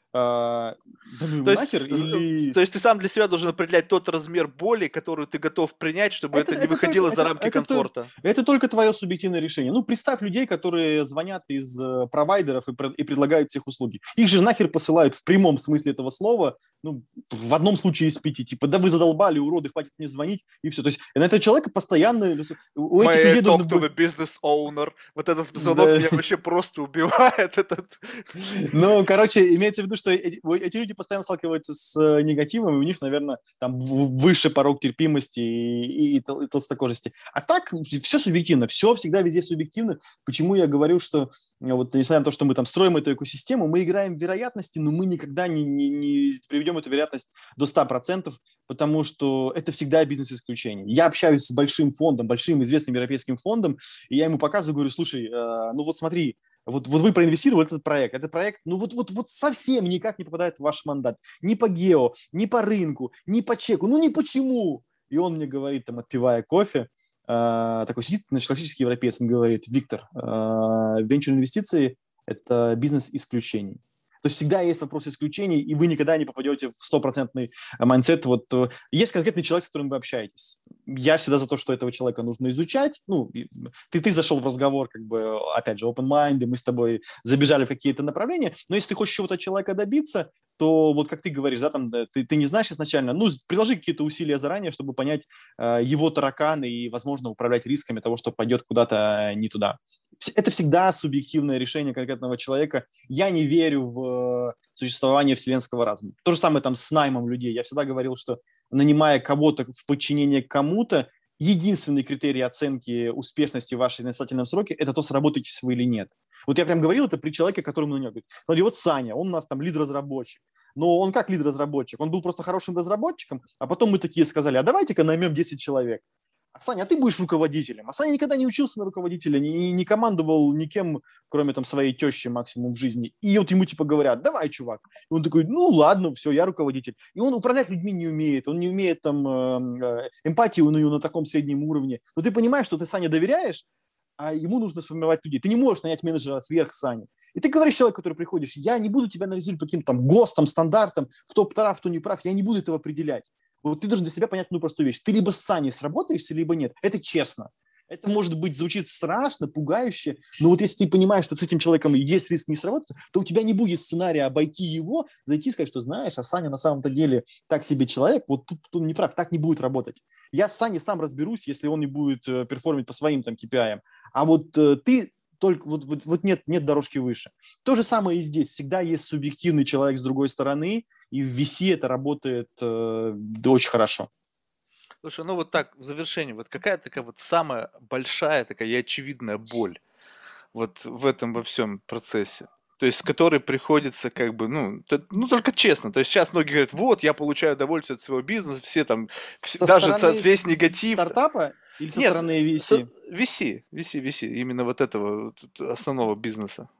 а, да ну его То есть, нахер, з- или... то есть ты сам для себя должен определять тот размер боли, которую ты готов принять, чтобы Это, это не это, только, выходило за это, рамки это, то- комфорта. это только твое субъективное решение. Ну, представь людей, которые звонят из э, провайдеров и, пред- и предлагают всех услуги. Их же нахер посылают в прямом смысле этого слова, ну, в одном случае из пяти. Типа, да вы задолбали, уроды, хватит мне звонить, и все. То есть на этого человека постоянно... У этих May I людей должны talk to быть... the business owner? Вот этот звонок Да. меня вообще просто убивает. Этот... Ну, короче, имеется в виду, что эти, эти люди постоянно сталкиваются с э, негативом, и у них, наверное, там в- выше порог терпимости и, и, и тол- и толстокожести. А так все субъективно, все всегда везде субъективно. Почему я говорю, что э, вот несмотря на то, что мы там строим эту экосистему, мы играем в вероятности, но мы никогда не, не, не приведем эту вероятность до ста процентов, потому что это всегда бизнес исключений. Я общаюсь с большим фондом, большим известным европейским фондом, и я ему показываю, говорю, слушай, э, ну вот смотри, вот, вот вы проинвестировали в этот проект. Этот проект, ну вот, вот, вот совсем никак не попадает в ваш мандат. Ни по гео, ни по рынку, ни по чеку, ну ни почему. И он мне говорит, там, отпивая кофе, э, такой сидит, значит, классический европеец, он говорит, Виктор, э, венчур-инвестиции – это бизнес исключений. То есть всегда есть вопрос исключений, и вы никогда не попадете в стопроцентный майндсет. Вот э, есть конкретный человек, с которым вы общаетесь. Я всегда за то, что этого человека нужно изучать. Ну, ты, ты зашел в разговор, как бы, опять же, open mind, и мы с тобой забежали в какие-то направления. Но если ты хочешь чего-то от человека добиться, то вот как ты говоришь, да, там, да, ты, ты не знаешь изначально, ну, приложи какие-то усилия заранее, чтобы понять э, его тараканы и, возможно, управлять рисками того, что пойдет куда-то не туда. Это всегда субъективное решение конкретного человека. Я не верю в существование вселенского разума. То же самое там с наймом людей. Я всегда говорил, что нанимая кого-то в подчинение кому-то, единственный критерий оценки успешности в вашей наблюдательном сроке – это то, сработаетесь вы или нет. Вот я прям говорил это при человеке, которому на него говорит, смотри, вот Саня, он у нас там лид-разработчик. Но он как лид-разработчик? Он был просто хорошим разработчиком, а потом мы такие сказали, а давайте-ка наймем десять человек. А Саня, а ты будешь руководителем. А Саня никогда не учился на руководителя, не, не командовал никем, кроме там своей тещи максимум в жизни. И вот ему типа говорят, давай, чувак. И он такой, ну ладно, все, я руководитель. И он управлять людьми не умеет, он не умеет там э, эмпатию ну, на таком среднем уровне. Но ты понимаешь, что ты Сане доверяешь, а ему нужно сформировать людей. Ты не можешь нанять менеджера сверх Сани. И ты говоришь человеку, который приходишь, я не буду тебя анализировать по каким-то там ГОСТам, стандартам, кто прав, кто не прав, я не буду этого определять. Вот ты должен для себя понять одну простую вещь. Ты либо с Саней сработаешься, либо нет. Это честно. Это, может быть, звучит страшно, пугающе, но вот если ты понимаешь, что с этим человеком есть риск не сработать, то у тебя не будет сценария обойти его, зайти и сказать, что знаешь, а Саня на самом-то деле так себе человек, вот тут, тут он не прав, так не будет работать. Я с Саней сам разберусь, если он не будет э, перформить по своим там кей пи ай. А вот э, ты только вот, вот, вот нет, нет дорожки выше. То же самое и здесь. Всегда есть субъективный человек с другой стороны, и в ви си это работает э, очень хорошо. Слушай, ну вот так, в завершении, вот какая такая вот самая большая такая и очевидная боль вот в этом во всем процессе? То есть, с которой приходится как бы, ну, т- ну, только честно. То есть сейчас многие говорят, вот, я получаю удовольствие от своего бизнеса, все там, все- Со даже ца- стороны весь негатив. т- стартапа или со Нет, стороны с- ви си? ви си, ви си, ви си, именно вот этого вот основного бизнеса.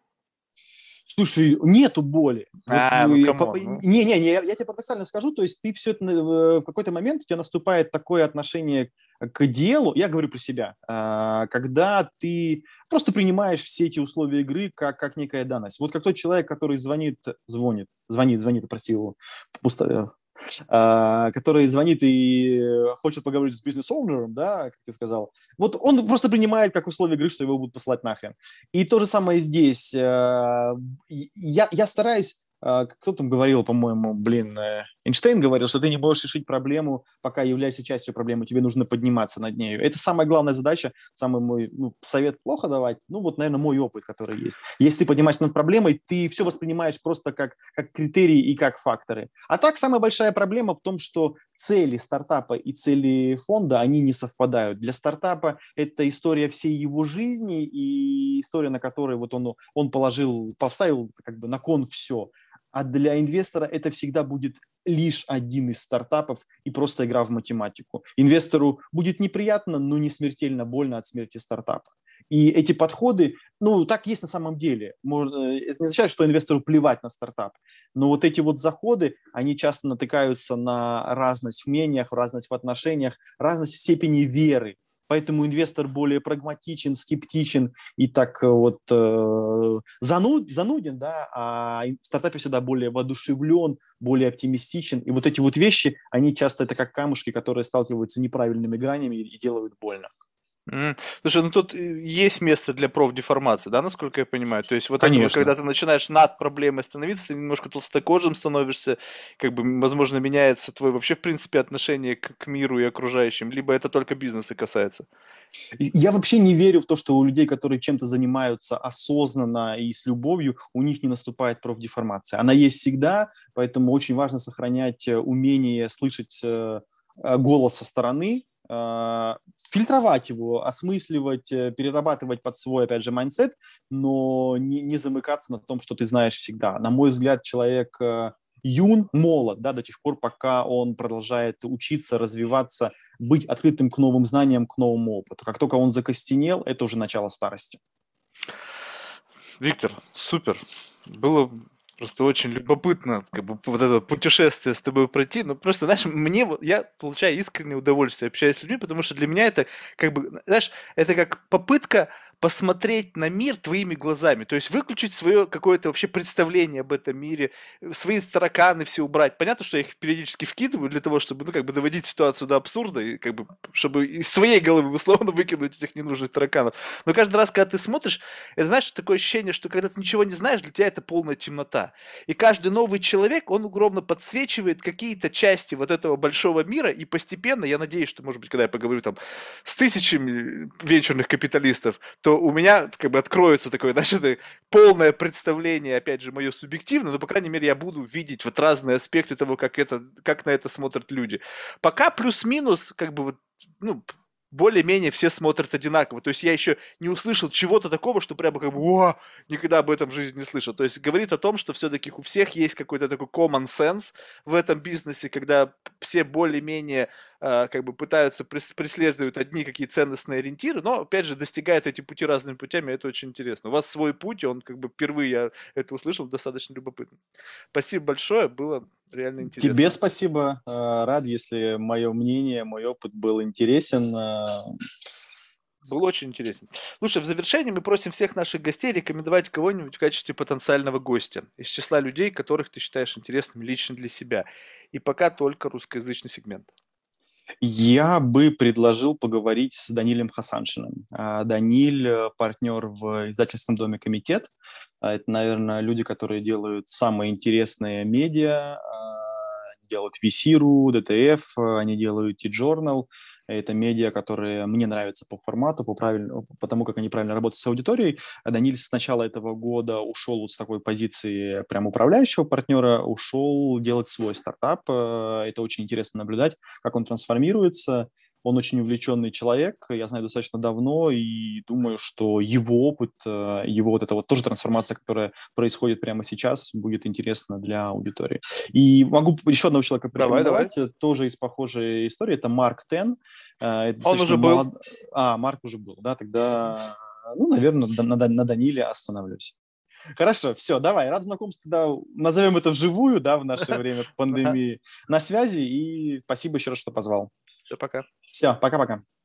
Слушай, нету боли. Вот, А, ну, э, по- камон, по- ну. не, не, не, я, я тебе парадоксально скажу, то есть ты все это э, в какой-то момент у тебя наступает такое отношение к делу, я говорю про себя, а, когда ты просто принимаешь все эти условия игры как, как некая данность. Вот как тот человек, который звонит, звонит, звонит, звонит, прости его, пусто, а, который звонит и хочет поговорить с бизнес-оунером, да, как ты сказал, вот он просто принимает как условие игры, что его будут посылать нахрен. И то же самое здесь. Э, Я, я стараюсь, э, кто там говорил, по-моему, блин, э, Эйнштейн говорил, что ты не можешь решить проблему, пока являешься частью проблемы, тебе нужно подниматься над нею. Это самая главная задача, самый мой ну, совет плохо давать, ну вот, наверное, мой опыт, который есть. Если ты поднимаешься над проблемой, ты все воспринимаешь просто как, как критерии и как факторы. А так самая большая проблема в том, что цели стартапа и цели фонда, они не совпадают. Для стартапа это история всей его жизни и история, на которой вот он, он положил, поставил как бы на кон все. А для инвестора это всегда будет лишь один из стартапов и просто игра в математику. Инвестору будет неприятно, но не смертельно больно от смерти стартапа. И эти подходы, ну, так есть на самом деле. Это не означает, что инвестору плевать на стартап. Но вот эти вот заходы, они часто натыкаются на разность в мнениях, разность в отношениях, разность в степени веры поэтому инвестор более прагматичен, скептичен и так вот э, зануд, зануден, да, а в стартапе всегда более воодушевлен, более оптимистичен. И вот эти вот вещи, они часто это как камушки, которые сталкиваются с неправильными гранями и, и делают больно. М. Слушай, ну тут э, есть место для профдеформации, да, насколько я понимаю? То есть вот это вот, Конечно. когда ты начинаешь над проблемой становиться, ты немножко толстокожим становишься, как бы, м, возможно, меняется твое вообще, в принципе, отношение к, к миру и окружающим, либо это только бизнеса касается. Я вообще не верю в то, что у людей, которые чем-то занимаются осознанно и с любовью, у них не наступает профдеформация. Она есть всегда, поэтому очень важно сохранять э, умение слышать э, э, голос со стороны, э, фильтровать его, осмысливать, э, перерабатывать под свой, опять же, майндсет, но не, не замыкаться на том, что ты знаешь всегда. На мой взгляд, человек э, юн, молод, да, до тех пор, пока он продолжает учиться, развиваться, быть открытым к новым знаниям, к новому опыту. Как только он закостенел, это уже начало старости. Виктор, супер. Было просто очень любопытно, как бы, вот это путешествие с тобой пройти. Ну, просто, знаешь, мне, вот- я получаю искреннее удовольствие, общаясь с людьми, потому что для меня это, как бы, знаешь, это как попытка посмотреть на мир твоими глазами, то есть выключить свое какое-то вообще представление об этом мире, э, свои тараканы все убрать. Понятно, что я их периодически вкидываю для того, чтобы, ну, как бы доводить ситуацию до абсурда, и как бы, чтобы из своей головы условно выкинуть этих ненужных тараканов. Но каждый раз, когда ты смотришь, это, знаешь, такое ощущение, что когда ты ничего не знаешь, для тебя это полная темнота. И каждый новый человек, он огромно подсвечивает какие-то части вот этого большого мира, и постепенно, я надеюсь, что, может быть, когда я поговорю там с тысячами венчурных капиталистов, то у меня как бы откроется такое, знаешь, это полное представление, опять же, мое субъективно, но, по крайней мере, я буду видеть вот разные аспекты того, как, это, как на это смотрят люди. Пока плюс-минус, как бы вот, ну, более-менее все смотрят одинаково. То есть я еще не услышал чего-то такого, что прямо как бы, о, никогда об этом в жизни не слышал. То есть говорит о том, что все-таки у всех есть какой-то такой common sense в этом бизнесе, когда все более-менее э, как бы пытаются прес- преследуют одни какие ценностные ориентиры, но опять же достигают эти пути разными путями, это очень интересно. У вас свой путь, и он как бы впервые я это услышал, достаточно любопытно. Спасибо большое, было реально Тебе интересно. спасибо. Э, Рад, если мое мнение, мой опыт был интересен. Э, Был очень интересен. Слушай, в завершении мы просим всех наших гостей рекомендовать кого-нибудь в качестве потенциального гостя из числа людей, которых ты считаешь интересными лично для себя. И пока только русскоязычный сегмент. Я бы предложил поговорить с Данилем Хасаншиным. А, Даниль э, партнер в издательском доме «Комитет». А, Это, наверное, люди, которые делают самые интересные медиа. а, Они делают ви си точка ру, ди ти эф, а, они делают T-Journal. Это медиа, которые мне нравятся по формату, по, правильно, по тому, как они правильно работают с аудиторией. А Даниль с начала этого года ушел вот с такой позиции прям управляющего партнера, ушел делать свой стартап. Э, Это очень интересно наблюдать, как он трансформируется. Он очень увлеченный человек, я знаю достаточно давно, и думаю, что его опыт, э, его вот эта вот тоже трансформация, которая происходит прямо сейчас, будет интересна для аудитории. И могу еще одного человека Давай, давай. порекомендовать, э, тоже из похожей истории, это Марк Тен. Э, Это Он достаточно уже был. молод... А, Марк уже был, да, тогда, ну, наверное, на, на, на Даниле остановлюсь. Хорошо, все, давай, рад знакомству, да, назовем это вживую, да, в наше время пандемии. На связи, и спасибо еще раз, что позвал. Все, пока. Все, пока-пока.